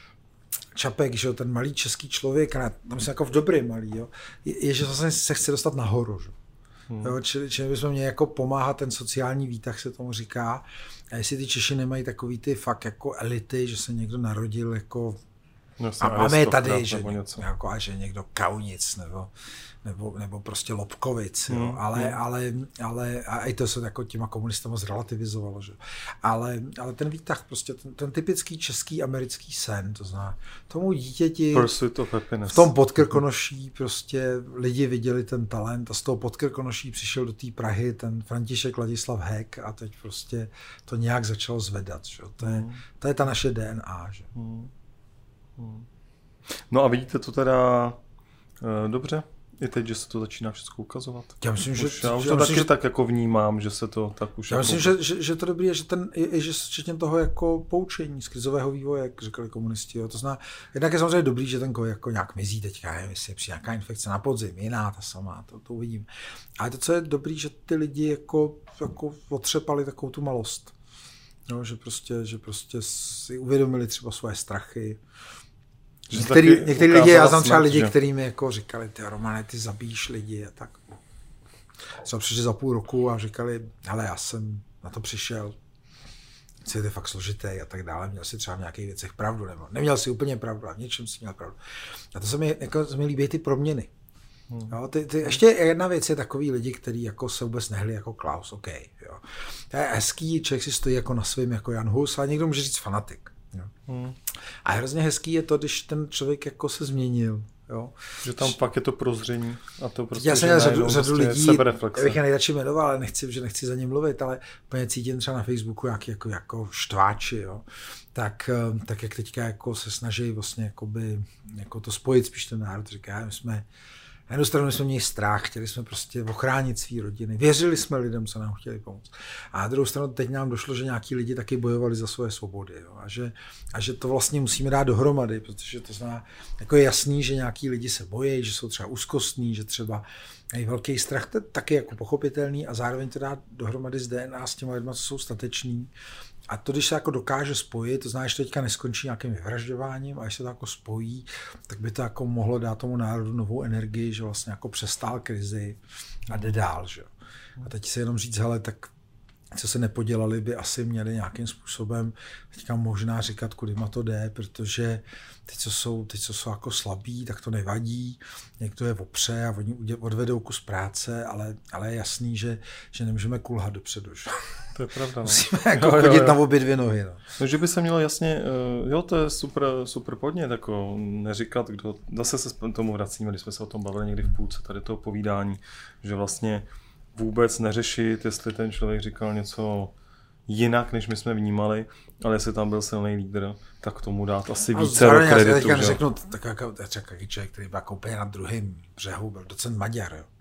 Čapek, že jo, ten malý český člověk, a tam myslím jako v dobrý malý, jo, je, je, že zase se chce dostat nahoru, že? Hmm. Jo, čili, čili bychom měli jako pomáhat, ten sociální výtah se tomu říká. A jestli ty Češi nemají takový ty fakt jako elity, že se někdo narodil jako no, a máme tady, že, jako, a že někdo Kaunic nebo, nebo, nebo prostě Lobkovic, jo. Hmm. Ale, hmm. ale, ale a i to se jako těma komunistama zrelativizovalo, že? Ale, ale ten výtah, prostě ten, ten typický český americký sen, to znamená tomu dítěti v tom Podkrkonoší prostě lidi viděli ten talent a z toho Podkrkonoší přišel do té Prahy ten František Ladislav Heck a teď prostě to nějak začalo zvedat, že? To je, hmm. to je ta naše D N A, že? Hmm. Hmm. No a vidíte to teda uh, dobře? I teď, že se to začíná všechno ukazovat. Já myslím, že, už, já už že, to myslím, taky že, tak jako vnímám, že se to tak už... Já jako... myslím, že, že, že to dobrý je, že ten, je, že včetně toho jako poučení z krizového vývoje, jak říkali komunisti. Jo. To znamená, jednak je samozřejmě dobrý, že ten jako nějak mizí teďka, nevím, jestli je při nějaká infekce na podzim, jiná ta samá, to, to uvidím. Ale to, co je dobrý, že ty lidi jako, jako otřepali takovou tu malost. Jo, že, prostě, že prostě si uvědomili třeba svoje strachy. Některý, některý lidi, já znám třeba lidi, kteří mi jako říkali, ty Romane, ty zabíjíš lidi a tak. Třeba přišli za půl roku a říkali, hele, já jsem na to přišel, svět je fakt složitý a tak dále, měl si třeba v nějakých věcech pravdu, nebo neměl si úplně pravdu, a v něčem si měl pravdu. A to se mi, jako, se mi líbí ty proměny. Hmm. Jo, ty, ty, ještě jedna věc je takový lidi, kteří jako se vůbec nehli jako Klaus, OK. Jo. To je hezký, člověk si stojí jako na svým jako Jan Hus, ale někdo může říct fanatik. Jo. Hmm. A hrozně hezký je to, když ten člověk jako se změnil. Jo. Že tam pak je to prozření a to prostě, já jsem měl řadu, řadu lidí, já bych je nejradši jmenoval, ale nechci, že nechci za ním mluvit, ale úplně cítím třeba na Facebooku nějaký jako, jako štváči, jo. Tak, tak jak teďka jako se snaží vlastně jakoby, jako to spojit spíš ten národ, říká, my jsme na jednu stranu jsme měli strach, chtěli jsme prostě ochránit svý rodiny, věřili jsme lidem, co nám chtěli pomoct. A na druhou stranu teď nám došlo, že nějaký lidi taky bojovali za svoje svobody. Jo? A, že, a že to vlastně musíme dát dohromady, protože to znamená, jako je jasný, že nějaký lidi se bojí, že jsou třeba úzkostní, že třeba mají velký strach, to je taky jako pochopitelný a zároveň to dát dohromady s D N A s těma lidma, co jsou stateční. A to, když se jako dokáže spojit, to znamená, že to teďka neskončí nějakým vyvražďováním, a když se to jako spojí, tak by to jako mohlo dát tomu národu novou energii, že vlastně jako přestál krizi a jde dál. Že? A teď se jenom říct, hele, tak co se nepodělali, by asi měli nějakým způsobem teďka možná říkat, kudy ma to jde, protože ty, co jsou, ty, co jsou jako slabí, tak to nevadí, někdo je opře a oni odvedou kus práce, ale, ale je jasný, že, že nemůžeme kulhat dopředu. Že? To je pravda. No. Musíme jako jo, chodit jo, jo. na obě dvě nohy. No. No, že by se mělo jasně, jo, to je super, super podnět, jako neříkat, kdo, zase se tomu vracíme, když jsme se o tom bavili někdy v půlce tady toho povídání, že vlastně vůbec neřešit, jestli ten člověk říkal něco jinak, než my jsme vnímali, ale jestli tam byl silný lídr, tak tomu dát asi více do kreditu. Já teďka neřeknu, takový člověk, který byl úplně na druhém břehu, byl docent Maďar. Jo.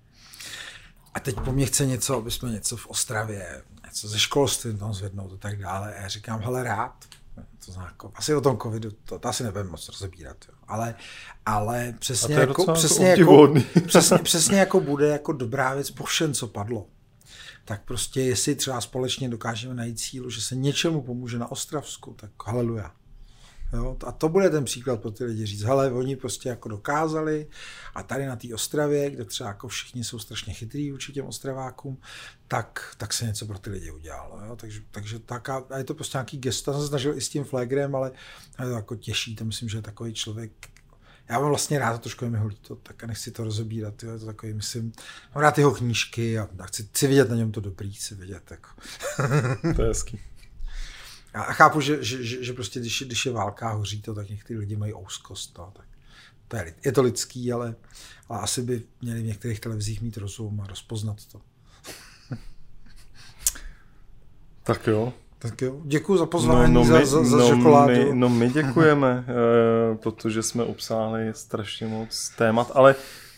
A teď po mně chce něco, aby jsme něco v Ostravě, něco ze školství tam zvednout a tak dále. A já říkám, hele, rád. To znamená, jako, asi o tom covidu, to, to asi nebudeme moc rozebírat. Jo. Ale, ale přesně, jako, přesně, jako, přesně, přesně jako bude jako dobrá věc po všem, co padlo. Tak prostě, jestli třeba společně dokážeme najít sílu, že se něčemu pomůže na Ostravsku, tak haleluja. Jo? A to bude ten příklad pro ty lidi říct, hele, oni prostě jako dokázali a tady na té Ostravě, kde třeba jako všichni jsou strašně chytrý vůči těm Ostravákům, tak, tak se něco pro ty lidi udělalo. Jo? Takže, takže tak a, a je to prostě nějaký gesto, jsem se snažil i s tím Flagrem, ale je to jako těžší, to myslím, že je takový člověk. Já mám vlastně rád, to trošku je mi ho líto, tak a nechci to rozebírat, jo, je to takový, myslím, mám rád jeho knížky a chci, chci vidět na něm to dobrý, chci vidět, jako. To je hezký. A chápu, že, že, že, že prostě, když, když je válka, hoří to, tak někteří lidi mají ouskost, no, tak to je, je to lidský, ale, ale asi by měli v některých televizích mít rozum a rozpoznat to. Tak jo. Tak jo, děkuji za pozvání, no, no my, za, za, no za čokoládu. My, no my děkujeme, protože jsme obsáhli strašně moc témat, ale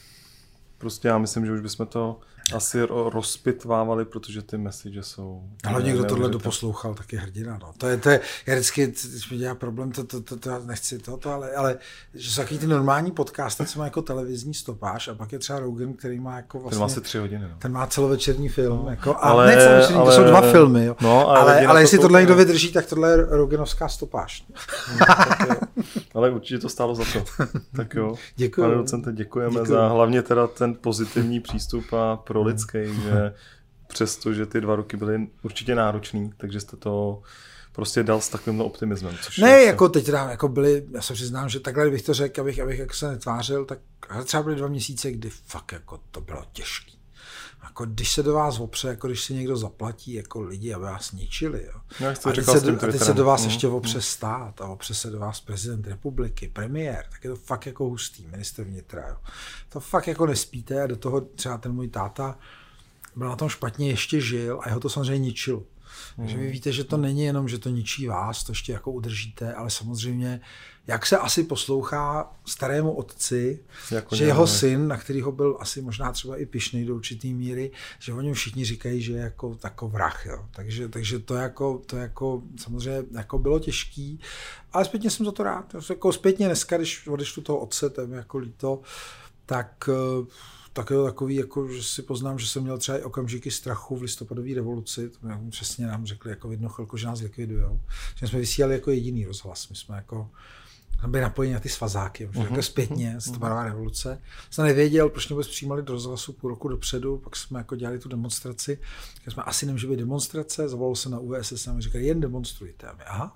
prostě já myslím, že už bychom to asi rozpitvávali, protože ty message jsou... Ale někdo tohle doposlouchal, tak je hrdina. No. To je, to je, já vždycky, když mi dělá problém, to, to, to, to, to nechci to, to ale, ale že jsou takový ty normální podcasty, co má jako televizní stopáž a pak je třeba Rogan, který má jako vlastně... Ten má asi tři hodiny. No. Ten má celovečerní film. No, jako, a ale, ne celovečerní, ale, to jsou dva filmy. Jo. No, ale ale, ale jestli to tohle někdo vydrží, tak tohle je Roganovská stopáž. No, ale určitě to stálo za to. Tak jo. Děkuju. Pane docente, děkujeme Děkuju. za hlavně teda ten pozitivní přístup a pro lidský, že přesto, že ty dva roky byly určitě náročný, takže jste to prostě dal s takovým optimismem. Což ne, je jako teď teda, jako byli, já se přiznám, že takhle bych to řekl, abych, abych jako se netvářil, tak třeba byly dva měsíce, kdy fakt jako to bylo těžký. Jako když se do vás opře, jako když si někdo zaplatí jako lidi, aby vás ničili. Jo. No, a, teď se, do, a teď se do vás mm, ještě mm. opře stát a opře se do vás prezident republiky, premiér, tak je to fakt jako hustý, ministr vnitra. Jo. To fakt jako nespíte a do toho třeba ten můj táta byl na tom špatně, ještě žil a jeho to samozřejmě ničilo. Takže vy víte, že to není jenom, že to ničí vás, to ještě jako udržíte, ale samozřejmě, jak se asi poslouchá starému otci, jako že jeho syn, na kterýho byl asi možná třeba i pyšnej do určitý míry, že o něm všichni říkají, že je jako takový vrah. Jo. Takže, takže to, jako, to jako samozřejmě jako bylo těžký, ale zpětně jsem za to rád. Jako zpětně dneska, když odešlu toho otce, to je mi jako líto, tak... tak je to takový, jako, že si poznám, že jsem měl třeba i okamžiky strachu v listopadové revoluci, to jako přesně nám řekli jako v jednu chvilku, že nás likvidujou. Že jsme vysílali jako jediný rozhlas, my jsme jako byli napojeni na ty svazáky, uh-huh. jako zpětně, listopadová revoluce. Jsem nevěděl, proč vůbec přijímali do rozhlasu půl roku dopředu, pak jsme jako dělali tu demonstraci, tak jsme asi nemůže být demonstrace, zavolal se na U V S S a mi říkali, jen demonstrujte. A my, aha.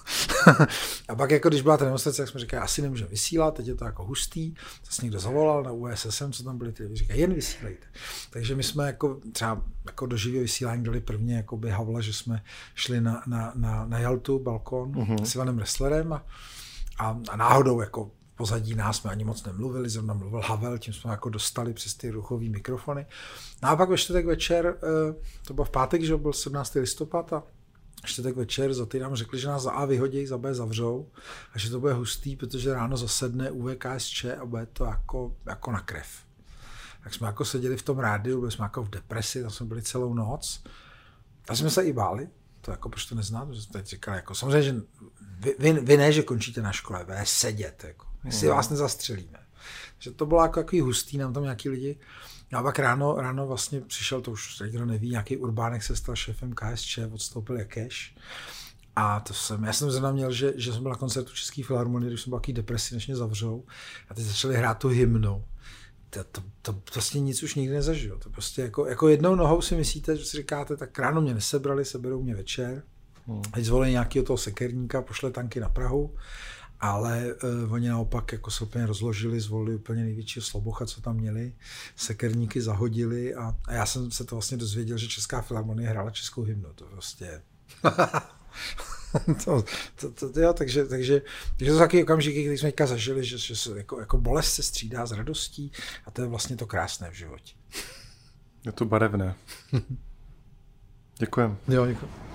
A pak jako když byla ta demonstrace, tak jsme říkali, asi nemůžeme vysílat, teď je to jako hustý, zase někdo zavolal na U S S M, co tam byli ty, říkají, jen vysílejte. Takže my jsme jako třeba jako do živého vysílání dali prvně jako by Havla, že jsme šli na, na, na, na Jaltu, balkon uh-huh. s Ivanem Resslerem a, a, a náhodou jako pozadí nás jsme ani moc nemluvili, zrovna mluvil Havel, tím jsme jako dostali přes ty ruchové mikrofony. No a pak ve čtvrtek večer, to byl v pátek, že byl sedmnáctého listopad a čtvrtek večer za ty nám řekli, že nás za A vyhodí, za B zavřou a že to bude hustý, protože ráno zasedne U V K S Č a bude to jako, jako na krev. Tak jsme jako seděli v tom rádiu, byli jsme jako v depresi, tam jsme byli celou noc. A jsme se i báli, to jako proč to neznáte, že jsme teď říkali, jako samozřejmě, že vy, vy, vy ne, že končíte na škole, vy sedět, jako, jestli vás nezastřelíme. Takže to bylo jako takový hustý, nám tam nějaký lidi. No a pak ráno, ráno vlastně přišel, to už nikdo neví, nějaký Urbánek se stal šéfem K S Č, odstoupil Jakeš. A to jsem, já jsem zrovna měl, že, že jsem byl na koncertu České filharmonie, když jsem byl takový depresi, než mě zavřou. A teď začali hrát tu hymnu. To, to, to, to vlastně nic už nikdy nezažiju. To prostě jako, jako jednou nohou si myslíte, že si říkáte, tak ráno mě nesebrali, seberou mě večer. Hmm. Teď zvolili nějakého toho sekerníka, pošle tanky na Prahu. Ale uh, oni naopak jako se úplně rozložili, zvolili úplně největšího slobocha, co tam měli, sekerníky zahodili a, a já jsem se to vlastně dozvěděl, že Česká filharmonie hrála českou hymnu, to prostě... to, to, to, to, jo, takže, takže, takže to jsou taky okamžiky, které jsme teďka zažili, že, že se, jako, jako bolest se střídá s radostí a to je vlastně to krásné v životě. Je to barevné. Děkujem. Jo, děkuji.